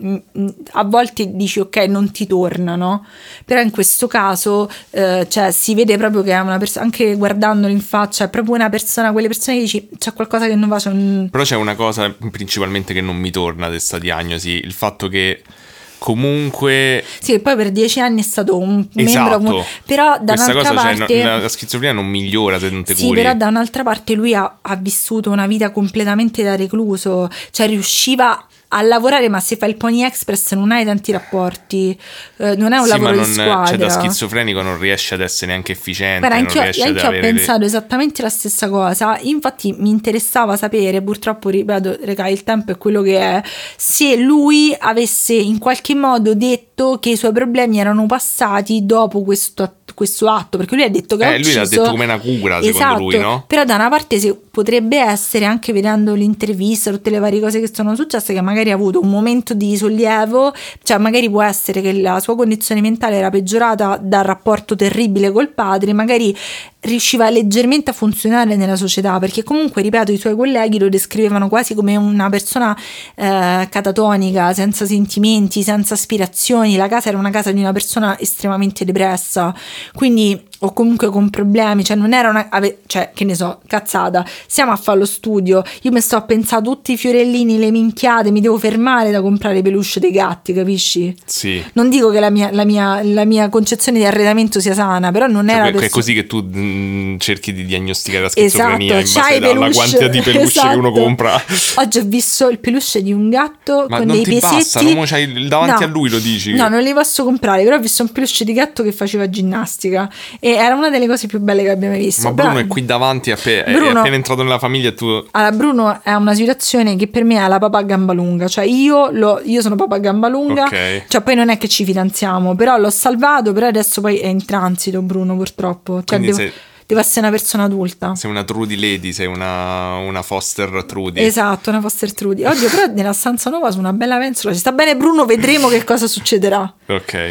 a volte dici ok, non ti torna, no? Però in questo caso eh, cioè, si vede proprio che è una persona, anche guardandolo in faccia, è proprio una persona, quelle persone che dici c'è qualcosa che non va. C'è un... Però c'è una cosa principalmente che non mi torna di questa diagnosi, il fatto che comunque sì, poi per dieci anni è stato un esatto. membro, però da questa un'altra cosa, parte cioè, la schizofrenia non migliora se non te sì, curi. però da un'altra parte lui ha, ha vissuto una vita completamente da recluso, cioè riusciva a lavorare, ma se fai il Pony Express non hai tanti rapporti, eh, non è un sì, lavoro ma non, di squadra. Cioè, da schizofrenico non riesce ad essere neanche efficiente. Guarda, non anch'io, riesce anch'io ad ho pensato le... esattamente la stessa cosa. Infatti mi interessava sapere, purtroppo ripeto, regà, il tempo è quello che è, se lui avesse in qualche modo detto che i suoi problemi erano passati dopo questo, questo atto, perché lui ha detto che eh, ha ucciso, lui l'ha detto come una cura, esatto, secondo lui, no? Però da una parte si, potrebbe essere, anche vedendo l'intervista, tutte le varie cose che sono successe, che magari ha avuto un momento di sollievo, cioè magari può essere che la sua condizione mentale era peggiorata dal rapporto terribile col padre, magari riusciva leggermente a funzionare nella società, perché comunque, ripeto, i suoi colleghi lo descrivevano quasi come una persona eh, catatonica, senza sentimenti, senza aspirazioni. La casa era una casa di una persona estremamente depressa, quindi, o comunque con problemi, cioè non era una, cioè che ne so, cazzata, siamo a fare lo studio, io mi sto a pensare a tutti i fiorellini, le minchiate, mi devo fermare da comprare peluche dei gatti, capisci? Sì. Non dico che la mia, la mia, la mia concezione di arredamento sia sana, però non cioè, era perso- è così che tu mh, cerchi di diagnosticare la schizofrenia, esatto, in base alla quantità di peluche esatto. che uno compra. Oggi ho visto il peluche di un gatto ma con non dei ti pesetti. Bastano, mo c'hai davanti no, a lui lo dici. No, non li posso comprare, però ho visto un peluche di gatto che faceva ginnastica e era una delle cose più belle che abbiamo visto. Ma Bruno però, è qui davanti, è, app- Bruno, è appena entrato nella famiglia e tu... Allora, Bruno è una situazione che per me è la papà a gamba lunga, cioè io, lo, io sono papà a gamba lunga, okay. Cioè poi non è che ci fidanziamo, però l'ho salvato, però adesso poi è in transito Bruno, purtroppo, cioè devo, sei, devo essere una persona adulta. Sei una Trudy Lady, sei una, una Foster Trudy. Esatto, una Foster Trudy. Oggi però nella stanza nuova su una bella pensola ci sta bene Bruno, vedremo che cosa succederà. Ok.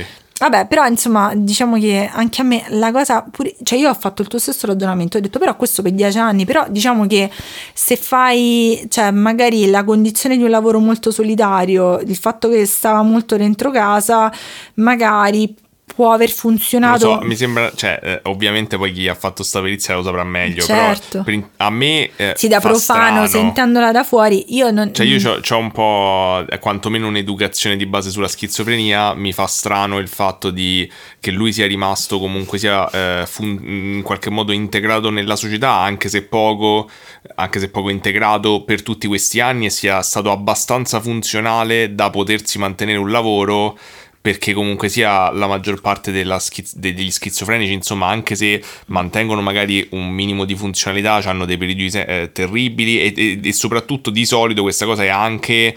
Vabbè, però insomma, diciamo che anche a me la cosa pure, cioè io ho fatto il tuo stesso ragionamento, ho detto però questo per dieci anni, però diciamo che se fai, cioè magari la condizione di un lavoro molto solitario, il fatto che stava molto dentro casa, magari può aver funzionato. Non so, mi sembra, cioè, eh, ovviamente poi chi ha fatto sta perizia lo saprà meglio, certo. Però per, a me eh, sì, da profano, strano. Sentendola da fuori, io non... Cioè io c'ho, c'ho un po', eh, quantomeno un'educazione di base sulla schizofrenia, mi fa strano il fatto di che lui sia rimasto comunque sia eh, fun- in qualche modo integrato nella società, anche se poco, anche se poco integrato per tutti questi anni, e sia stato abbastanza funzionale da potersi mantenere un lavoro, perché comunque sia la maggior parte della schiz- degli schizofrenici, insomma, anche se mantengono magari un minimo di funzionalità, hanno dei periodi eh, terribili e, e, e soprattutto di solito questa cosa è anche...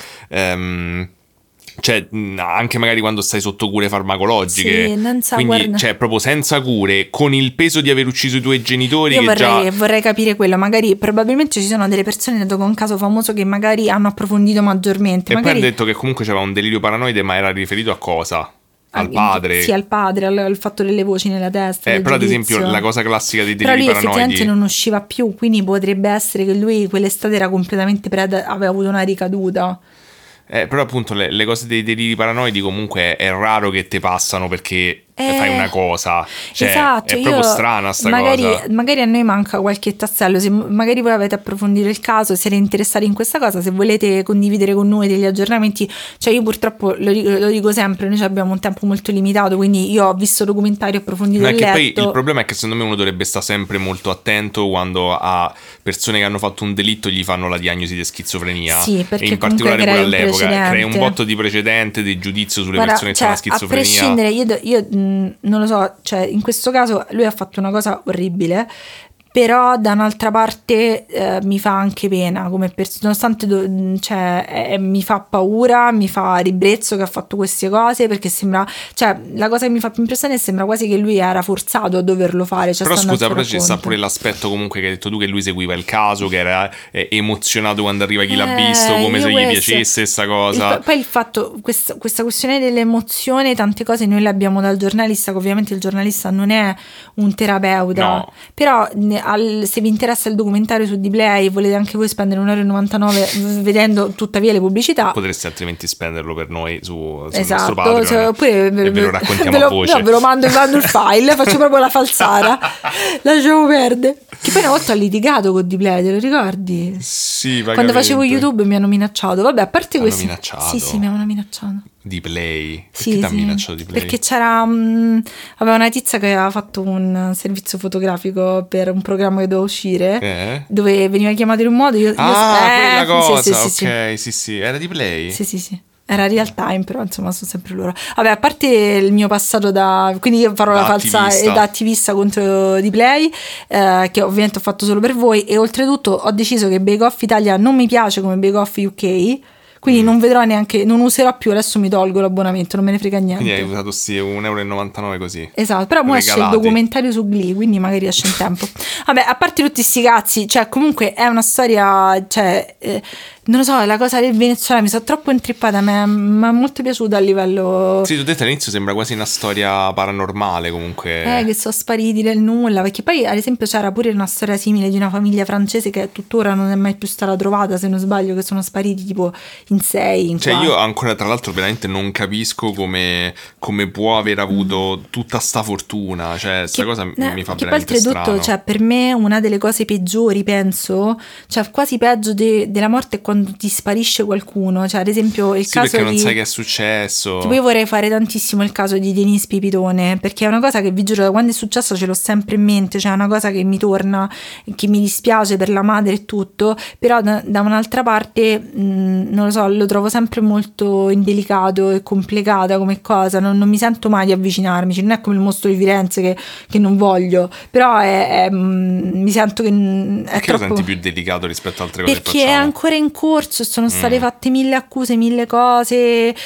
Um, cioè anche magari quando stai sotto cure farmacologiche, sì, non so, quindi guarda. Cioè proprio senza cure, con il peso di aver ucciso i tuoi genitori. Io che vorrei, già... vorrei capire quello, magari probabilmente ci sono delle persone, dato che è un caso famoso, che magari hanno approfondito maggiormente. E magari... poi hanno detto che comunque c'era un delirio paranoide, ma era riferito a cosa? Al padre? Sì, al padre, al, al fatto delle voci nella testa. Eh, però giudizio. ad esempio la cosa classica dei deliri paranoidi. Però lui paranoidi... effettivamente non usciva più, quindi potrebbe essere che lui quell'estate era completamente preda, aveva avuto una ricaduta. Eh, però appunto le, le cose dei deliri paranoidi comunque è raro che te passano perché eh, fai una cosa, cioè esatto, è proprio io strana sta magari, cosa. Magari a noi manca qualche tassello, se magari voi avete approfondito il caso, siete interessati in questa cosa, se volete condividere con noi degli aggiornamenti, cioè io purtroppo lo dico, lo dico sempre, noi abbiamo un tempo molto limitato, quindi io ho visto documentari, ho approfondito no, il letto. Poi il problema è che secondo me uno dovrebbe stare sempre molto attento quando a persone che hanno fatto un delitto gli fanno la diagnosi di schizofrenia, sì, perché e in particolare pure all'epoca crea un botto di precedente di giudizio sulle Guarda, persone che cioè, hanno la schizofrenia. A prescindere, io, io mh, non lo so, cioè in questo caso lui ha fatto una cosa orribile, però da un'altra parte eh, mi fa anche pena, come pers- nonostante do- cioè, eh, mi fa paura, mi fa ribrezzo che ha fatto queste cose, perché sembra, cioè la cosa che mi fa più impressione è che sembra quasi che lui era forzato a doverlo fare, cioè, però scusa, però ci sta pure l'aspetto comunque che hai detto tu, che lui seguiva il caso, che era eh, emozionato quando arriva chi eh, l'ha visto, come se gli piacesse sta cosa. Il, poi il fatto, questa, questa questione dell'emozione, tante cose noi le abbiamo dal giornalista, che ovviamente il giornalista non è un terapeuta, no. Però al, se vi interessa il documentario su Dplay e volete anche voi spendere un euro e novantanove vedendo tuttavia le pubblicità, potreste altrimenti spenderlo per noi su, su esatto, il nostro Patreon, cioè, oppure ve, e ve lo raccontiamo ve lo, a voce. No, ve lo mando, mando il file, faccio proprio la falsara, lasciamo perdere. Che poi una volta ho litigato con Dplay, te lo ricordi? Sì, vagamente. Quando facevo YouTube mi hanno minacciato. Vabbè, a parte questo, minacciato? Sì, sì, mi avevano minacciato. Dplay? Perché sì, ti ha sì. minacciato Dplay? Perché c'era um, aveva una tizia che aveva fatto un servizio fotografico per un programma che doveva uscire, eh? dove veniva chiamato in un modo, io, ah, io, quella eh, cosa, sì, sì, ok, sì, sì, sì, era Dplay? Sì, sì, sì. Era real time, però insomma sono sempre loro. Vabbè, a parte il mio passato da... Quindi io farò da la falsa e da attivista contro Dplay, eh, che ovviamente ho fatto solo per voi, e oltretutto ho deciso che Bake Off Italia non mi piace come Bake Off U K, quindi mm. non vedrò neanche, non userò più, adesso mi tolgo l'abbonamento, non me ne frega niente. Quindi hai usato sì, un euro e novantanove così. Esatto, però ora esce il documentario su Glee, quindi magari esce in tempo. Vabbè, a parte tutti sti cazzi, cioè comunque è una storia, cioè... Eh, non lo so, la cosa del Venezuela mi sono troppo intrippata, mi è molto piaciuta a livello... Sì, tu detto all'inizio sembra quasi una storia paranormale comunque. Eh, che sono spariti nel nulla, perché poi ad esempio c'era pure una storia simile di una famiglia francese che tuttora non è mai più stata trovata, se non sbaglio, che sono spariti tipo in sei, in Cioè quattro. Io ancora tra l'altro veramente non capisco come, come può aver avuto mm. tutta sta fortuna, cioè sta cosa eh, mi fa che veramente poi strano. Tutto, cioè per me una delle cose peggiori, penso, cioè quasi peggio de- della morte è quando ti sparisce qualcuno, cioè ad esempio il sì, caso perché non di... sai che è successo. Tipo io vorrei fare tantissimo il caso di Denise Pipitone, perché è una cosa che vi giuro da quando è successo ce l'ho sempre in mente, cioè è una cosa che mi torna, che mi dispiace per la madre e tutto, però da, da un'altra parte mh, non lo so, lo trovo sempre molto indelicato e complicata come cosa, non, non mi sento mai di avvicinarmi, non è come il mostro di Firenze che, che non voglio, però è, è, mh, mi sento che è perché troppo... lo senti più delicato rispetto a altre cose perché che facciamo? È ancora in corso, sono state mm. fatte mille accuse, mille cose,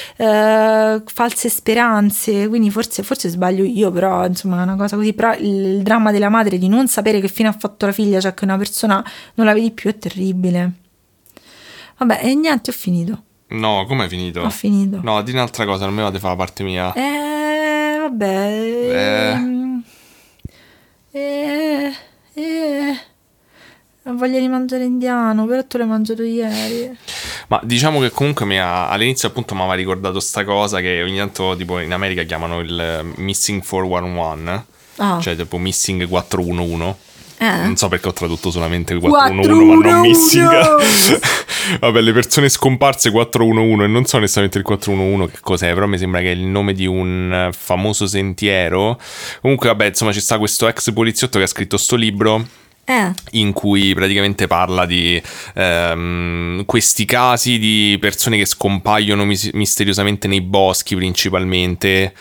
eh, false speranze, quindi forse, forse sbaglio io, però insomma è una cosa così, però il, il dramma della madre di non sapere che fine ha fatto la figlia, cioè che una persona non la vedi più, è terribile. Vabbè, e niente, ho finito. No, come hai finito? Ho finito. No, di un'altra cosa, non mi vado a fare la parte mia. Eh, vabbè. vabbè. Eh. Eh, eh, non voglio di mangiare indiano, però tu l'hai mangiato ieri. Ma diciamo che comunque mi ha, all'inizio appunto mi aveva ricordato sta cosa che ogni tanto tipo in America chiamano il Missing quattrocentoundici, ah. cioè tipo Missing quattrocentoundici. Eh. Non so perché ho tradotto solamente quattrocentoundici, ma non Missing. Vabbè, le persone scomparse quattrocentoundici, e non so onestamente il quattrocentoundici che cos'è, però mi sembra che è il nome di un famoso sentiero. Comunque vabbè, insomma, ci sta questo ex poliziotto che ha scritto sto libro eh. in cui praticamente parla di ehm, questi casi di persone che scompaiono mis- misteriosamente nei boschi principalmente,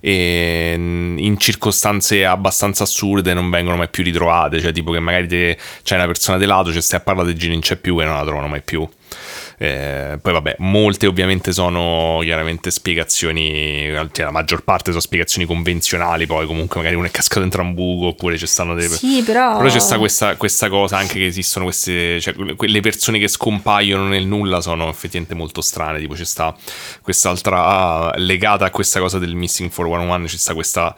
e in circostanze abbastanza assurde non vengono mai più ritrovate, cioè tipo che magari te, c'è una persona de lato, cioè stai a parlare di giro, non c'è più e non la trovano mai più. Eh, poi vabbè, molte ovviamente sono chiaramente spiegazioni, cioè la maggior parte sono spiegazioni convenzionali, poi comunque magari uno è cascato dentro un buco, oppure ci stanno delle... Sì, però... però c'è sta questa, questa cosa anche che esistono queste, cioè le persone che scompaiono nel nulla sono effettivamente molto strane, tipo c'è sta quest'altra legata a questa cosa del Missing quattrocentoundici, c'è sta questa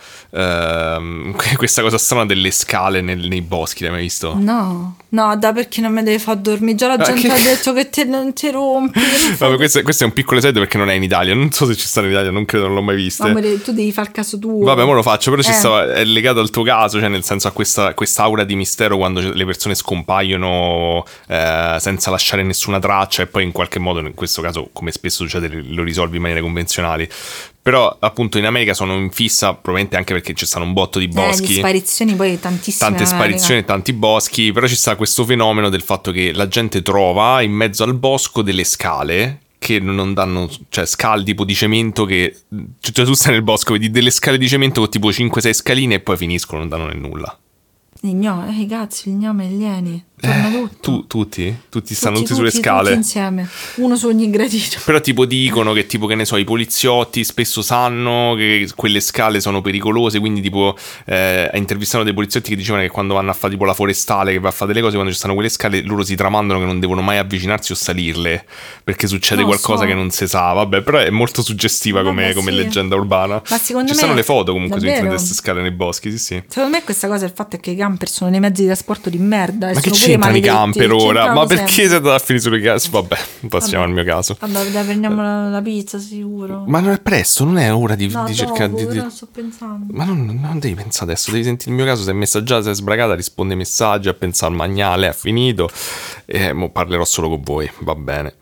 uh, questa cosa strana delle scale nel, nei boschi, l'hai mai visto? No, no, da perché non mi devi far dormire, già la gente che... ha detto che te non ti rompi. Vabbè, questo, questo è un piccolo esempio perché non è in Italia, non so se ci sta in Italia, non credo, non l'ho mai vista. No, tu devi far caso tuo. Vabbè, mo lo faccio, però eh. ci sta, è legato al tuo caso, cioè nel senso a questa quest'aura di mistero quando le persone scompaiono eh, senza lasciare nessuna traccia, e poi in qualche modo, in questo caso come spesso succede, lo risolvi in maniere convenzionali. Però appunto in America sono in fissa, probabilmente anche perché ci stanno un botto di boschi, eh, di sparizioni, poi tantissime, tante sparizioni e tanti boschi. Però ci sta questo fenomeno del fatto che la gente trova in mezzo al bosco delle scale che non danno, cioè scale tipo di cemento che, cioè tu stai nel bosco, vedi delle scale di cemento con tipo cinque sei scaline e poi finiscono, non danno nel nulla. Il gnome, eh, cazzo, il gnome e gli alieni, torna eh, tutto. Tu, tutti? Tutti stanno tutti, tutti sulle tutti, scale. Tutti insieme, uno su ogni gradino. Però tipo dicono che tipo, che ne so, i poliziotti spesso sanno che quelle scale sono pericolose, quindi tipo eh, intervistano dei poliziotti che dicevano che quando vanno a fare tipo la forestale, che va a fare delle cose, quando ci stanno quelle scale loro si tramandano che non devono mai avvicinarsi o salirle perché succede no, qualcosa so. che non si sa. Vabbè, però è molto suggestiva Vabbè, come, sì. come leggenda urbana. Ma secondo ci me, stanno le foto comunque davvero? su internet di queste scale nei boschi, sì sì. Secondo me questa cosa è il fatto è che i camper sono nei mezzi di trasporto di merda. Ma che c'entrano i camper ora? Ma perché sempre. siete da finire sulle case? Vabbè, passiamo Vabbè. al mio caso. Vabbè, dai, prendiamo la, la pizza sicuro. Ma non è presto, non è ora di, no, di dopo, cercare di, di... Non sto pensando. Ma non, non devi pensare adesso, devi sentire il mio caso. Sei messaggiata, sei sbragata, risponde ai messaggi, a pensare al magnale, ha finito. E mo parlerò solo con voi, va bene.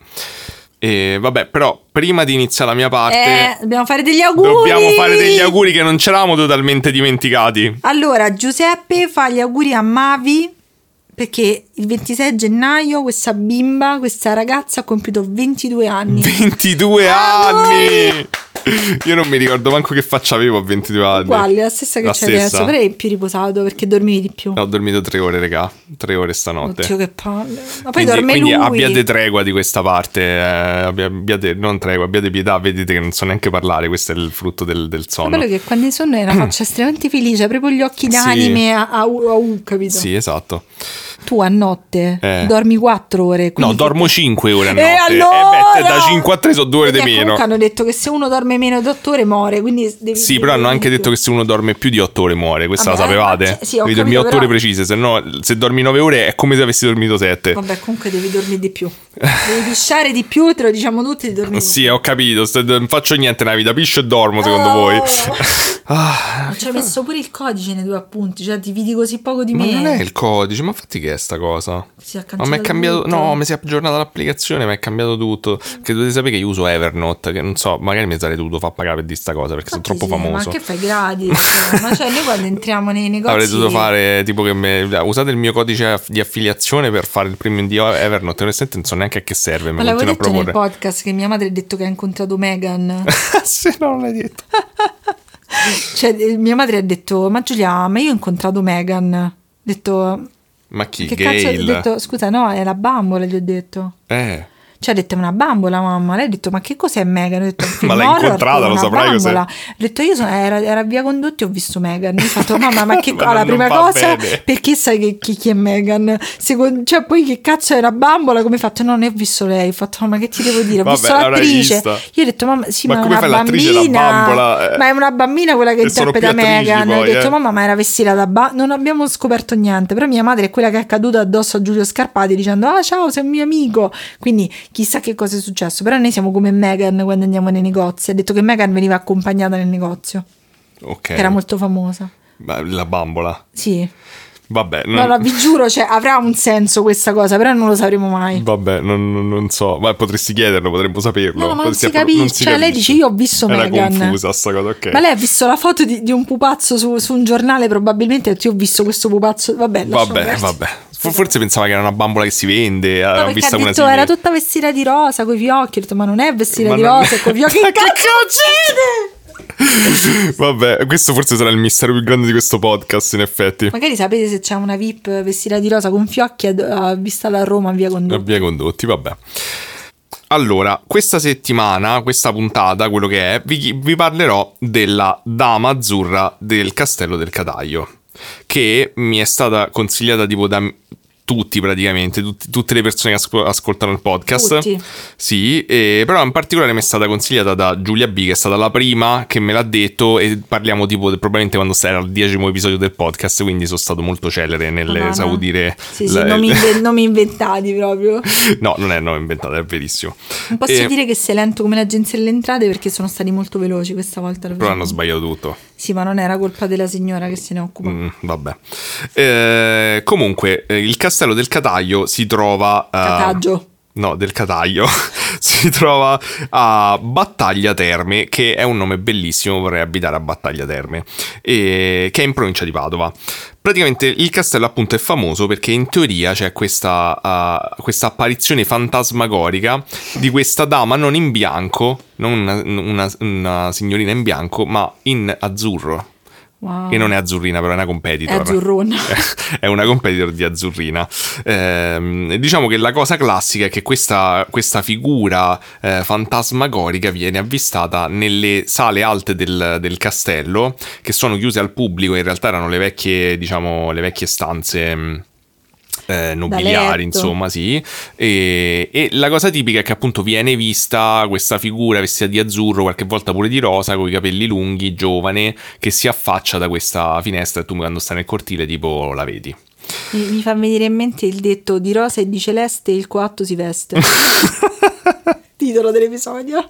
E vabbè, però prima di iniziare la mia parte eh, dobbiamo fare degli auguri. Dobbiamo fare degli auguri che non ci eravamo totalmente dimenticati. Allora, Giuseppe fa gli auguri a Mavi perché il ventisei gennaio questa bimba, questa ragazza ha compiuto ventidue anni. ventidue ah, anni! Noi! Io non mi ricordo manco che faccia avevo a ventidue anni. Uguale, la stessa che la c'è stessa. Adesso, però è più riposato perché dormivi di più. Ho dormito tre ore, regà, tre ore stanotte. Oddio, che palle. Ma poi quindi, dorme quindi lui. abbiate tregua di questa parte, eh, abbiate, non tregua, abbiate pietà, vedete che non so neanche parlare, questo è il frutto del, del sonno. Ma quello che quando in sonno è una faccia estremamente felice, proprio gli occhi d'anime sì. a, a, a U, capito? Sì, esatto. Tu a notte eh. dormi quattro ore. No, dormo cinque ore a notte. E allora? E beh, da cinque a tre sono due ore di meno. Comunque hanno detto che se uno dorme meno di otto ore muore, quindi devi sì, però hanno anche detto che se uno dorme più di otto ore muore. Questa Vabbè, la sapevate? Eh, sì, devi dormire otto però... ore precise, se no se dormi nove ore è come se avessi dormito sette. Vabbè, comunque devi dormire di più. Devi pisciare di più, te lo diciamo tutti di dormire. Sì, ho capito, non faccio niente nella vita, piscio e dormo secondo oh. voi. ah. Ci hai messo pure il codice nei tuoi appunti, cioè ti vedi così poco di ma me. Ma non è il codice, ma infatti che è sta cosa? Si è ma mi è cambiato, tutto. no, mi si è aggiornata l'applicazione, mi è cambiato tutto. Che dovete sapere che io uso Evernote, che non so, magari mi sarei dovuto far pagare per di sta cosa perché ma sono troppo sì, famoso. Ma che fai gratis? Ma cioè noi quando entriamo nei negozi avrei dovuto fare tipo che me, usate il mio codice di affiliazione per fare il premium di Evernote. Onestamente non so neanche a che serve. Ma l'avevo detto nel podcast che mia madre ha detto che ha incontrato Meghan. Sì, no, non l'hai detto. Cioè mia madre ha detto ma Giulia, ma io ho incontrato Meghan. Ho detto ma chi? Che Gayle? Cazzo ho detto, scusa, no, è la bambola, gli ho detto. Eh. Cioè ha detto è una bambola mamma. Lei ha detto ma che cos'è Meghan? Ho detto, ma l'hai incontrata, lo saprai cos'è? Ho detto io sono, era, era a Via Condotti, ho visto Meghan. Ho fatto mamma ma che ma la prima cosa bene. Perché sai che chi, chi è Meghan? Secondo, cioè poi che cazzo è una bambola? Come hai fatto? No, non ho visto lei. Ho fatto ma che ti devo dire? Ho Vabbè, visto l'attrice. Vista. Io ho detto mamma sì ma, ma come una bambina. Bambola, eh. Ma è una bambina quella che e interpreta Meghan. Poi, ho detto eh. mamma ma era vestita da bambola. Non abbiamo scoperto niente. Però mia madre è quella che è caduta addosso a Giulio Scarpati dicendo ah ciao sei un mio amico. Quindi chissà che cosa è successo. Però noi siamo come Meghan quando andiamo nei negozi. Ha detto che Meghan veniva accompagnata nel negozio. Ok. Era molto famosa. La bambola? Sì. Vabbè, non... no, no, vi giuro, cioè, avrà un senso questa cosa, però non lo sapremo mai. Vabbè, non, non so, ma potresti chiederlo, potremmo saperlo. No, ma non si, appro- capisce, non si cioè, capisce. Lei dice io ho visto Era Meghan. confusa sta cosa, ok. Ma lei ha visto la foto di, di un pupazzo su, su un giornale, probabilmente io ho visto questo pupazzo, vabbè, vabbè, vabbè. Forse pensava che era una bambola che si vende, no, aveva visto una detto, era tutta vestita di rosa, coi fiocchi, ho detto ma non è vestita ma di non... rosa, coi fiocchi, che cazzo succede? Vabbè, questo forse sarà il mistero più grande di questo podcast, in effetti. Magari sapete se c'è una V I P vestita di rosa con fiocchi a vista a Roma a Via Condotti. A Via Condotti, vabbè. Allora, questa settimana, questa puntata, quello che è, vi, vi parlerò della Dama Azzurra del Castello del Cataio, che mi è stata consigliata tipo da tutti praticamente, tutti, tutte le persone che ascol- ascoltano il podcast. Tutti. Sì, e, però in particolare mi è stata consigliata da Giulia B, che è stata la prima che me l'ha detto, e parliamo tipo probabilmente quando era al decimo episodio del podcast, quindi sono stato molto celere nell'esaudire. Sì, sì, la, nomi, inve- nomi inventati proprio. No, non è nome inventato, è verissimo. Non posso e... dire che sei lento come l'agenzia delle entrate perché sono stati molto veloci questa volta. Però hanno sbagliato tutto. Sì, ma non era colpa della signora che se ne occupa. Mm, vabbè. Eh, comunque, eh, il Castello del Cataio si trova... Uh, Cataggio. No, del Cataio. Si trova a Battaglia Terme, che è un nome bellissimo, vorrei abitare a Battaglia Terme, e, che è in provincia di Padova. Praticamente il castello appunto è famoso perché in teoria c'è questa, uh, questa apparizione fantasmagorica di questa dama non in bianco, non una, una, una signorina in bianco, ma in azzurro. Wow. Che non è azzurrina, però è una competitor. È azzurrona. È una competitor di azzurrina. Eh, diciamo che la cosa classica è che questa, questa figura eh, fantasmagorica viene avvistata nelle sale alte del, del castello, che sono chiuse al pubblico. In realtà erano le vecchie, diciamo, le vecchie stanze... Eh, nobiliari, insomma, sì. E, e la cosa tipica è che appunto viene vista questa figura vestita di azzurro, qualche volta pure di rosa, con i capelli lunghi, giovane, che si affaccia da questa finestra e tu quando stai nel cortile tipo la vedi. Mi, mi fa venire in mente il detto di rosa e di celeste il coatto si veste. Titolo dell'episodio.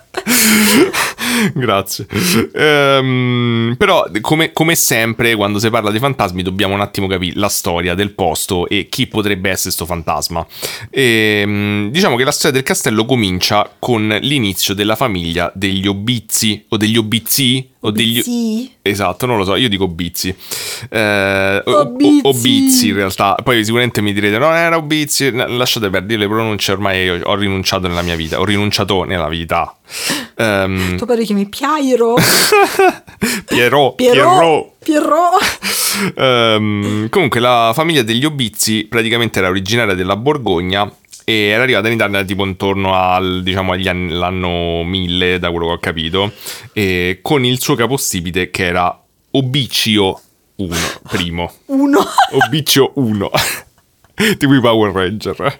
Grazie. Um, però come, come sempre quando si parla di fantasmi dobbiamo un attimo capire la storia del posto e chi potrebbe essere sto fantasma. E, um, diciamo che la storia del castello comincia con l'inizio della famiglia degli Obizzi o degli Obizi o degli... Esatto, non lo so, io dico Obizzi. Eh, Obizzi. O, Obizzi in realtà. Poi sicuramente mi direte no, era Obizzi, lasciate perdere le pronunce, ormai ho rinunciato nella mia vita, ho rinunciato nella vita. Um, tuo padre chiami Piero. Piero Piero Piero um, comunque la famiglia degli Obizzi praticamente era originaria della Borgogna e era arrivata in Italia tipo intorno al, diciamo, agli anni, l'anno mille, da quello che ho capito, e con il suo capostipite che era Obiccio uno, primo. Uno. Obiccio uno. Tipo i Power Ranger.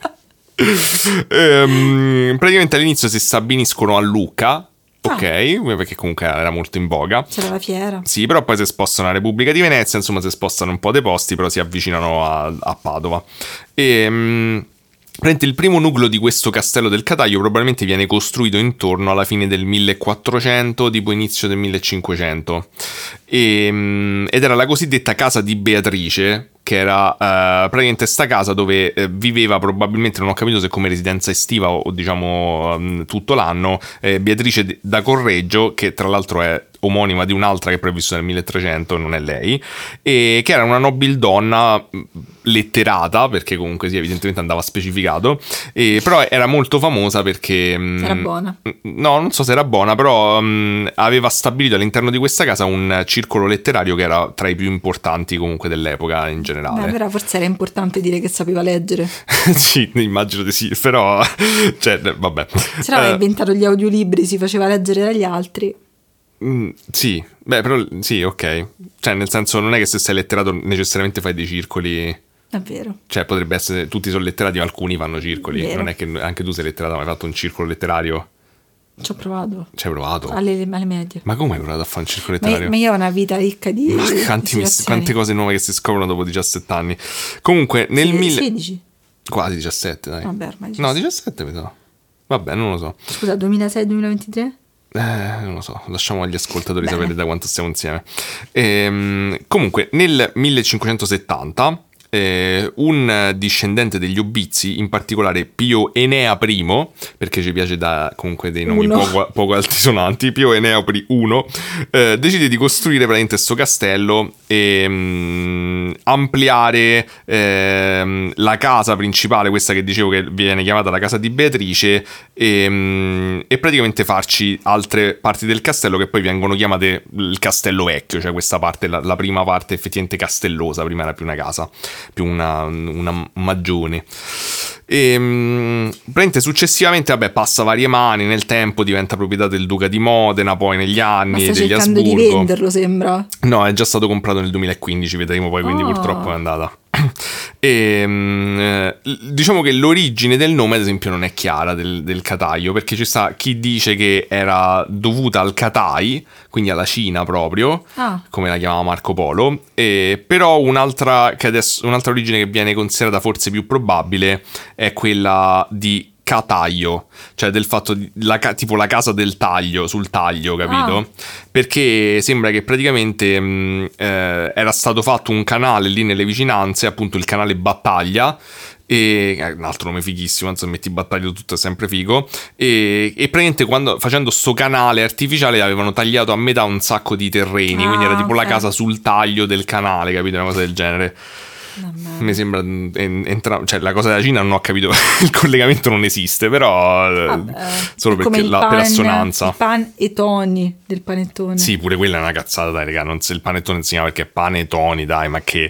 ehm, praticamente all'inizio si stabiliscono a Lucca. Ok, ah. Perché comunque era molto in voga. C'era la fiera. Sì, però poi si spostano alla Repubblica di Venezia, insomma si spostano un po' dei posti, però si avvicinano a, a Padova. E... Um, il primo nucleo di questo castello del Cataio probabilmente viene costruito intorno alla fine del millequattrocento, tipo inizio del millecinquecento, e, ed era la cosiddetta casa di Beatrice, che era uh, praticamente sta casa dove uh, viveva probabilmente, non ho capito se come residenza estiva o, o diciamo um, tutto l'anno, eh, Beatrice da Correggio, che tra l'altro è omonima di un'altra che è prevista nel milletrecento, non è lei, e che era una nobildonna letterata, perché comunque sì, evidentemente andava specificato, e, però era molto famosa perché... Era buona. No, non so se era buona, però um, aveva stabilito all'interno di questa casa un circolo letterario che era tra i più importanti comunque dell'epoca in generale. generale. Beh, però forse era importante dire che sapeva leggere. Sì, immagino di sì, però cioè, vabbè. Se no aveva uh, inventato gli audiolibri, si faceva leggere dagli altri. Mm, sì, beh, però sì, ok. Cioè, nel senso, non è che se sei letterato necessariamente fai dei circoli. È vero. Cioè, potrebbe essere, tutti sono letterati, ma alcuni fanno circoli. Vero. Non è che anche tu sei letterato, ma hai fatto un circolo letterario. Ci ho provato. Ci hai provato? Alle, alle medie. Ma come hai provato a fare un circolo letterario? Ma io ho una vita ricca di, ma quanti, di quante cose nuove che si scoprono dopo diciassette anni. Comunque, nel sì, mille... sedici. Quasi diciassette, dai. Vabbè, ormai diciassette. No, diciassette mi so. Vabbè, non lo so. Scusa, duemilasei duemilaventitré? Eh, non lo so, lasciamo agli ascoltatori Bene. sapere da quanto stiamo insieme. Ehm, comunque, nel millecinquecentosettanta eh, un discendente degli Obizi, in particolare Pio Enea I, perché ci piace da comunque dei nomi poco, poco altisonanti, Pio Enea I, eh, decide di costruire praticamente questo castello e mh, ampliare eh, la casa principale, questa che dicevo che viene chiamata la casa di Beatrice, e, mh, e praticamente farci altre parti del castello che poi vengono chiamate il castello vecchio, cioè questa parte, la, la prima parte effettivamente castellosa, prima era più una casa, più una, una magione. E mh, praticamente successivamente vabbè, passa varie mani, nel tempo diventa proprietà del duca di Modena, poi negli anni Ma sta degli cercando Asburgo. di venderlo, sembra. No, è già stato comprato nel duemilaquindici, vedremo poi, quindi oh. purtroppo è andata. E, mh, diciamo che l'origine del nome ad esempio non è chiara del, del Cataio, perché ci sta chi dice che era dovuta al Catai, quindi alla Cina proprio, ah. come la chiamava Marco Polo, e, però un'altra, che adesso, un'altra origine che viene considerata forse più probabile è quella di Cataio, cioè del fatto di la, tipo la casa del taglio, sul taglio, capito? Ah. Perché sembra che praticamente mh, eh, era stato fatto un canale lì nelle vicinanze, appunto il canale Battaglia, e un altro nome fighissimo, insomma, metti Battaglia, tutto è sempre figo, e, e praticamente quando facendo sto canale artificiale avevano tagliato a metà un sacco di terreni, ah, quindi era tipo okay. la casa sul taglio del canale, capito? Una cosa del genere. Mi sembra entra- cioè la cosa della Cina non ho capito, il collegamento non esiste, però vabbè, solo perché la, pan, per assonanza. Il panettone del panettone. Sì, pure quella è una cazzata, dai, raga, non, il panettone si chiama perché è panettoni, dai, ma che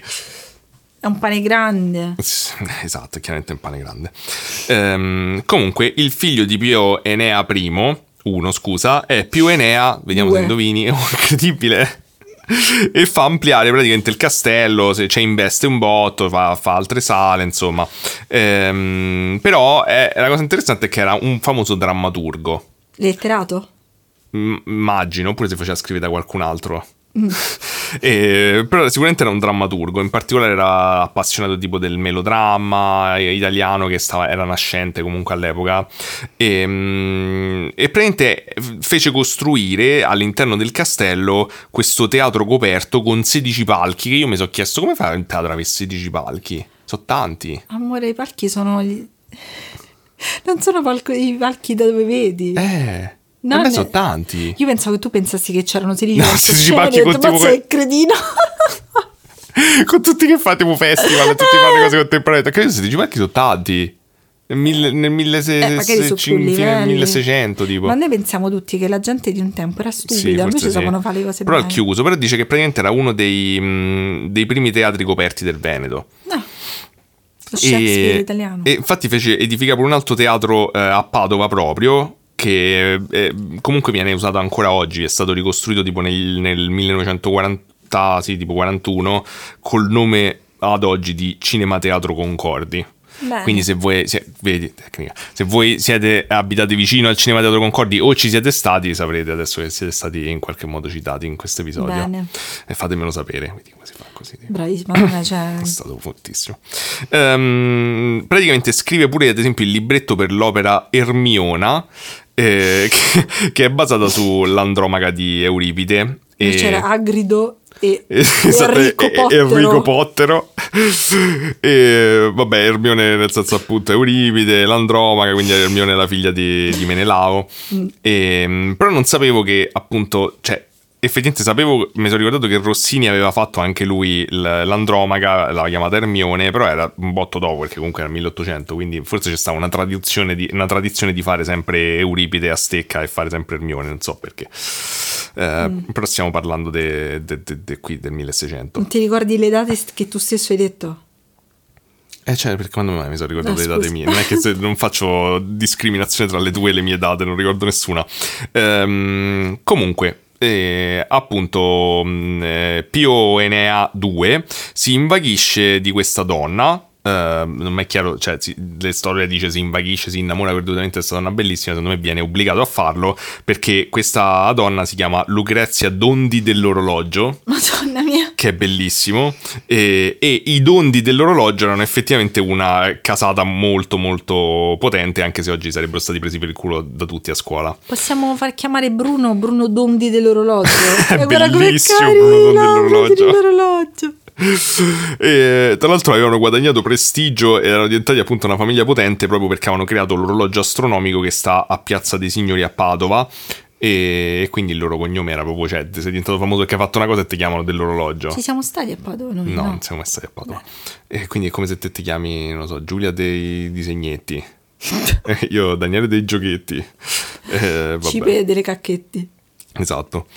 è un pane grande. Esatto, chiaramente è un pane grande. Ehm, comunque il figlio di Pio Enea I, uno scusa, è Pio Enea, vediamo Due. se indovini, è incredibile. E fa ampliare praticamente il castello, se c'è investe un botto, fa, fa altre sale, insomma. Ehm, però è, la cosa interessante è che era un famoso drammaturgo. Letterato? M- immagino, oppure si faceva scrivere da qualcun altro. Mm. E, però sicuramente era un drammaturgo, in particolare era appassionato tipo del melodramma italiano che stava, era nascente comunque all'epoca, e, e praticamente fece costruire all'interno del castello questo teatro coperto con sedici palchi, che io mi sono chiesto come fa un teatro avere sedici palchi? Sono tanti. Amore, i palchi sono gli... non sono palco... i palchi da dove vedi. Eh No, ne... sono tanti. Io pensavo che tu pensassi che c'erano sedici no, sedici palchi con tipo sei cretino. con tutti che fa tipo festival e tutti fanno cose contemporanee. Che sedici palchi sono tanti. Nel, mille, nel milleseicento tipo. Ma noi pensiamo tutti che la gente di un tempo era stupida, sì, invece sì. sapevano fare le cose però bene. Però è chiuso, però dice che praticamente era uno dei, mh, dei primi teatri coperti del Veneto. No. Lo Shakespeare e, italiano. E infatti fece edificare un altro teatro eh, a Padova proprio, che eh, comunque viene usato ancora oggi, è stato ricostruito tipo nel, nel millenovecentoquaranta, sì, tipo quarantuno, col nome ad oggi di Cinema Teatro Concordi. Bene. Quindi se voi se, vedi, tecnica, se voi siete abitate vicino al Cinema Teatro Concordi o ci siete stati, saprete adesso che siete stati in qualche modo citati in questo episodio. Bene. E fatemelo sapere, vedi come si fa così. Bravissimo, cioè... è stato fortissimo. Um, praticamente scrive pure ad esempio il libretto per l'opera Ermiona, eh, che, che è basata sull'Andromaca di Euripide. E c'era Agrido e Enrico Pottero. Enrico Pottero. E vabbè, Ermione nel senso appunto Euripide, l'Andromaca, quindi Ermione è la figlia di, di Menelao. Mm. E, però non sapevo che appunto, cioè effettivamente sapevo, mi sono ricordato che Rossini aveva fatto anche lui l'Andromaca, l'aveva chiamata Ermione, però era un botto dopo perché comunque era milleottocento, quindi forse c'è stata una tradizione di, una tradizione di fare sempre Euripide a stecca e fare sempre Ermione, non so perché. eh, mm. però stiamo parlando de, de, de, de qui del milleseicento. Non ti ricordi le date che tu stesso hai detto? Eh cioè, perché quando mai mi sono ricordato ah, le date mie? Non è che se non faccio discriminazione tra le tue e le mie date, non ricordo nessuna. Ehm, comunque, eh, appunto, eh, Pio Enea due si invaghisce di questa donna. Uh, non mi è chiaro, cioè si, le storie dice si invaghisce, si innamora perdutamente di questa donna bellissima, secondo me viene obbligato a farlo perché questa donna si chiama Lucrezia Dondi dell'orologio. Madonna mia, che è bellissimo, e, e i dondi dell'orologio erano effettivamente una casata molto molto potente, anche se oggi sarebbero stati presi per il culo da tutti a scuola. Possiamo far chiamare Bruno Bruno Dondi dell'orologio. È bellissimo Bruno Dondi dell'orologio. E, tra l'altro avevano guadagnato prestigio e erano diventati appunto una famiglia potente proprio perché avevano creato l'orologio astronomico che sta a Piazza dei Signori a Padova, e, e quindi il loro cognome era proprio, cioè sei diventato famoso perché hai fatto una cosa e ti chiamano dell'orologio. Ci siamo stati a Padova? Noi, no, no, non siamo mai stati a Padova. Beh. E quindi è come se te ti chiami, non lo so, Giulia dei disegnetti. Io Daniele dei giochetti. eh, Cipe delle cacchetti. Esatto.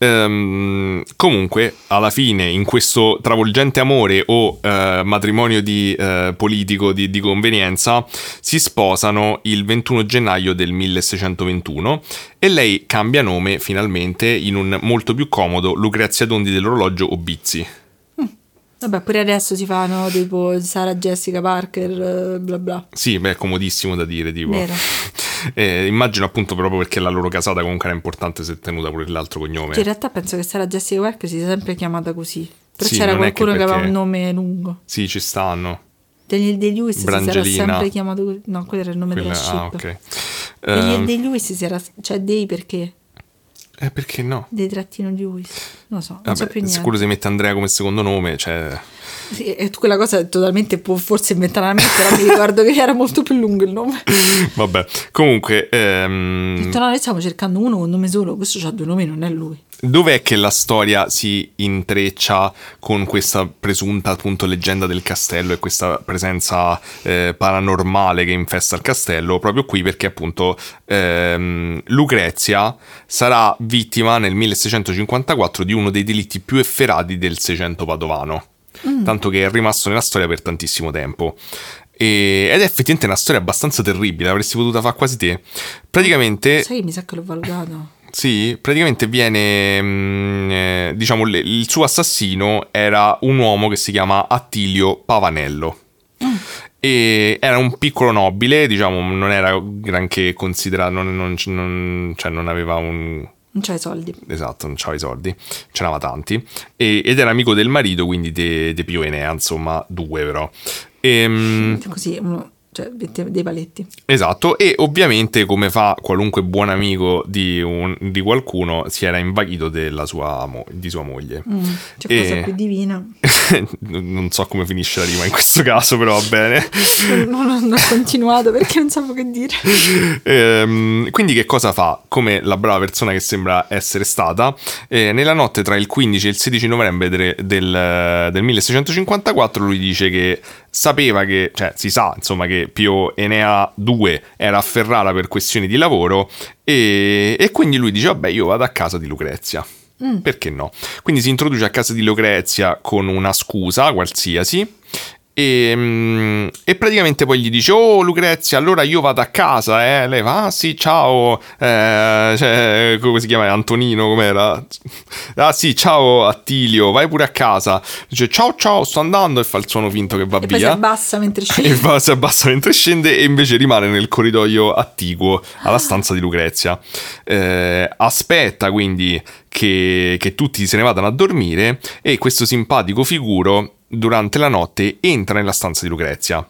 Um, comunque, alla fine, in questo travolgente amore o uh, matrimonio di uh, politico di, di convenienza, si sposano il ventuno gennaio del milleseicentoventuno e lei cambia nome finalmente in un molto più comodo Lucrezia Dondi dell'orologio Obizzi. Vabbè, pure adesso si fanno tipo Sarah Jessica Parker, bla bla. Sì, beh, è comodissimo da dire, tipo. Vero. Eh, immagino appunto proprio perché la loro casata comunque era importante se tenuta pure l'altro cognome. Cioè, in realtà penso che Sarah Jessica Parker si sia sempre chiamata così. Però sì, c'era qualcuno che, che perché... aveva un nome lungo. Sì, ci stanno. Daniel Day-Lewis si era Brangelina. sempre chiamato così. No, quello era il nome Quella... della ship. Ah, ok. Daniel uh... Day-Lewis si era... Cioè, Day perché? Eh, perché no? Dei trattino Lewis. Non lo so, non Vabbè, so più niente. sicuro si mette Andrea come secondo nome, cioè... Sì, e quella cosa è totalmente, può forse inventare la mia, però mi ricordo che era molto più lungo il nome. Vabbè, comunque... Ehm... Ho detto, no, noi stiamo cercando uno con nome solo, questo c'ha due nomi, non è lui. Dov'è che la storia si intreccia con questa presunta appunto leggenda del castello e questa presenza eh, paranormale che infesta il castello? Proprio qui, perché appunto ehm, Lucrezia sarà vittima nel milleseicentocinquantaquattro di uno dei delitti più efferati del Seicento padovano, mm. tanto che è rimasto nella storia per tantissimo tempo. E, ed è effettivamente una storia abbastanza terribile, l'avresti potuta fare quasi te. Praticamente... Sai, mi sa che l'ho valutato. Sì, praticamente viene, mh, eh, diciamo, le, il suo assassino era un uomo che si chiama Attilio Pavanello. Mm. E era un piccolo nobile, diciamo, non era granché considerato, non, non, non, cioè non aveva un... Non c'ha i soldi. Esatto, non c'aveva i soldi, ce n'aveva tanti. E, ed era amico del marito, quindi de, de Pio Enea, insomma, due però. E, mh, così, uno... cioè dei paletti. Esatto, e ovviamente come fa qualunque buon amico di, un, di qualcuno, si era invaghito della sua mo- di sua moglie. Mm, c'è e... cosa più divina. Non so come finisce la rima in questo caso, però va bene. Non, non ho continuato perché non sapevo che dire. ehm, quindi che cosa fa? Come la brava persona che sembra essere stata, eh, nella notte tra il quindici e il sedici novembre de- del, del milleseicentocinquantaquattro lui dice che sapeva che, cioè si sa insomma che Pio Enea due era a Ferrara per questioni di lavoro e, e quindi lui dice vabbè io vado a casa di Lucrezia. Mm. Perché no? Quindi si introduce a casa di Lucrezia con una scusa qualsiasi e, e praticamente poi gli dice oh Lucrezia allora io vado a casa, eh? Lei va ah sì ciao eh, cioè, come si chiama Antonino com'era? Ah sì ciao Attilio vai pure a casa, dice ciao ciao sto andando e fa il suono finto che va e via poi si abbassa mentre scende e poi si abbassa mentre scende e invece rimane nel corridoio attiguo alla stanza di Lucrezia. Eh, aspetta quindi che, che tutti se ne vadano a dormire e questo simpatico figuro durante la notte entra nella stanza di Lucrezia.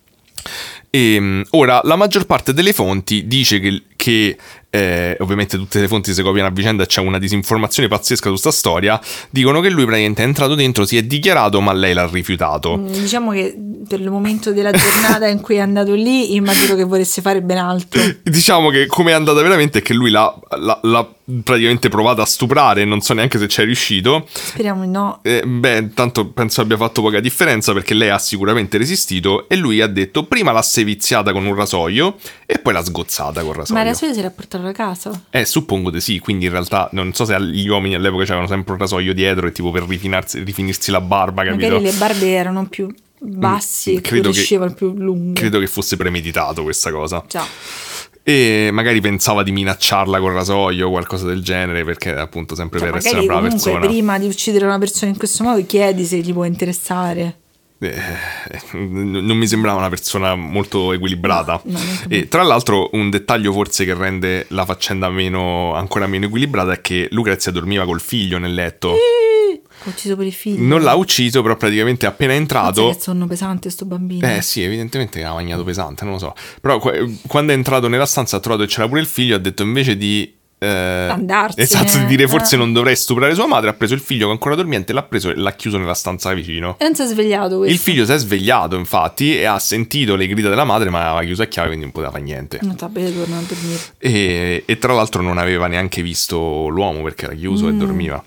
E, ora, la maggior parte delle fonti dice che, che eh, ovviamente tutte le fonti si copiano a vicenda e c'è una disinformazione pazzesca su sta storia, dicono che lui praticamente è entrato dentro, si è dichiarato, ma lei l'ha rifiutato. Diciamo che per il momento della giornata in cui è andato lì, immagino che volesse fare ben altro. Diciamo che come è andata veramente è che lui l'ha, l'ha, l'ha praticamente provato a stuprare, non so neanche se ci è riuscito. Speriamo di no. Eh, beh, tanto penso abbia fatto poca differenza perché lei ha sicuramente resistito e lui ha detto prima l'ha seviziata con un rasoio e poi l'ha sgozzata col rasoio. Ma in rasoio si era portato a casa? Eh, suppongo di sì, quindi in realtà non so se gli uomini all'epoca avevano sempre un rasoio dietro e tipo per rifinarsi, rifinirsi la barba, capito? Magari le barbe erano più bassi, mm, e crescevano più lunghe. Credo che fosse premeditato questa cosa. Già. E magari pensava di minacciarla col rasoio o qualcosa del genere, perché appunto sempre cioè, per essere una brava comunque, persona. Prima di uccidere una persona in questo modo chiedi se gli può interessare. Eh, non mi sembrava una persona molto equilibrata. No, e tra l'altro un dettaglio forse che rende la faccenda meno, ancora meno equilibrata è che Lucrezia dormiva col figlio nel letto. Ha ucciso per il figlio. Non l'ha ucciso, però praticamente appena entrato. Che sonno pesante sto bambino. Eh sì, evidentemente ha bagnato pesante, non lo so. Però quando è entrato nella stanza ha trovato che c'era pure il figlio, ha detto invece di Eh, andarsene. Esatto, di dire forse eh. non dovrei stuprare sua madre, ha preso il figlio che è ancora dormiente, l'ha preso e l'ha chiuso nella stanza vicino. E non si è svegliato questo. Il figlio si è svegliato infatti e ha sentito le grida della madre, ma aveva chiuso a chiave, quindi non poteva fare niente. Non sta bene, torna a dormire. E, e tra l'altro non aveva neanche visto l'uomo perché era chiuso mm. e dormiva.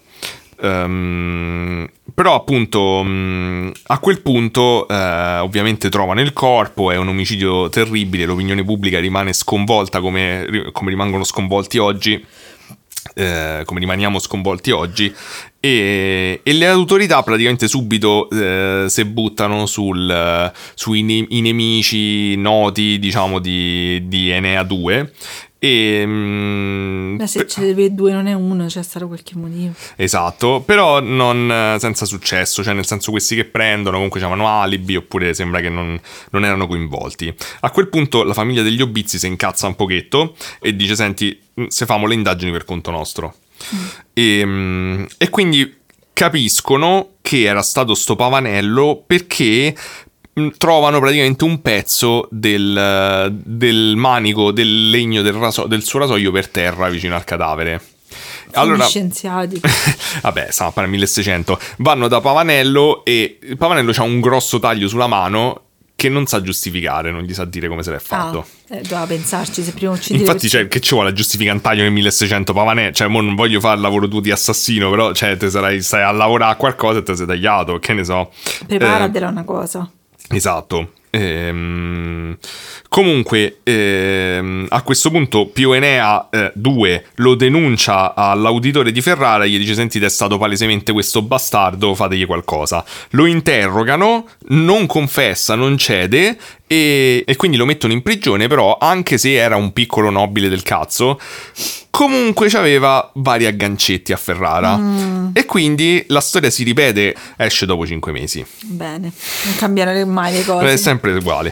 Um, però appunto um, a quel punto uh, ovviamente trovano il corpo, è un omicidio terribile, l'opinione pubblica rimane sconvolta come, come rimangono sconvolti oggi, uh, come rimaniamo sconvolti oggi e, e le autorità praticamente subito uh, si buttano sul, uh, sui ne- i nemici noti diciamo di, di Enea due. E, ma se per... ce ne due non è uno, c'è stato qualche motivo. Esatto, però non senza successo, cioè nel senso questi che prendono comunque c'erano alibi oppure sembra che non, non erano coinvolti. A quel punto la famiglia degli Obizzi si incazza un pochetto e dice senti, se famo le indagini per conto nostro mm. e, e quindi capiscono che era stato sto pavanello perché trovano praticamente un pezzo del, del manico del legno del, raso, del suo rasoio per terra vicino al cadavere. Allora, gli scienziati. Vabbè, stiamo per milleseicento. Vanno da Pavanello e Pavanello c'ha un grosso taglio sulla mano che non sa giustificare, non gli sa dire come se l'è fatto. Ah, eh, doveva pensarci se prima uccidere. Infatti, cioè, che ci vuole a giustificare un taglio nel milleseicento Pavanello? Cioè, mo non voglio fare il lavoro tu di assassino, però cioè, te sarai, stai a lavorare a qualcosa e te sei tagliato, che ne so. Preparatela eh, una cosa. Esatto. Ehm, comunque ehm, a questo punto Pio Enea due eh, lo denuncia all'auditore di Ferrara e gli dice sentite è stato palesemente questo bastardo, fategli qualcosa. Lo interrogano, non confessa, non cede e, e quindi lo mettono in prigione, però anche se era un piccolo nobile del cazzo comunque c'aveva vari aggancetti a Ferrara mm. e quindi la storia si ripete, esce dopo cinque mesi. Bene, non cambieranno mai le cose. È sempre uguale.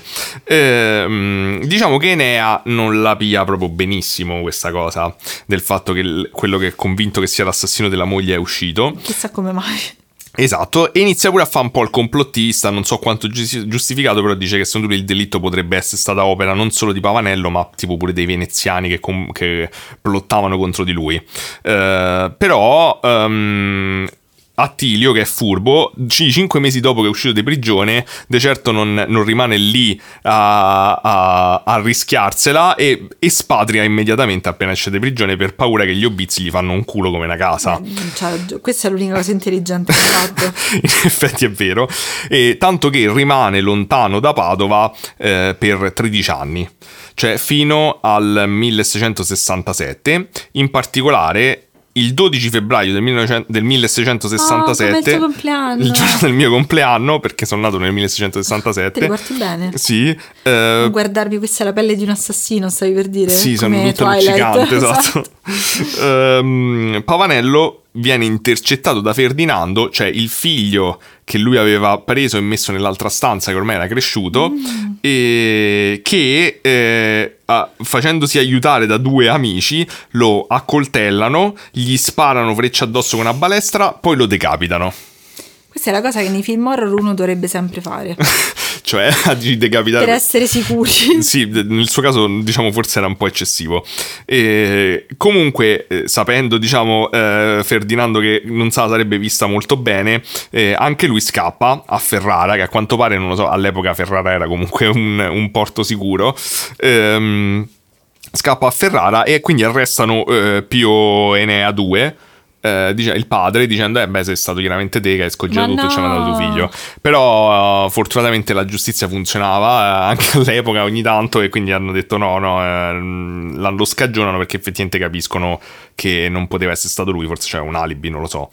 Ehm, diciamo che Enea non la piglia proprio benissimo questa cosa del fatto che l- quello che è convinto che sia l'assassino della moglie è uscito. Chissà come mai. Esatto, e inizia pure a fare un po' il complottista, non so quanto giustificato, però dice che secondo lui il delitto potrebbe essere stata opera non solo di Pavanello, ma tipo pure dei veneziani che, com- che plottavano contro di lui. Uh, però... Um, Attilio, che è furbo, cinque mesi dopo che è uscito di prigione, de certo non, non rimane lì a, a, a rischiarsela e espatria immediatamente appena esce di prigione per paura che gli Obizzi gli fanno un culo come una casa. Cioè, questa è l'unica cosa intelligente che ha fatto. In effetti è vero. E tanto che rimane lontano da Padova eh, per tredici anni, cioè fino al milleseicentosessantasette, in particolare il dodici febbraio del, millenovecento, del milleseicentosessantasette, oh, come il tuo compleanno, il giorno del mio compleanno, perché sono nato nel milleseicentosessantasette. Te li porti bene? Sì. Uh, non guardarvi, questa è la pelle di un assassino, stavi per dire? Sì, sono tutto luccicante, esatto. um, Pavanello viene intercettato da Ferdinando, cioè il figlio che lui aveva preso e messo nell'altra stanza, che ormai era cresciuto, mm. e che eh, a, facendosi aiutare da due amici lo accoltellano, gli sparano freccia addosso con una balestra, poi lo decapitano. Questa è la cosa che nei film horror uno dovrebbe sempre fare. Cioè, a decapitare... Per essere sicuri. Sì, nel suo caso, diciamo, forse era un po' eccessivo. E comunque, eh, sapendo, diciamo, eh, Ferdinando che non se la sarebbe vista molto bene, eh, anche lui scappa a Ferrara, che a quanto pare, non lo so, all'epoca Ferrara era comunque un, un porto sicuro. Ehm, scappa a Ferrara e quindi arrestano eh, Pio Enea due, eh, dice, il padre dicendo eh beh sei stato chiaramente te che hai scogitato tutto no. e ci ha mandato tuo figlio. Però uh, fortunatamente la giustizia funzionava uh, anche all'epoca ogni tanto, e quindi hanno detto no no eh, lo scagionano perché effettivamente capiscono che non poteva essere stato lui, forse c'era un alibi, non lo so.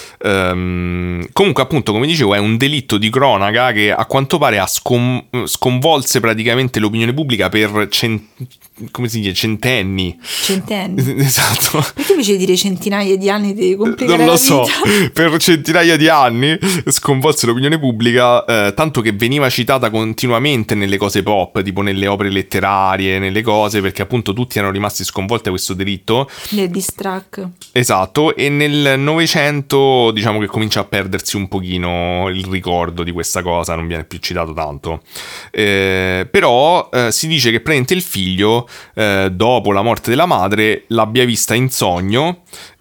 Um, comunque appunto, come dicevo, è un delitto di cronaca che a quanto pare ha scom- sconvolse praticamente l'opinione pubblica per cent- come si dice, centenni. Centenni? Esatto. Perché invece di dire centinaia di anni devi complicare non lo la so, vita? Per centinaia di anni sconvolse l'opinione pubblica, eh, tanto che veniva citata continuamente nelle cose pop, tipo nelle opere letterarie, nelle cose, perché appunto tutti erano rimasti sconvolti da questo delitto. Nel diss track. Esatto, e nel Novecento diciamo che comincia a perdersi un pochino il ricordo di questa cosa, non viene più citato tanto. Eh, però eh, si dice che praticamente il figlio, eh, dopo la morte della madre, l'abbia vista in sogno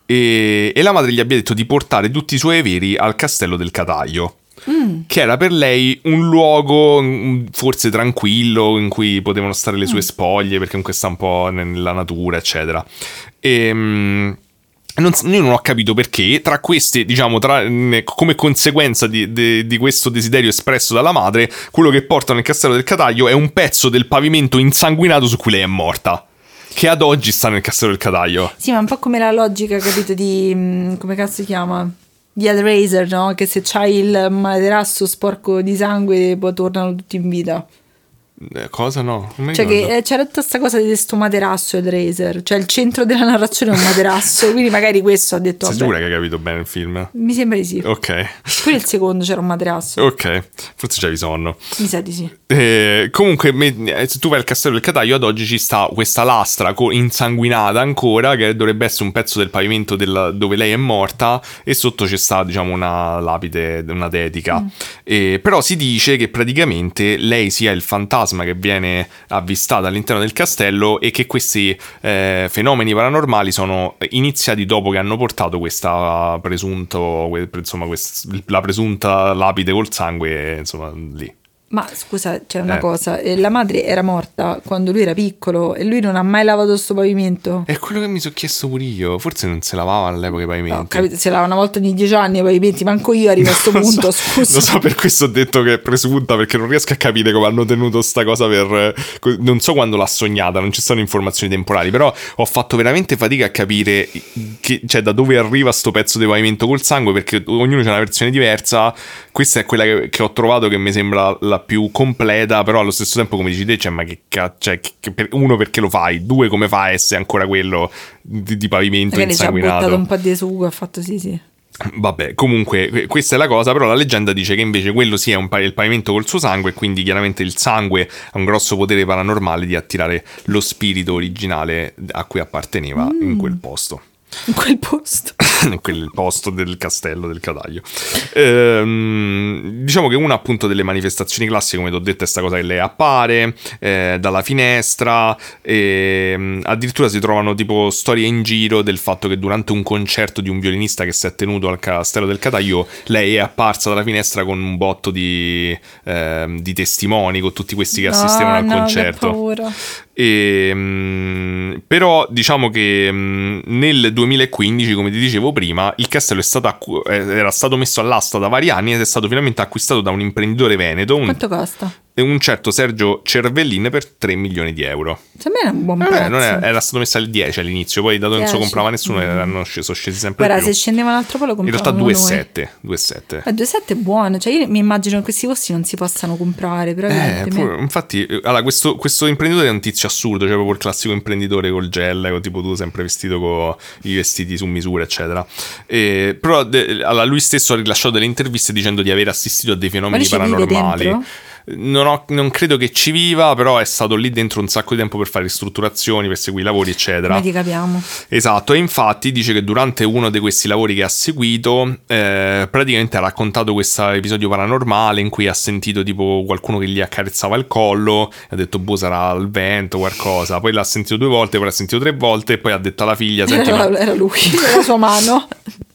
e, e la madre gli abbia detto di portare tutti i suoi averi al castello del Cataglio. Mm. Che era per lei un luogo forse tranquillo in cui potevano stare le sue mm. spoglie, perché comunque sta un po' nella natura, eccetera. E non, io non ho capito perché tra queste, diciamo, tra, come conseguenza di, di, di questo desiderio espresso dalla madre, quello che portano nel castello del Cataglio è un pezzo del pavimento insanguinato su cui lei è morta, che ad oggi sta nel castello del Cataglio. Sì, ma un po' come la logica, capito, di come cazzo si chiama? Di Hellraiser, no? Che se c'hai il materasso sporco di sangue poi tornano tutti in vita. Cosa no? Non cioè che eh, c'era tutta questa cosa di questo materasso Hellraiser, cioè il centro della narrazione è un materasso, quindi magari questo ha detto. Sei sicura che hai capito bene il film? Mi sembra di sì. Ok. Poi il secondo c'era un materasso. Ok, forse c'avevi sonno. Mi sa di sì. Eh, comunque se tu vai al castello del Cataglio ad oggi ci sta questa lastra insanguinata ancora, che dovrebbe essere un pezzo del pavimento del, dove lei è morta, e sotto c'è sta, diciamo, una lapide, una dedica. Mm. Eh, però si dice che praticamente lei sia il fantasma che viene avvistata all'interno del castello, e che questi eh, fenomeni paranormali sono iniziati dopo che hanno portato questa presunto insomma quest, la presunta lapide col sangue, insomma, lì. Ma scusa, c'è una eh. cosa, la madre era morta quando lui era piccolo e lui non ha mai lavato sto pavimento. È quello che mi sono chiesto pure io, forse non si lavava all'epoca i pavimenti. No, capito, si lava una volta ogni dieci anni i pavimenti, manco io arrivo a sto punto, so, scusa. Lo so, per questo ho detto che è presunta, perché non riesco a capire come hanno tenuto sta cosa per... Non so quando l'ha sognata, non ci sono informazioni temporali, però ho fatto veramente fatica a capire che, cioè, da dove arriva sto pezzo di pavimento col sangue, perché ognuno c'ha una versione diversa. Questa è quella che, che ho trovato, che mi sembra la più completa, però allo stesso tempo, come dici te, cioè, ma che cioè, che per, uno, perché lo fai? Due, come fa a essere ancora quello di, di pavimento magari insanguinato? Ci ha buttato un po' di sugo, ha fatto sì sì. Vabbè, comunque questa è la cosa, però la leggenda dice che invece quello sia un pa- il pavimento col suo sangue, e quindi chiaramente il sangue ha un grosso potere paranormale di attirare lo spirito originale a cui apparteneva mm. in quel posto. In quel posto. In quel posto del castello del Cataglio. Ehm, diciamo che una appunto delle manifestazioni classiche, come ti ho detto, è sta cosa che lei appare eh, dalla finestra, e addirittura si trovano tipo storie in giro del fatto che durante un concerto di un violinista che si è tenuto al castello del Cataglio, lei è apparsa dalla finestra con un botto di, eh, di testimoni, con tutti questi che no, assistevano al no, concerto. Che paura. E, mh, però diciamo che mh, nel duemilaquindici, come ti dicevo prima, il castello è stato acqu- era stato messo all'asta da vari anni ed è stato finalmente acquistato da un imprenditore veneto. Un, Quanto costa? Un certo Sergio Cervellin per tre milioni di euro. Secondo me è un buon eh, prezzo. Non è, era stato messo al dieci all'inizio, poi dato che non si comprava nessuno, mm. erano scesi, sono scesi sempre Guarda, più. se scendeva un altro po' lo compravamo. In realtà due virgola sette. due virgola sette. Eh, due virgola sette è buono, cioè io mi immagino che questi costi non si possano comprare, però eh, pur, infatti, allora, questo, questo imprenditore è un tizio assurdo, cioè proprio il classico imprenditore col gel, tipo tu sempre vestito con i vestiti su misura, eccetera. E, però de, allora, lui stesso ha rilasciato delle interviste dicendo di aver assistito a dei fenomeni paranormali. Non, ho, non credo che ci viva, però è stato lì dentro un sacco di tempo per fare ristrutturazioni, per seguire i lavori, eccetera. Noi ti capiamo. Esatto, e infatti dice che durante uno di questi lavori che ha seguito eh, praticamente ha raccontato questo episodio paranormale in cui ha sentito tipo qualcuno che gli accarezzava il collo, ha detto boh, sarà il vento, qualcosa. Poi l'ha sentito due volte, poi l'ha sentito tre volte, e poi ha detto alla figlia senti, era, ma... era lui, era la sua mano.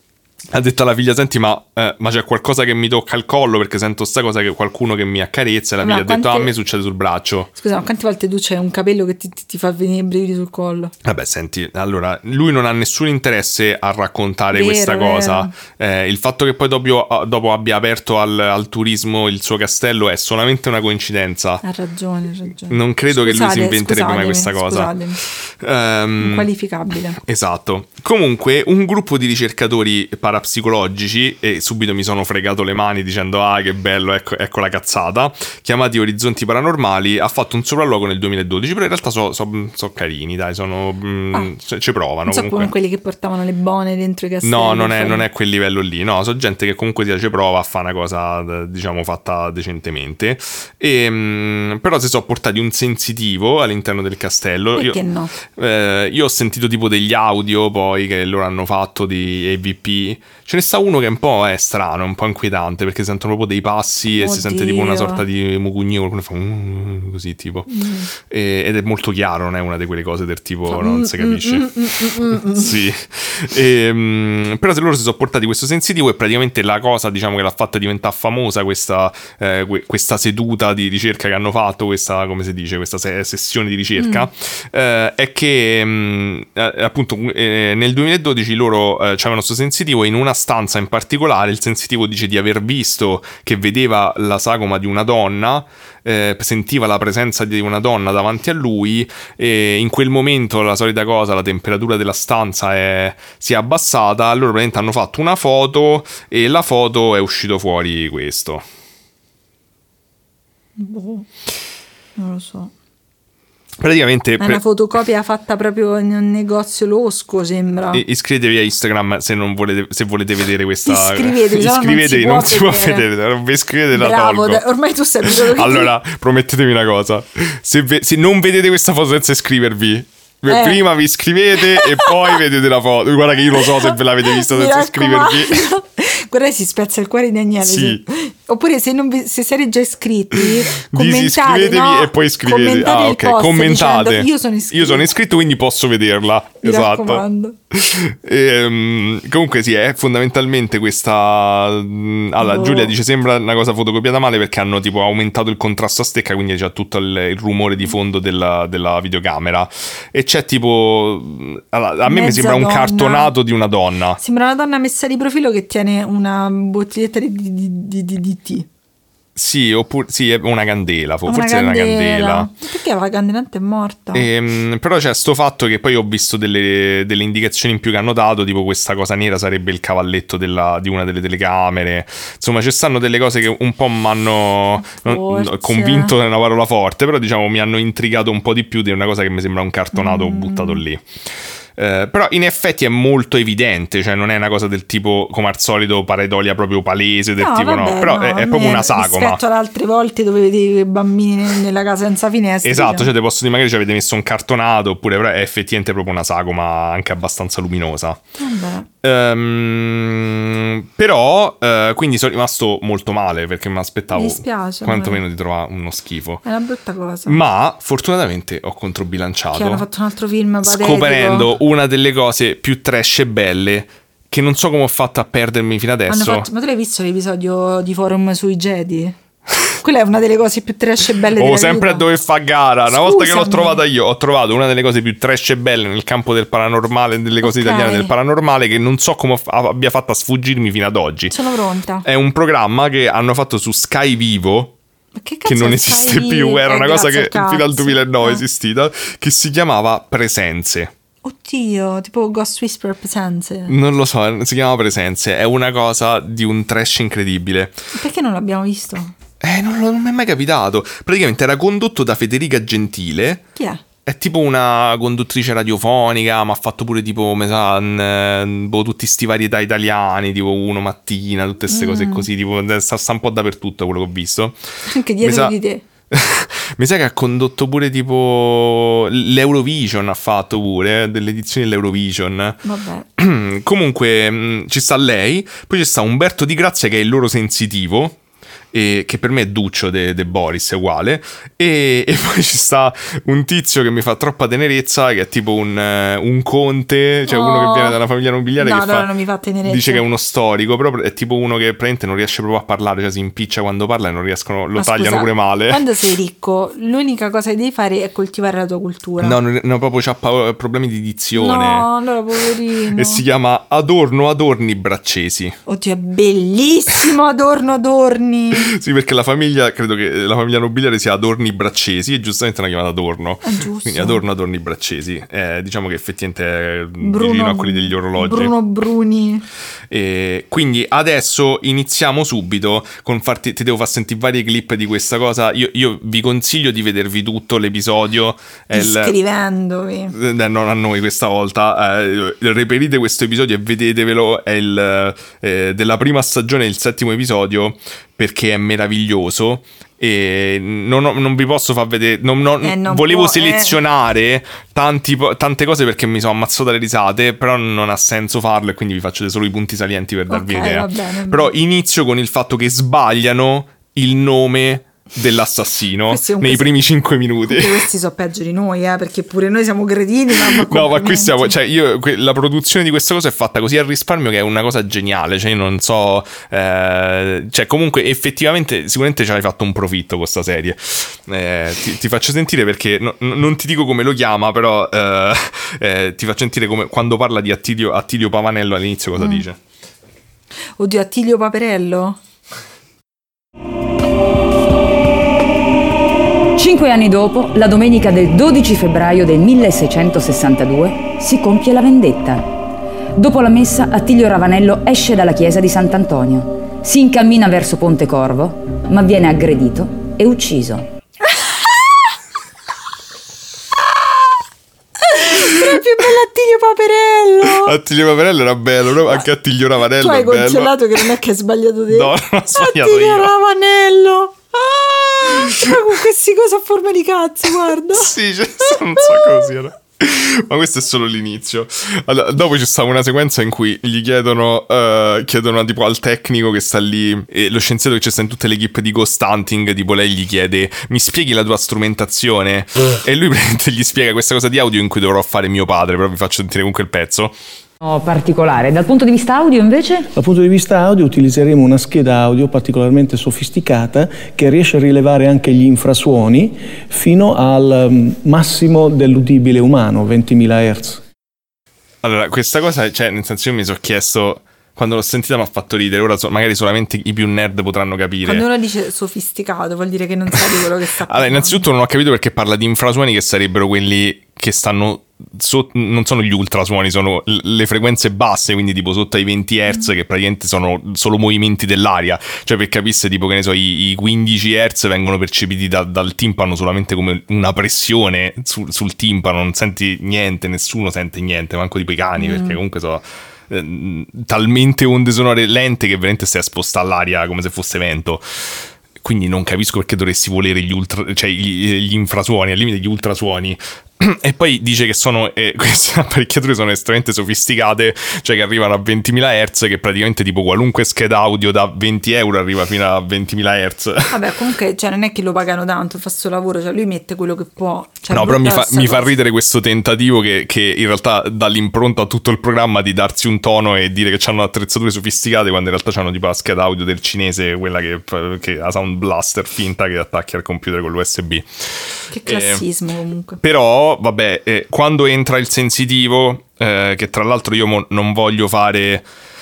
Ha detto alla figlia: senti, ma, eh, ma c'è qualcosa che mi tocca il collo, perché sento sta cosa che qualcuno che mi accarezza. E la figlia ha detto: ah, a me succede sul braccio. Scusa, ma quante volte tu c'hai un capello che ti, ti, ti fa venire i brividi sul collo? Vabbè, senti, allora, lui non ha nessun interesse a raccontare vero, questa cosa. Eh, il fatto che poi dopo, dopo abbia aperto al, al turismo il suo castello è solamente una coincidenza. Ha ragione, ha ragione. Non credo Scusate, che lui si inventerebbe mai questa cosa. Um, Inqualificabile. Esatto. Comunque, un gruppo di ricercatori parapsicologici, e subito mi sono fregato le mani dicendo: ah, che bello, ecco, ecco la cazzata, chiamati Orizzonti Paranormali, ha fatto un sopralluogo nel duemiladodici, però in realtà sono so, so carini, dai, sono mm, ah, ci provano. Non so comunque. Come quelli che portavano le bone dentro i castelli. No, non è, non è quel livello lì, no, so gente che comunque ci prova a fare una cosa, diciamo, fatta decentemente. E, mh, però si sono portati un sensitivo all'interno del castello. Perché io, no? Eh, io ho sentito tipo degli audio poi che loro hanno fatto di A V P. Ce ne sta uno che è un po' è strano, un po' inquietante, perché sentono proprio dei passi. Oddio. E si sente tipo una sorta di mugugnino, qualcuno fa uh, così tipo mm. e, ed è molto chiaro, non è una di quelle cose del tipo non si capisce. mm, mm, mm, mm, sì. E, um, però se loro si sono portati questo sensitivo, e praticamente la cosa, diciamo, che l'ha fatta diventare famosa questa, eh, que- questa seduta di ricerca che hanno fatto, questa, come si dice, questa se- sessione di ricerca, mm. eh, è che um, eh, appunto eh, nel duemiladodici loro eh, c'avevano questo sensitivo, in una stanza in particolare il sensitivo dice di aver visto che vedeva la sagoma di una donna, eh, sentiva la presenza di una donna davanti a lui, e in quel momento la solita cosa, la temperatura della stanza è, si è abbassata. Allora praticamente hanno fatto una foto e la foto è uscito fuori questo. Boh, non lo so. Praticamente è una fotocopia fatta proprio in un negozio losco, sembra. Iscrivetevi a Instagram se non volete, se volete vedere questa. Iscrivetevi, iscrivetevi non si, non può, si vedere. può vedere. Non vi iscrivete, la Bravo, tolgo. da, ormai tu sei abituato. Allora, promettetemi una cosa: se, ve, se non vedete questa foto senza iscrivervi, eh. prima vi iscrivete e poi vedete la foto. Guarda che io lo so se ve l'avete vista senza iscrivervi. Guarda, si spezza il cuore di Daniele. Sì. Oppure se, non vi, se siete già iscritti, commentate, no? E poi iscrivetevi. Commentate, ah, ok, commentate. Dicendo, io sono iscritto. Io sono iscritto, quindi posso vederla. Mi esatto. raccomando. E, um, comunque sì, è fondamentalmente questa. Allora, oh. Giulia dice: sembra una cosa fotocopiata male perché hanno tipo aumentato il contrasto a stecca, quindi c'è tutto il, il rumore di fondo della, della videocamera. E c'è tipo. Allora, a me Mezza mi sembra donna. un cartonato di una donna. Sembra una donna messa di profilo che tiene una bottiglietta di, di, di, di, di tè. Sì, oppure sì, è una candela, forse una è una candela. Perché la candela è morta? E, però c'è sto fatto che poi ho visto delle, delle indicazioni in più che hanno dato, tipo questa cosa nera sarebbe il cavalletto della, di una delle telecamere. Insomma, ci stanno delle cose che un po' mi hanno convinto, è una parola forte, però diciamo mi hanno intrigato un po' di più di una cosa che mi sembra un cartonato mm. buttato lì. Uh, però in effetti è molto evidente, cioè non è una cosa del tipo come al solito pareidolia proprio palese del no, tipo vabbè, no, però no, è, è proprio una sagoma rispetto ad altre volte dove vedevi bambini nella casa senza finestre. Esatto, diciamo. Cioè te posso dire magari ci avete messo un cartonato, oppure però è effettivamente proprio una sagoma anche abbastanza luminosa. Vabbè. Um, però uh, quindi sono rimasto molto male perché mi aspettavo mi dispiace, quantomeno di trovare uno schifo. È una brutta cosa. Ma fortunatamente ho controbilanciato, che hanno fatto un altro film patetico, scoprendo una delle cose più trash e belle che non so come ho fatto a perdermi fino adesso. Fatto, ma tu l'hai visto l'episodio di Forum sui Jedi? Quella è una delle cose più trash e belle oh, della sempre vita. a dove fa gara. Una Scusami. volta che l'ho trovata io, ho trovato una delle cose più trash e belle nel campo del paranormale, delle cose okay. italiane del paranormale, che non so come f- abbia fatto a sfuggirmi fino ad oggi. Sono pronta. È un programma che hanno fatto su Sky Vivo, che, che non esiste Sky... più, era eh, una cosa che cazzo. fino al duemilanove eh. è esistita, che si chiamava Presenze. Oddio, tipo Ghost Whisperer Presenze. Non lo so, si chiama Presenze. È una cosa di un trash incredibile. Perché non l'abbiamo visto? Eh, non, non mi è mai capitato. Praticamente era condotto da Federica Gentile. Chi è? È tipo una conduttrice radiofonica, ma ha fatto pure tipo, me sa, boh, tutti sti varietà italiani, tipo Uno Mattina, tutte queste mm. cose così, tipo, sta, sta un po' dappertutto quello che ho visto. Anche dietro sa... di te. Mi sa che ha condotto pure tipo l'Eurovision, ha fatto pure eh, delle edizioni dell'Eurovision. Vabbè. Comunque mh, ci sta lei, poi ci sta Umberto Di Grazia che è il loro sensitivo e, che per me è Duccio de, de Boris, è uguale, e, e poi ci sta un tizio che mi fa troppa tenerezza, che è tipo un, un conte, cioè oh. uno che viene da una famiglia nobiliare, no, che no, fa, non mi fa tenerezza. Dice che è uno storico, però è tipo uno che praticamente non riesce proprio a parlare, cioè si impiccia quando parla e non riescono, lo Ma tagliano scusa, pure male. Quando sei ricco, l'unica cosa che devi fare è coltivare la tua cultura. No, no, no proprio c'ha pa- problemi di dizione. No, allora poverino. E si chiama Adorno Adorni Braccesi. Oddio, è bellissimo Adorno Adorni. Sì, perché la famiglia, credo che la famiglia nobiliare sia Adorni Braccesi e giustamente l'hanno chiamata Adorno. È giusto. Quindi Adorno Adorni Braccesi. Eh, diciamo che effettivamente è Bruno, vicino a quelli degli orologi. Bruno Bruni. E quindi adesso iniziamo subito con farti, ti devo far sentire varie clip di questa cosa. Io, io vi consiglio di vedervi tutto l'episodio. Iscrivendovi. Il, eh, non a noi questa volta. Eh, reperite questo episodio e vedetevelo. È il eh, della prima stagione, il settimo episodio, perché è meraviglioso. E non, non vi posso far vedere, non, non, eh, non volevo può, selezionare eh. tanti, tante cose perché mi sono ammazzato dalle risate, però non ha senso farlo e quindi vi faccio solo i punti salienti per darvi okay, idea. Va bene, però inizio con il fatto che sbagliano il nome dell'assassino nei primi cinque minuti. Questi sono peggio di noi, eh, perché pure noi siamo cretini. No, ma qui stiamo, cioè io la produzione di questa cosa è fatta così al risparmio che è una cosa geniale, cioè non so, eh, cioè comunque effettivamente sicuramente ci hai fatto un profitto con sta serie. Eh, ti, ti faccio sentire perché no, non ti dico come lo chiama, però eh, eh, ti faccio sentire come quando parla di Attilio, Attilio Pavanello all'inizio cosa mm. dice. Oddio, Attilio Paperello? Cinque anni dopo, la domenica del dodici febbraio del milleseicentosessantadue, si compie la vendetta. Dopo la messa, Attilio Ravanello esce dalla chiesa di Sant'Antonio, si incammina verso Ponte Corvo, ma viene aggredito e ucciso. Era più bello Attilio Paperello. Attilio Paperello era bello, no? Anche Attilio Ravanello. Tu hai concellato che non è che hai sbagliato te. No, non ho sbagliato Attilio io. Ravanello. Ah, con questi cose a forma di cazzo, guarda. Sì, c'è un sacco così, no? Ma questo è solo l'inizio. Allora, dopo c'è stata una sequenza in cui gli chiedono uh, chiedono tipo al tecnico che sta lì, e lo scienziato che c'è sta in tutte le equip di Ghost Hunting, tipo lei gli chiede: mi spieghi la tua strumentazione? E lui praticamente gli spiega questa cosa di audio in cui dovrò fare mio padre, però vi faccio sentire comunque il pezzo. Particolare. Dal punto di vista audio invece? Dal punto di vista audio utilizzeremo una scheda audio particolarmente sofisticata che riesce a rilevare anche gli infrasuoni fino al massimo dell'udibile umano, ventimila hertz. Allora, questa cosa, cioè, nel senso, io mi sono chiesto, quando l'ho sentita mi ha fatto ridere, ora so, magari solamente i più nerd potranno capire. Quando uno dice sofisticato vuol dire che non sa di quello che sta parlando. Allora, innanzitutto non ho capito perché parla di infrasuoni che sarebbero quelli che stanno so, non sono gli ultrasuoni, sono le frequenze basse, quindi tipo sotto ai venti hertz, che praticamente sono solo movimenti dell'aria. Cioè, per capisse, tipo, che ne so, i, i quindici hertz vengono percepiti da, dal timpano solamente come una pressione su, sul timpano, non senti niente, nessuno sente niente, manco tipo i cani, mm. perché comunque so eh, talmente onde sonore lente che veramente stai a spostare l'aria come se fosse vento. Quindi non capisco perché dovresti volere gli ultra, cioè gli, gli infrasuoni, al limite gli ultrasuoni. E poi dice che sono eh, queste apparecchiature sono estremamente sofisticate, cioè che arrivano a ventimila hertz, che praticamente tipo qualunque scheda audio da venti euro arriva fino a ventimila hertz. Vabbè, comunque, cioè, non è che lo pagano tanto, fa sto lavoro, cioè lui mette quello che può. Cioè, no, però mi fa, mi fa ridere questo tentativo che, che in realtà dà l'impronta a tutto il programma di darsi un tono e dire che hanno attrezzature sofisticate, quando in realtà hanno tipo la scheda audio del cinese, quella che, che ha Sound Blaster finta, che attacchi al computer con l'U S B. Che classismo, eh, comunque. Però, vabbè, eh, quando entra il sensitivo, eh, che tra l'altro io mo non voglio fare...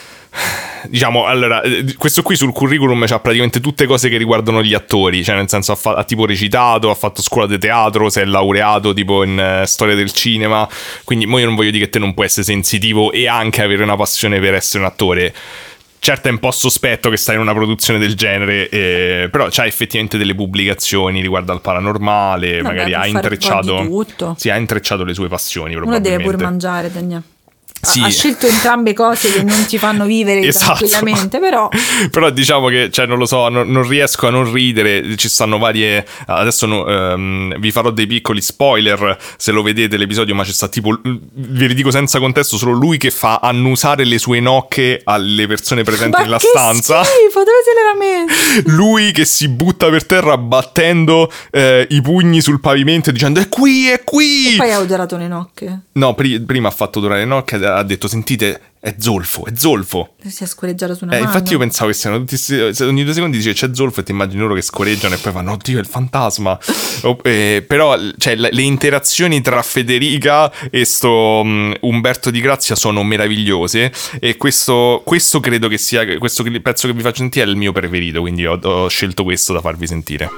Diciamo, allora, questo qui sul curriculum c'ha praticamente tutte cose che riguardano gli attori, cioè nel senso ha, fa- ha tipo recitato, ha fatto scuola di teatro, si è laureato tipo in uh, storia del cinema, quindi mo io non voglio dire che te non puoi essere sensitivo e anche avere una passione per essere un attore. Certo è un po' sospetto che stai in una produzione del genere, eh, però c'ha effettivamente delle pubblicazioni riguardo al paranormale. Vabbè, magari ha intrecciato, sì, ha intrecciato le sue passioni. Uno deve pure mangiare, Daniele. Sì. Ha scelto entrambe cose che non ti fanno vivere esatto. tranquillamente, però però diciamo che, cioè, non lo so, non, non riesco a non ridere. Ci stanno varie, adesso no, um, vi farò dei piccoli spoiler se lo vedete l'episodio, ma c'è sta tipo, ve li dico senza contesto, solo lui che fa annusare le sue nocche alle persone presenti ma nella che stanza. Schifo, dove se le lamenti? Lui che si butta per terra battendo eh, i pugni sul pavimento e dicendo è qui, è qui. E poi ha odorato le nocche. No, pri- prima ha fatto odorare le nocche, ha detto sentite, è zolfo, è zolfo. Si è scorreggiato su una eh, mano. Infatti io pensavo che siano tutti, ogni due secondi dice c'è zolfo e ti immagini loro che scorreggiano e poi fanno oddio è il fantasma. oh, eh, però cioè, le, le interazioni tra Federica e sto um, Umberto Di Grazia sono meravigliose e questo, questo credo che sia, questo pezzo che vi faccio sentire è il mio preferito, quindi ho, ho scelto questo da farvi sentire.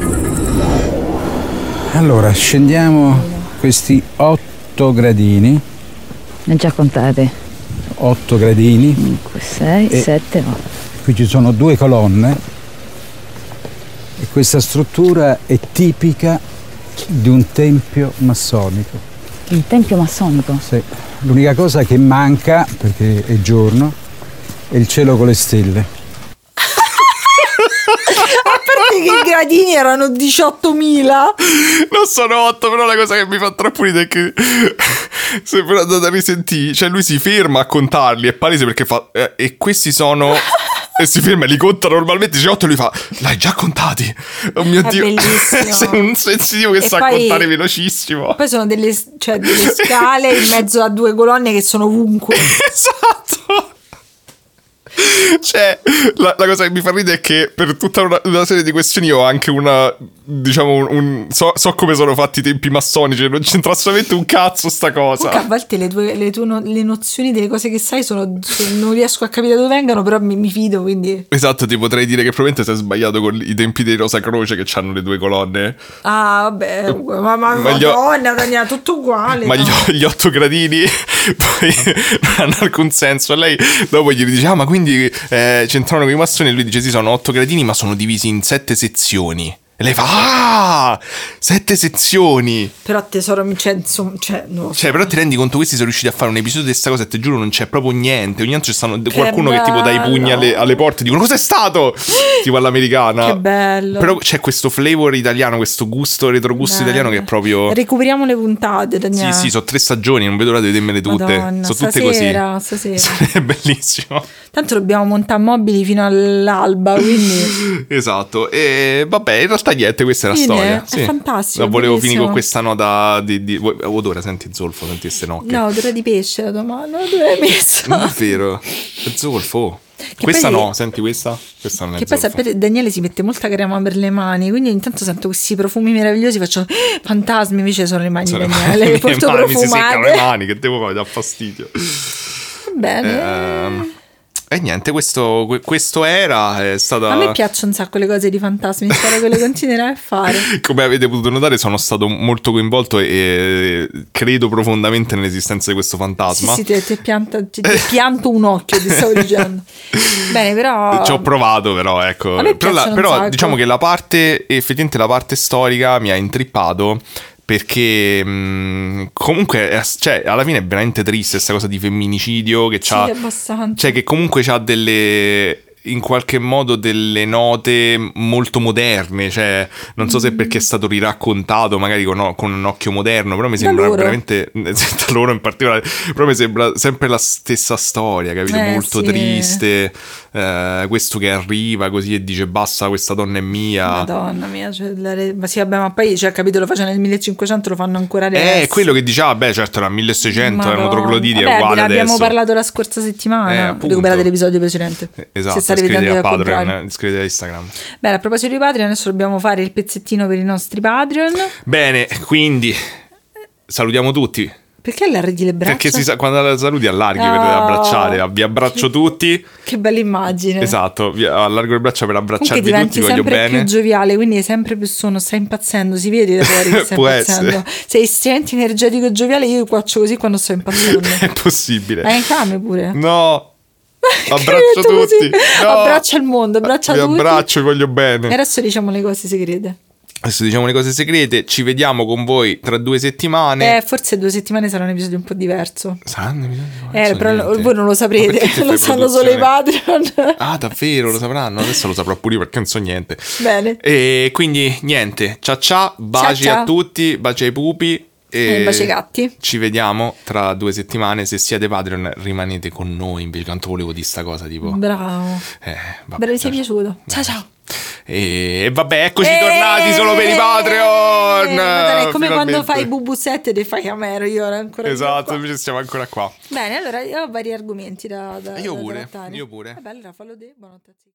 Allora scendiamo questi otto gradini. Ne già contate? otto gradini, cinque, sei, sette, otto. Qui ci sono due colonne e questa struttura è tipica di un tempio massonico. Un tempio massonico? Sì. L'unica cosa che manca, perché è giorno, è il cielo con le stelle. A parte che i gradini erano diciottomila. Non sono otto, però la cosa che mi fa troppo ridere è che sembra andata a risentire. Cioè lui si ferma a contarli, è palese perché fa eh, e questi sono e si ferma e li conta normalmente, dice otto e lui fa l'hai già contati. Oh mio è Dio. Bellissimo. Sei un sensitivo che e sa poi, contare velocissimo. Poi sono delle, cioè, delle scale in mezzo a due colonne che sono ovunque. Esatto. Cioè, la, la cosa che mi fa ridere è che per tutta una, una serie di questioni ho anche una, diciamo, un, un so, so come sono fatti i tempi massonici, non c'entra assolutamente un cazzo sta cosa. Comunque a volte le tue, le tue no, le nozioni delle cose che sai sono, non riesco a capire dove vengano, però mi, mi fido, quindi. Esatto, ti potrei dire che probabilmente sei sbagliato con i tempi dei Rosa Croce che hanno le due colonne. Ah, vabbè, ma, ma, ma Madonna, Daniela, tutto uguale. Ma no? gli, gli otto gradini poi non hanno alcun senso. E lei dopo gli dice, ah, ma quindi eh, c'entrano con i massoni? E lui dice, sì, sono otto gradini, ma sono divisi in sette sezioni. E lei fa, ah, sette sezioni. Però tesoro, cioè, insomma, cioè, no. Cioè, però ti rendi conto, questi sono riusciti a fare un episodio di questa cosa e te giuro non c'è proprio niente. Ogni tanto c'è stanno che qualcuno bello. Che tipo dà i pugni alle, alle porte e dicono, cos'è stato? Tipo all'americana. Che bello. Però c'è questo flavor italiano, questo gusto, retrogusto bello. Italiano che è proprio... Recuperiamo le puntate, Daniele. Sì, sì, sono tre stagioni, non vedo l'ora di vedermele tutte. Madonna, sono tutte stasera, così. Stasera. È bellissimo. Tanto dobbiamo montare mobili fino all'alba, quindi... Esatto. E vabbè, in realtà niente, questa è la storia. È sì. fantastico. La volevo bellissimo. finire con questa nota di, di... odore, senti il zolfo, senti queste nocche. No, odore di pesce la tua mano, dove l'hai messo? Non è vero, è zolfo. Che questa no, senti questa? Questa non è che zolfo. Che poi Daniele si mette molta crema per le mani, quindi intanto sento questi profumi meravigliosi, faccio fantasmi, invece sono le mani di Daniele, le porto mani, profumate. Mi si seccano le mani, che devo fare, dà fastidio. Va bene. Ehm... E niente, questo, questo era è stata... A me piacciono un sacco le cose di fantasmi, spero che le continuerai a fare. Come avete potuto notare sono stato molto coinvolto e credo profondamente nell'esistenza di questo fantasma. Sì, sì, ti, ti, pianta, ti, ti pianto un occhio, ti stavo dicendo. Bene, però... Ci ho provato però, ecco. A me però la, però diciamo che la parte, effettivamente la parte storica mi ha intrippato. Perché mh, comunque cioè, alla fine è veramente triste questa cosa di femminicidio che c'ha, sì, abbastanza. Cioè che comunque c'ha delle in qualche modo delle note molto moderne, cioè non so mm. se perché è stato riraccontato magari con, con un occhio moderno, però mi sembra veramente da loro in particolare, però mi sembra sempre la stessa storia, capito? Eh, molto sì. triste, eh, questo che arriva così e dice basta, questa donna è mia. Madonna mia, cioè, la re... ma sì vabbè, ma poi cioè, capito, lo facevano nel millecinquecento, lo fanno ancora adesso. Eh, quello che diceva, ah, beh certo era milleseicento, Madonna. Erano trogloditi, è uguale adesso. Abbiamo parlato la scorsa settimana, eh, recuperate l'episodio precedente. Eh, esatto. Iscrivetevi a Patreon, iscrivetevi a Instagram. Bene, a proposito di Patreon, adesso dobbiamo fare il pezzettino per i nostri Patreon. Bene, quindi salutiamo tutti. Perché allarghi le braccia? Perché si sa, quando la saluti allarghi oh, per abbracciare. Vi abbraccio che, tutti. Che bella immagine. Esatto, vi allargo le braccia per abbracciarvi tutti, voglio bene. Diventi sempre più gioviale, quindi è sempre più sono, stai impazzendo, si vede da fuori che stai Può impazzendo. Essere. Sei estremamente energetico e gioviale, io faccio così quando sto impazzendo. È possibile. Hai fame pure? No. Abbraccio tutti. No. Abbraccia il mondo, abbraccia vi tutti. abbraccio, vi voglio bene. E adesso diciamo le cose segrete. Adesso diciamo le cose segrete. Ci vediamo con voi tra due settimane. Eh, forse due settimane sarà un episodio un po' diverso. Sarà un episodio diverso? Eh, però niente. Voi non lo saprete, lo sanno solo i Patreon. Ah, davvero, lo sapranno? Adesso lo saprò pure io perché non so niente. Bene. E quindi niente, ciao ciao, baci ciao, ciao. a tutti, baci ai pupi. E baci ai gatti. Ci vediamo tra due settimane. Se siete Patreon rimanete con noi. Invece quanto volevo dire sta cosa tipo. Bravo. Eh, vabbè, mi sei piaciuto. Ciao ciao. E vabbè, eccoci e... tornati solo per i Patreon. E... Madonna, è come quando fai Bubu sette e fai Camero. Io ero ancora esatto, invece siamo ancora qua. Bene, allora io ho vari argomenti da, da Io da pure, trattare. io pure. Vabbè, allora fallo te, buonanotte.